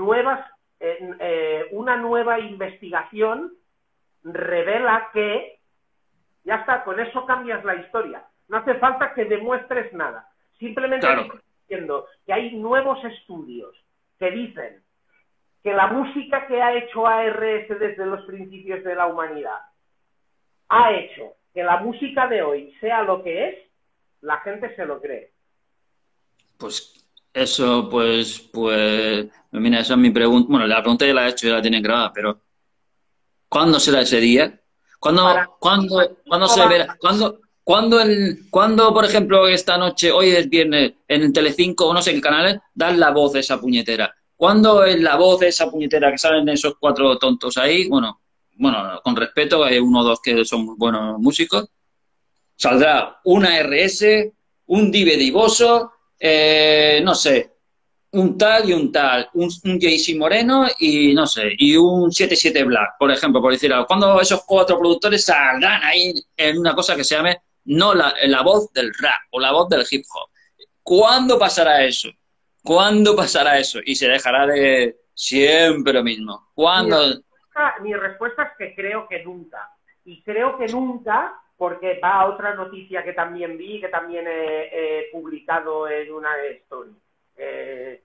una nueva investigación revela que, ya está, con eso cambias la historia. No hace falta que demuestres nada. Simplemente Claro. diciendo que hay nuevos estudios que dicen que la música que ha hecho ARS desde los principios de la humanidad ha hecho que la música de hoy sea lo que es, la gente se lo cree. Pues eso, mira, esa es mi pregunta. Bueno, la pregunta ya la he hecho, ya la tiene grabada, pero ¿cuándo será ese día? ¿Cuándo se verá? ¿Cuándo, por ejemplo, esta noche, hoy es viernes, en el Telecinco o no sé qué canales, dan la voz de esa puñetera? ¿Cuándo es la voz de esa puñetera que salen esos cuatro tontos ahí? Bueno, con respeto, hay uno o dos que son muy buenos músicos. Saldrá una RS, un Dive Divoso, no sé, un tal y un tal, un JC Moreno y no sé, y un 77 Black, por ejemplo, por decir algo. Cuando esos cuatro productores saldrán ahí en una cosa que se llame no la voz del rap o la voz del hip hop. ¿Cuándo pasará eso? ¿Cuándo pasará eso? Y se dejará de siempre lo mismo. ¿Cuándo? Mi respuesta es que creo que nunca. Y creo que nunca, porque va a otra noticia que también vi, que también he publicado en una story.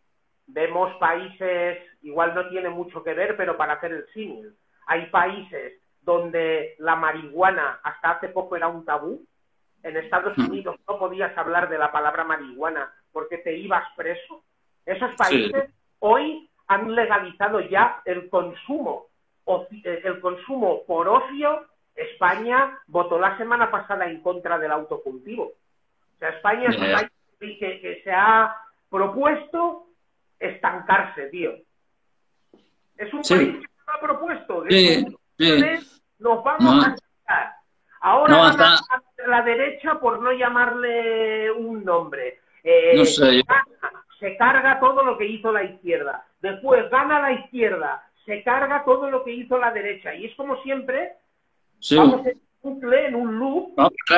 vemos países, igual no tiene mucho que ver, pero para hacer el símil, hay países donde la marihuana hasta hace poco era un tabú. En Estados Unidos no podías hablar de la palabra marihuana porque te ibas preso. Esos países hoy han legalizado ya el consumo por ocio. España votó la semana pasada en contra del autocultivo. O sea, España es un país que se ha propuesto estancarse, tío. Es un país que se ha propuesto. Nos vamos a estancar. Ahora gana la derecha por no llamarle un nombre. No sé. Se carga todo lo que hizo la izquierda. Después gana la izquierda, se carga todo lo que hizo la derecha. Y es como siempre, vamos en un bucle, en un loop,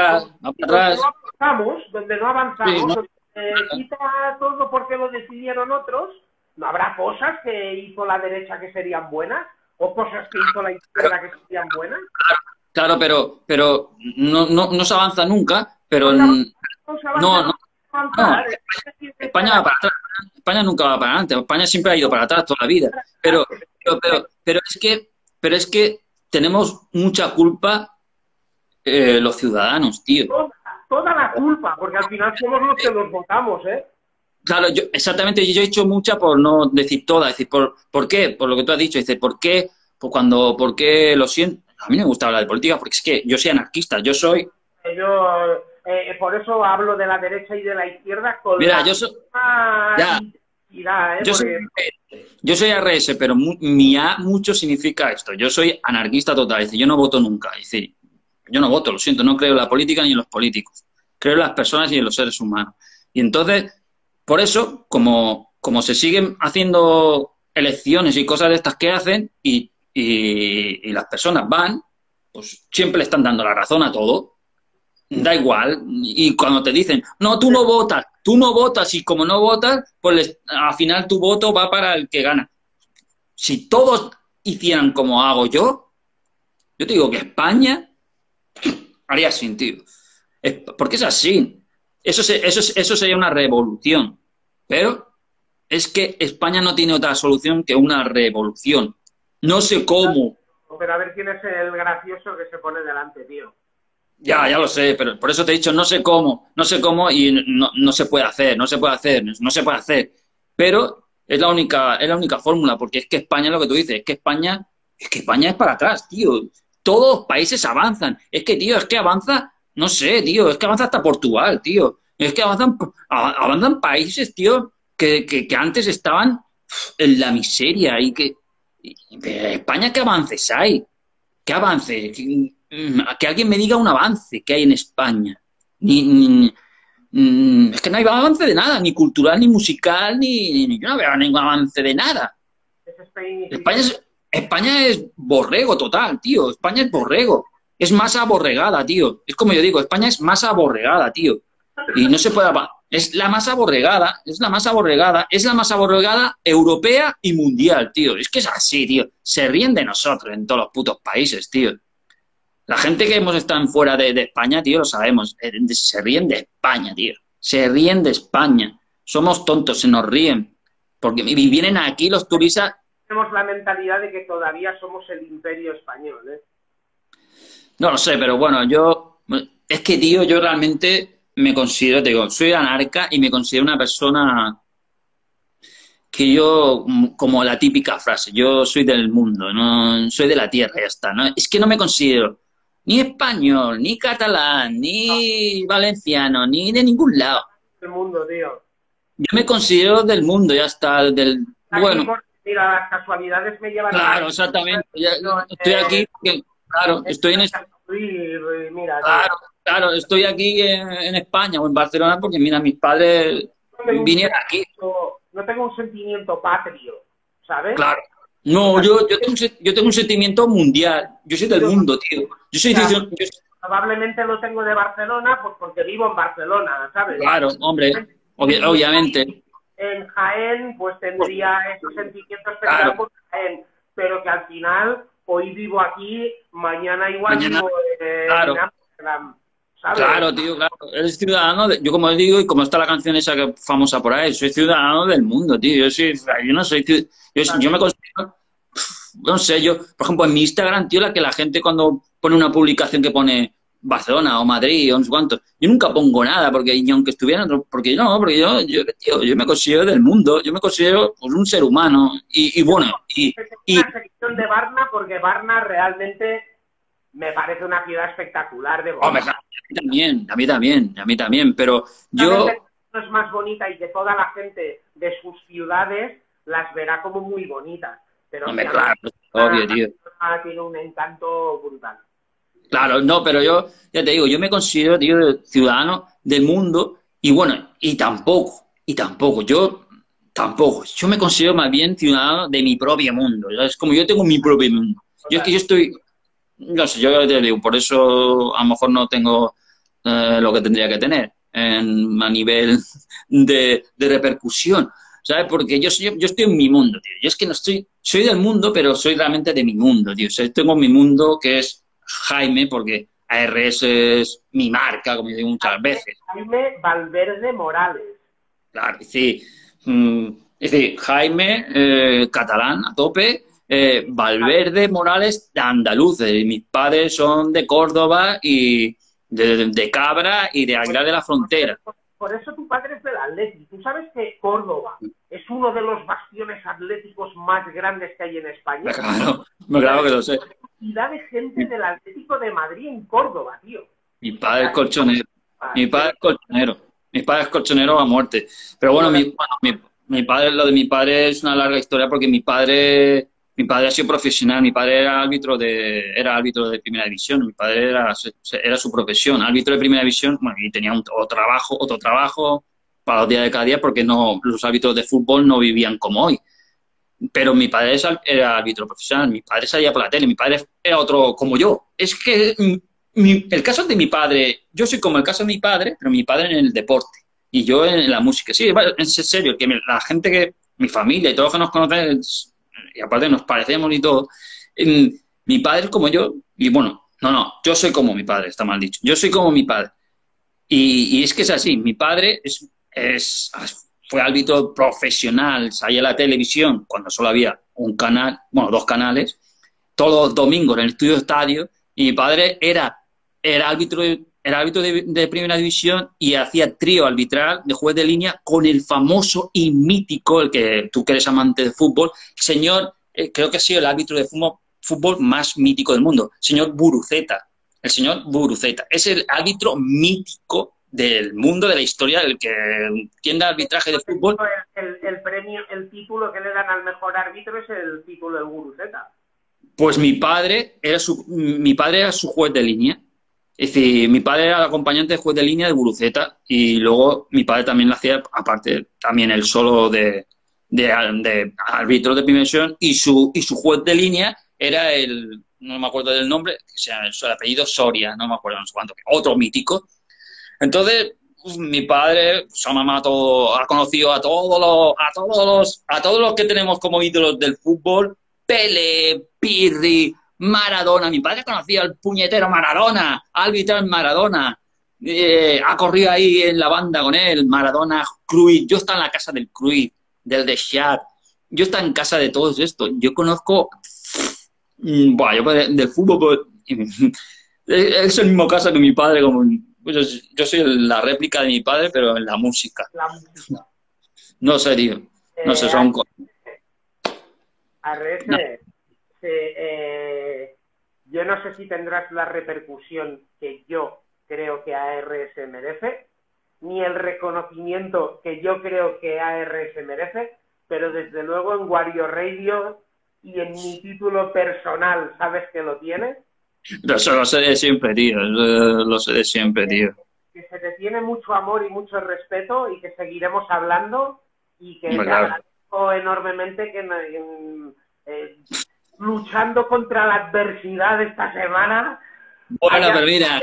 donde no avanzamos, donde quita todo porque lo decidieron otros. ¿No habrá cosas que hizo la derecha que serían buenas? ¿O cosas que hizo la izquierda que serían buenas? Claro, pero no se avanza nunca, pero España va para atrás. España nunca va para adelante. España siempre ha ido para atrás toda la vida. Pero es que tenemos mucha culpa los ciudadanos, tío. Toda la culpa, porque al final somos los que los votamos, ¿eh? Claro, exactamente, yo he hecho mucha por no decir toda, decir, ¿por qué? Por lo que tú has dicho, dice, ¿por qué? Pues ¿por qué lo siento? A mí me gusta hablar de política porque es que yo soy anarquista, por eso hablo de la derecha y de la izquierda con yo soy RS, pero mi A mucho significa esto. Yo soy anarquista total, dice, yo no voto nunca, dice, yo no voto, lo siento, no creo en la política ni en los políticos, creo en las personas y en los seres humanos. Y entonces, por eso, como se siguen haciendo elecciones y cosas de estas que hacen y las personas van, pues siempre le están dando la razón a todo. Da igual. Y cuando te dicen, no, tú no votas, y como no votas, pues al final tu voto va para el que gana. Si todos hicieran como hago yo te digo que España haría sentido. Porque es así. Eso sería una revolución. Pero es que España no tiene otra solución que una revolución. No sé cómo. Pero a ver quién es el gracioso que se pone delante, tío. Ya lo sé, pero por eso te he dicho, no sé cómo y no se puede hacer. Pero es la única fórmula, porque es que España, lo que tú dices, es que España es para atrás, tío. Todos los países avanzan. Es que, tío, avanza, no sé, tío, es que avanza hasta Portugal, tío. Es que avanzan países, tío, que antes estaban en la miseria y que... España, ¿qué avances hay? ¿Qué avances? Que alguien me diga un avance que hay en España. Es que no hay avance de nada, ni cultural, ni musical, ni yo no veo ningún avance de nada. España es borrego total, tío. España es borrego. Es masa aborregada, tío. Es como yo digo, España es masa aborregada, tío. Y no se puede... Es la masa aborregada europea y mundial, tío. Es que es así, tío. Se ríen de nosotros en todos los putos países, tío. La gente que hemos estado fuera de España, tío, lo sabemos. Se ríen de España, tío. Se ríen de España. Somos tontos, se nos ríen. Porque vienen aquí los turistas... Tenemos la mentalidad de que todavía somos el imperio español, ¿eh? No lo sé, pero bueno, es que, tío, yo realmente me considero, te digo, soy anarca y me considero una persona que yo, como la típica frase, yo soy del mundo, no soy de la tierra, ya está, ¿no? Es que no me considero ni español, ni catalán, ni valenciano, ni de ningún lado. Del mundo, tío. Yo me considero del mundo, ya está, bueno. Mira, las casualidades me llevan... Claro, exactamente. Estoy aquí porque, claro, estoy en... Mira, claro, estoy aquí en España o en Barcelona porque, mira, mis padres vinieron aquí. No tengo un sentimiento patrio, ¿sabes? Claro. No, yo tengo un sentimiento mundial. Yo soy del mundo, tío. Probablemente lo tengo de Barcelona pues porque vivo en Barcelona, ¿sabes? Claro, hombre, obviamente. En Jaén, pues tendría esos sentimientos especiales por Jaén, pero que al final, hoy vivo aquí, mañana igual vivo en Amsterdam. ¿sabes? Claro, tío, claro. Eres ciudadano, yo como digo, y como está la canción esa que famosa por ahí, soy ciudadano del mundo, tío. Yo no soy, yo me considero, no sé, yo, por ejemplo, en mi Instagram, tío, la gente cuando pone una publicación que pone Barcelona o Madrid o no sé cuánto, yo nunca pongo nada, porque y aunque estuviera, porque tío, yo me considero del mundo, yo me considero pues, un ser humano, y bueno, y Una sección de Varna, porque Varna realmente me parece una ciudad espectacular de hombre, bonita. a mí también, pero yo, Realmente no es más bonita y que toda la gente de sus ciudades las verá como muy bonitas. Pero hombre, obviamente, claro, obvio, tío. Barcelona tiene un encanto brutal. Claro, no, pero yo, ya te digo, yo me considero, tío, ciudadano del mundo y bueno, yo me considero más bien ciudadano de mi propio mundo, ¿sabes? Es como yo tengo mi propio mundo. Yo es que yo estoy, no sé, yo te digo, por eso a lo mejor no tengo lo que tendría que tener a nivel de repercusión, ¿sabes? Porque yo estoy en mi mundo, tío. Yo es que no estoy, soy del mundo, pero soy realmente de mi mundo, tío. O sea, tengo mi mundo que es Jaime, porque ARS es mi marca, como yo digo muchas veces. Jaime Valverde Morales. Claro, es decir, Jaime, catalán a tope, Valverde Morales, andaluz. Mis padres son de Córdoba y de Cabra y de Aguilar de la Frontera. Por eso tu padre es del Atleti. Tú sabes que Córdoba es uno de los bastiones atléticos más grandes que hay en España. Claro que lo sé. Cantidad de gente del Atlético de Madrid en Córdoba, tío. Mi padre es colchonero. Mi padre es colchonero. Mi padre es colchonero a muerte. Pero bueno, mi padre, lo de mi padre es una larga historia porque mi padre ha sido profesional. Mi padre era árbitro de primera división. Mi padre era su profesión, árbitro de primera división. Bueno, y tenía otro trabajo para los días de cada día porque no, los árbitros de fútbol no vivían como hoy. Pero mi padre era árbitro profesional, mi padre salía por la tele, mi padre era otro como yo. Es que el caso de mi padre, yo soy como el caso de mi padre, pero mi padre en el deporte y yo en la música. Sí, en serio, que la gente mi familia y todos los que nos conocen, y aparte nos parecemos y todo, mi padre es como yo, y bueno, no, yo soy como mi padre, está mal dicho, yo soy como mi padre. Y es que es así, mi padre fue árbitro profesional, salía a la televisión cuando solo había un canal, bueno, dos canales, todos los domingos en el estudio estadio, y mi padre era árbitro, de primera división y hacía trío arbitral de juez de línea con el famoso y mítico, el que tú que eres amante de fútbol, señor, creo que ha sido el árbitro de fútbol más mítico del mundo, señor Buruceta. El señor Buruceta es el árbitro mítico del mundo, de la historia, el que entiende arbitraje de fútbol. El premio, el título que le dan al mejor árbitro es el título del Buruceta. Pues mi padre era su juez de línea. Es decir, mi padre era el acompañante de juez de línea de Buruceta y luego mi padre también lo hacía, aparte, también él solo de árbitro de primera división y su juez de línea era no me acuerdo del nombre, el apellido Soria, no me acuerdo, no sé cuánto, otro mítico. Entonces, mi padre, su mamá ha conocido a todos los que tenemos como ídolos del fútbol, Pele, Pirri, Maradona. Mi padre conocía al puñetero Maradona, árbitro Maradona. Ha corrido ahí en la banda con él, Maradona, Cruyff. Yo estaba en la casa del Cruyff, del Deschamps. Yo estaba en casa de todos estos. Yo conozco, del fútbol, es el mismo caso que mi padre, yo soy la réplica de mi padre, pero en la música. No sé, tío. No sé, son cosas. ARS, No. Yo no sé si tendrás la repercusión que yo creo que ARS merece, ni el reconocimiento que yo creo que ARS merece, pero desde luego en Wario Radio y en mi título personal, ¿sabes que lo tienes? Eso lo sé de siempre, tío. Lo sé de siempre, tío. Que se te tiene mucho amor y mucho respeto y que seguiremos hablando y que te Claro. agradezco enormemente que luchando contra la adversidad de esta semana. Bueno, pero mira,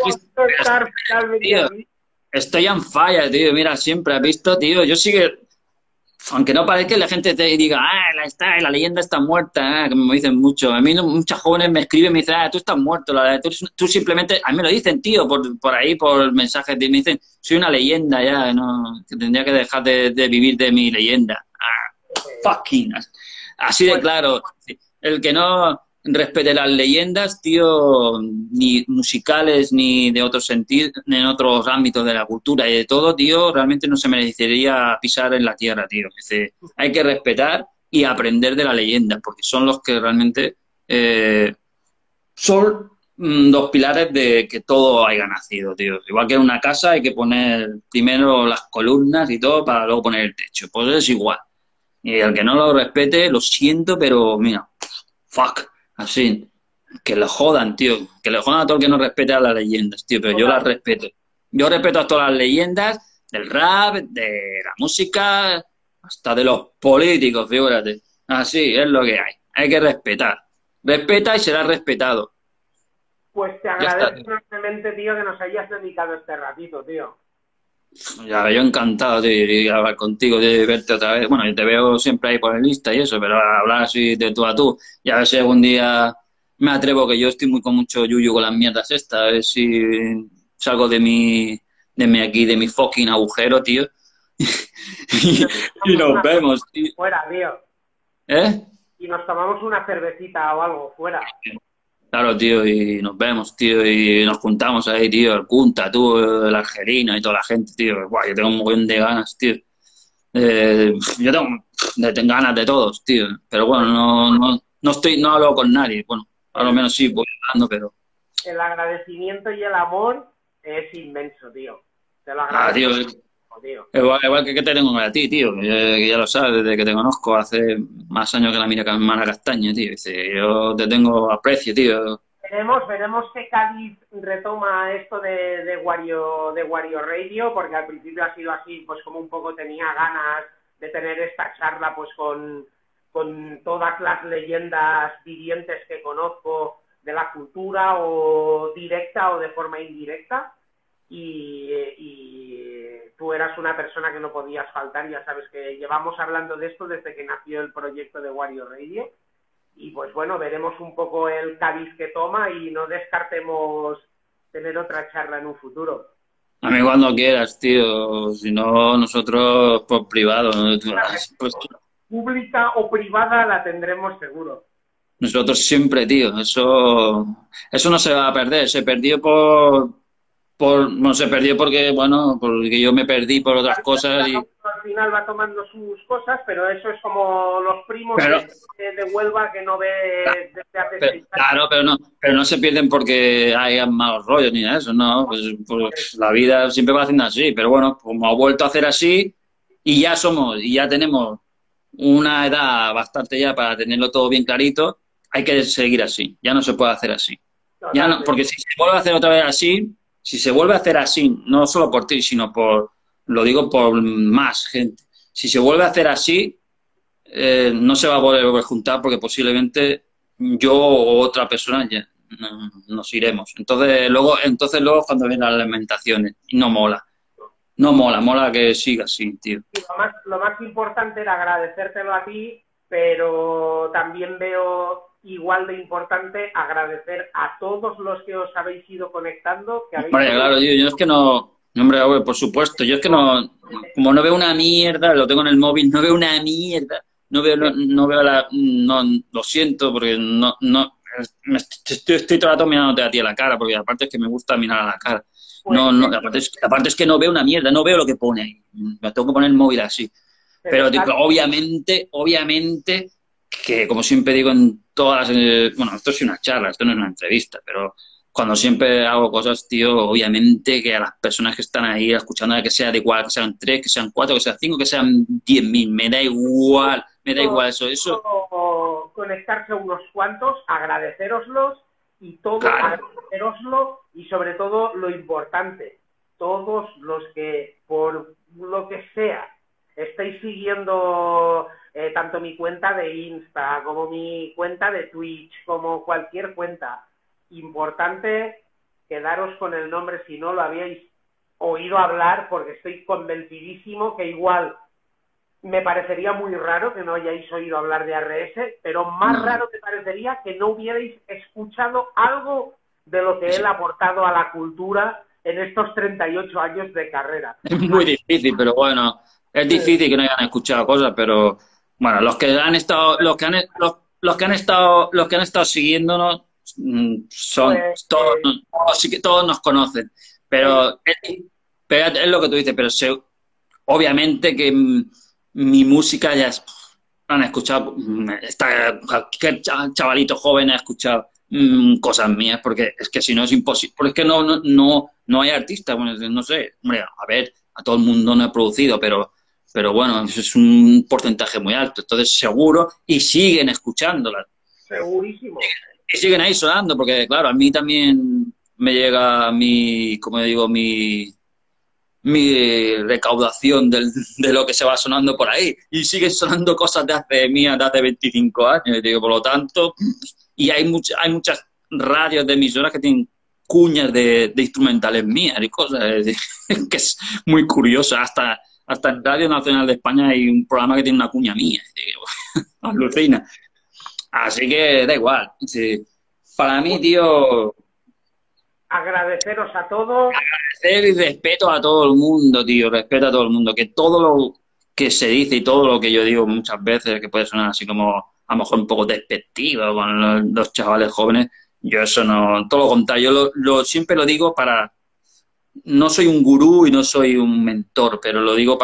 tío, estoy on fire, tío. Mira, siempre has visto, tío. Yo sí que aunque no parezca, la gente te diga, la leyenda está muerta, que me dicen mucho. A mí muchos jóvenes me escriben y me dicen, tú estás muerto, tú simplemente, a mí me lo dicen, tío, por ahí, por mensajes, me dicen, soy una leyenda ya, no, que tendría que dejar de vivir de mi leyenda. Fucking, así de claro. El que no respete las leyendas, tío, ni musicales, ni de otros sentidos, ni en otros ámbitos de la cultura y de todo, tío, realmente no se merecería pisar en la tierra, tío. Dice, hay que respetar y aprender de la leyenda, porque son los que realmente son dos pilares de que todo haya nacido, tío. Igual que en una casa hay que poner primero las columnas y todo para luego poner el techo. Pues es igual. Y al que no lo respete, lo siento, pero mira, fuck, así, que le jodan, tío, que le jodan a todo el que no respete a las leyendas, tío, pero yo las respeto. Yo respeto a todas las leyendas del rap, de la música, hasta de los políticos, figúrate. Así es lo que hay que respetar. Respeta y será respetado. Pues te Ya está. agradezco enormemente, tío, que nos hayas dedicado este ratito, tío. Ya, yo encantado de hablar contigo, de verte otra vez. Bueno, yo te veo siempre ahí por el Insta y eso, pero hablar así de tú a tú. Y a ver si algún día me atrevo, que yo estoy muy con mucho yuyu con las mierdas estas. A ver si salgo de mi fucking agujero, tío. Y nos vemos, tío. Fuera, tío. ¿Eh? Y nos tomamos una cervecita o algo fuera. Claro, tío, y nos vemos, tío, y nos juntamos ahí, tío, el Kunta, tú, el Argelino y toda la gente, tío. Buah, yo tengo un montón de ganas, tío. Yo tengo ganas de todos, tío. Pero bueno, no hablo con nadie. Bueno, a lo menos sí voy hablando, pero... El agradecimiento y el amor es inmenso, tío. Te lo agradezco, tío. Igual que te tengo a ti, tío. Que ya lo sabes, desde que te conozco hace más años que la mira hermana Castaña, tío. Dice, yo te tengo aprecio, tío. Veremos que Cádiz retoma esto de Wario Radio, porque al principio ha sido así, pues como un poco tenía ganas de tener esta charla pues con todas las leyendas vivientes que conozco de la cultura, o directa o de forma indirecta, y tú eras una persona que no podías faltar. Ya sabes que llevamos hablando de esto desde que nació el proyecto de Wario Radio. Y pues bueno, veremos un poco el Cádiz que toma y no descartemos tener otra charla en un futuro. A mí cuando quieras, tío. Si no, nosotros por privado. Pues, pública o privada la tendremos seguro. Nosotros siempre, tío. Eso no se va a perder. Se perdió no se perdió porque, bueno, porque yo me perdí por otras cosas y... Al final va tomando sus cosas, pero eso es como los primos de Huelva que no ve desde hace 6 años. Claro, pero no se pierden porque hay malos rollos ni nada de eso, ¿no? Pues la vida siempre va haciendo así, pero bueno, como ha vuelto a hacer así y ya tenemos una edad bastante ya para tenerlo todo bien clarito, hay que seguir así, ya no se puede hacer así. Ya no, porque si se vuelve a hacer otra vez así, si se vuelve a hacer así, no solo por ti, sino lo digo por más gente, si se vuelve a hacer así, no se va a volver a juntar porque posiblemente yo o otra persona ya nos iremos. Entonces luego cuando vienen las lamentaciones, no mola. No mola que siga así, tío. Sí, lo más importante era agradecértelo a ti, pero también veo igual de importante agradecer a todos los que os habéis ido conectando. Claro, tío, yo es que no... Hombre, por supuesto, yo es que no... Como no veo una mierda, lo tengo en el móvil, no veo una mierda. No veo lo siento, porque estoy todo el rato mirándote a ti a la cara, porque aparte es que me gusta mirar a la cara. Aparte es que no veo una mierda, no veo lo que pone ahí. Me tengo que poner el móvil así. Pero obviamente, que como siempre digo en todas las... bueno, esto es una charla, esto no es una entrevista, pero cuando siempre hago cosas, tío, obviamente que a las personas que están ahí escuchando, que sea de igual, que sean 3, que sean 4, que sean 5, que sean 10.000, me da igual eso. Conectarse a unos cuantos, agradeceroslos y todo, claro. Agradeceroslo, y sobre todo lo importante, todos los que por lo que sea estáis siguiendo tanto mi cuenta de Insta como mi cuenta de Twitch, como cualquier cuenta, importante quedaros con el nombre si no lo habíais oído hablar, porque estoy convencidísimo que igual me parecería muy raro que no hayáis oído hablar de ARS, pero más raro me parecería que no hubierais escuchado algo de lo que él ha aportado a la cultura en estos 38 años de carrera. Es muy difícil, pero bueno, es difícil que no hayan escuchado cosas, pero bueno, los que han estado, los que han estado siguiéndonos son Pues, todos, sí que todos nos conocen, pero es lo que tú dices, pero obviamente que mi música ya han escuchado, cualquier chavalito joven ha escuchado cosas mías, porque es que si no es imposible, porque es que no hay artistas, bueno, no sé, hombre, a ver, a todo el mundo no he producido, pero bueno, eso es un porcentaje muy alto, entonces seguro, y siguen escuchándolas. segurísimo. Y siguen ahí sonando, porque claro, a mí también me llega como digo, mi recaudación de lo que se va sonando por ahí. Y siguen sonando cosas de hace 25 años, digo, por lo tanto, y hay muchas radios de emisoras que tienen cuñas de instrumentales mías y cosas, es decir, que es muy curioso. Hasta en Radio Nacional de España hay un programa que tiene una cuña mía, digo, alucina. Así que da igual. Sí. Para mí, tío, Agradeceros a todos. agradecer y respeto a todo el mundo, tío, respeto a todo el mundo, que todo lo que se dice y todo lo que yo digo muchas veces, que puede sonar así como a lo mejor un poco despectivo con los chavales jóvenes, yo eso no, todo lo contrario, yo siempre lo digo no soy un gurú y no soy un mentor, pero lo digo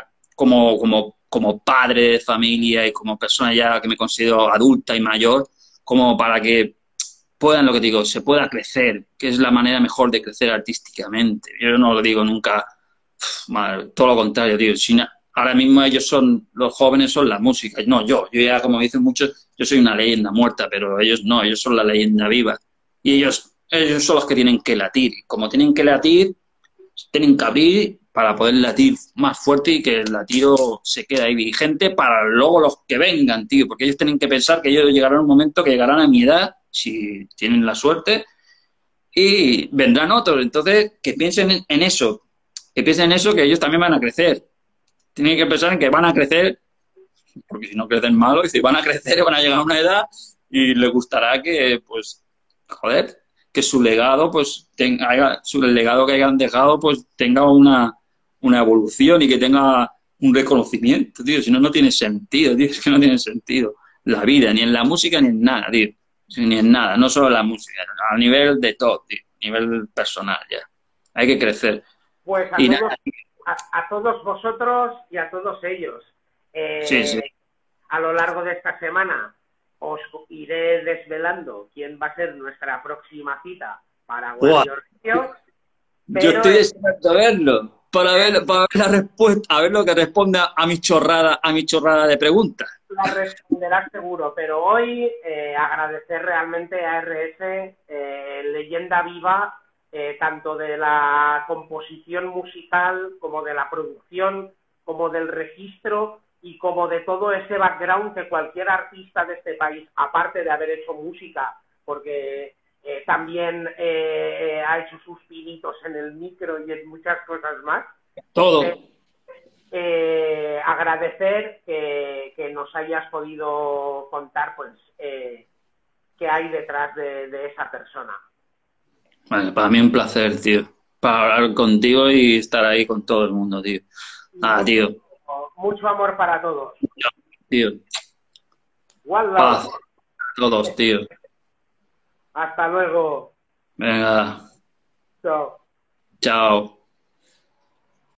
como padre de familia y como persona ya que me considero adulta y mayor, como para que puedan, lo que digo, se pueda crecer, que es la manera mejor de crecer artísticamente. Yo no lo digo nunca, todo lo contrario, tío. Ahora mismo los jóvenes son la música, no yo ya, como dicen muchos, yo soy una leyenda muerta, pero ellos no, ellos son la leyenda viva. Y ellos son los que tienen que latir. Como tienen que latir, tienen que abrir para poder latir más fuerte y que el latido se quede ahí vigente para luego los que vengan, tío, porque ellos tienen que pensar que ellos llegarán un momento que llegarán a mi edad, si tienen la suerte, y vendrán otros. Entonces, que piensen en eso, que ellos también van a crecer. Tienen que pensar en que van a crecer, porque si no crecen malo, y si van a crecer, van a llegar a una edad y les gustará que, pues, joder, que su legado, pues, el legado que hayan dejado, pues, tenga una evolución y que tenga un reconocimiento, tío. Si no, no tiene sentido, tío. Es que no tiene sentido la vida, ni en la música, ni en nada, tío. Ni en nada, no solo la música, a nivel de todo, tío. A nivel personal, ya. Hay que crecer. Pues Y nada, a todos vosotros y a todos ellos. sí. A lo largo de esta semana os iré desvelando quién va a ser nuestra próxima cita para Guardián Regio. Yo estoy deseando verlo para ver la respuesta, a ver lo que responde a mi chorrada de preguntas. La responderás seguro, pero hoy agradecer realmente a RS, leyenda viva, tanto de la composición musical como de la producción, como del registro y como de todo ese background que cualquier artista de este país, aparte de haber hecho música, porque también ha hecho sus pinitos en el micro y en muchas cosas más. Todo. Agradecer que nos hayas podido contar, pues, qué hay detrás de esa persona. Bueno, para mí un placer, tío. Para hablar contigo y estar ahí con todo el mundo, tío. Nada, tío. Mucho amor para todos. Tío. One Paz love. a todos, tío. Hasta luego. Venga. Chao. Chao.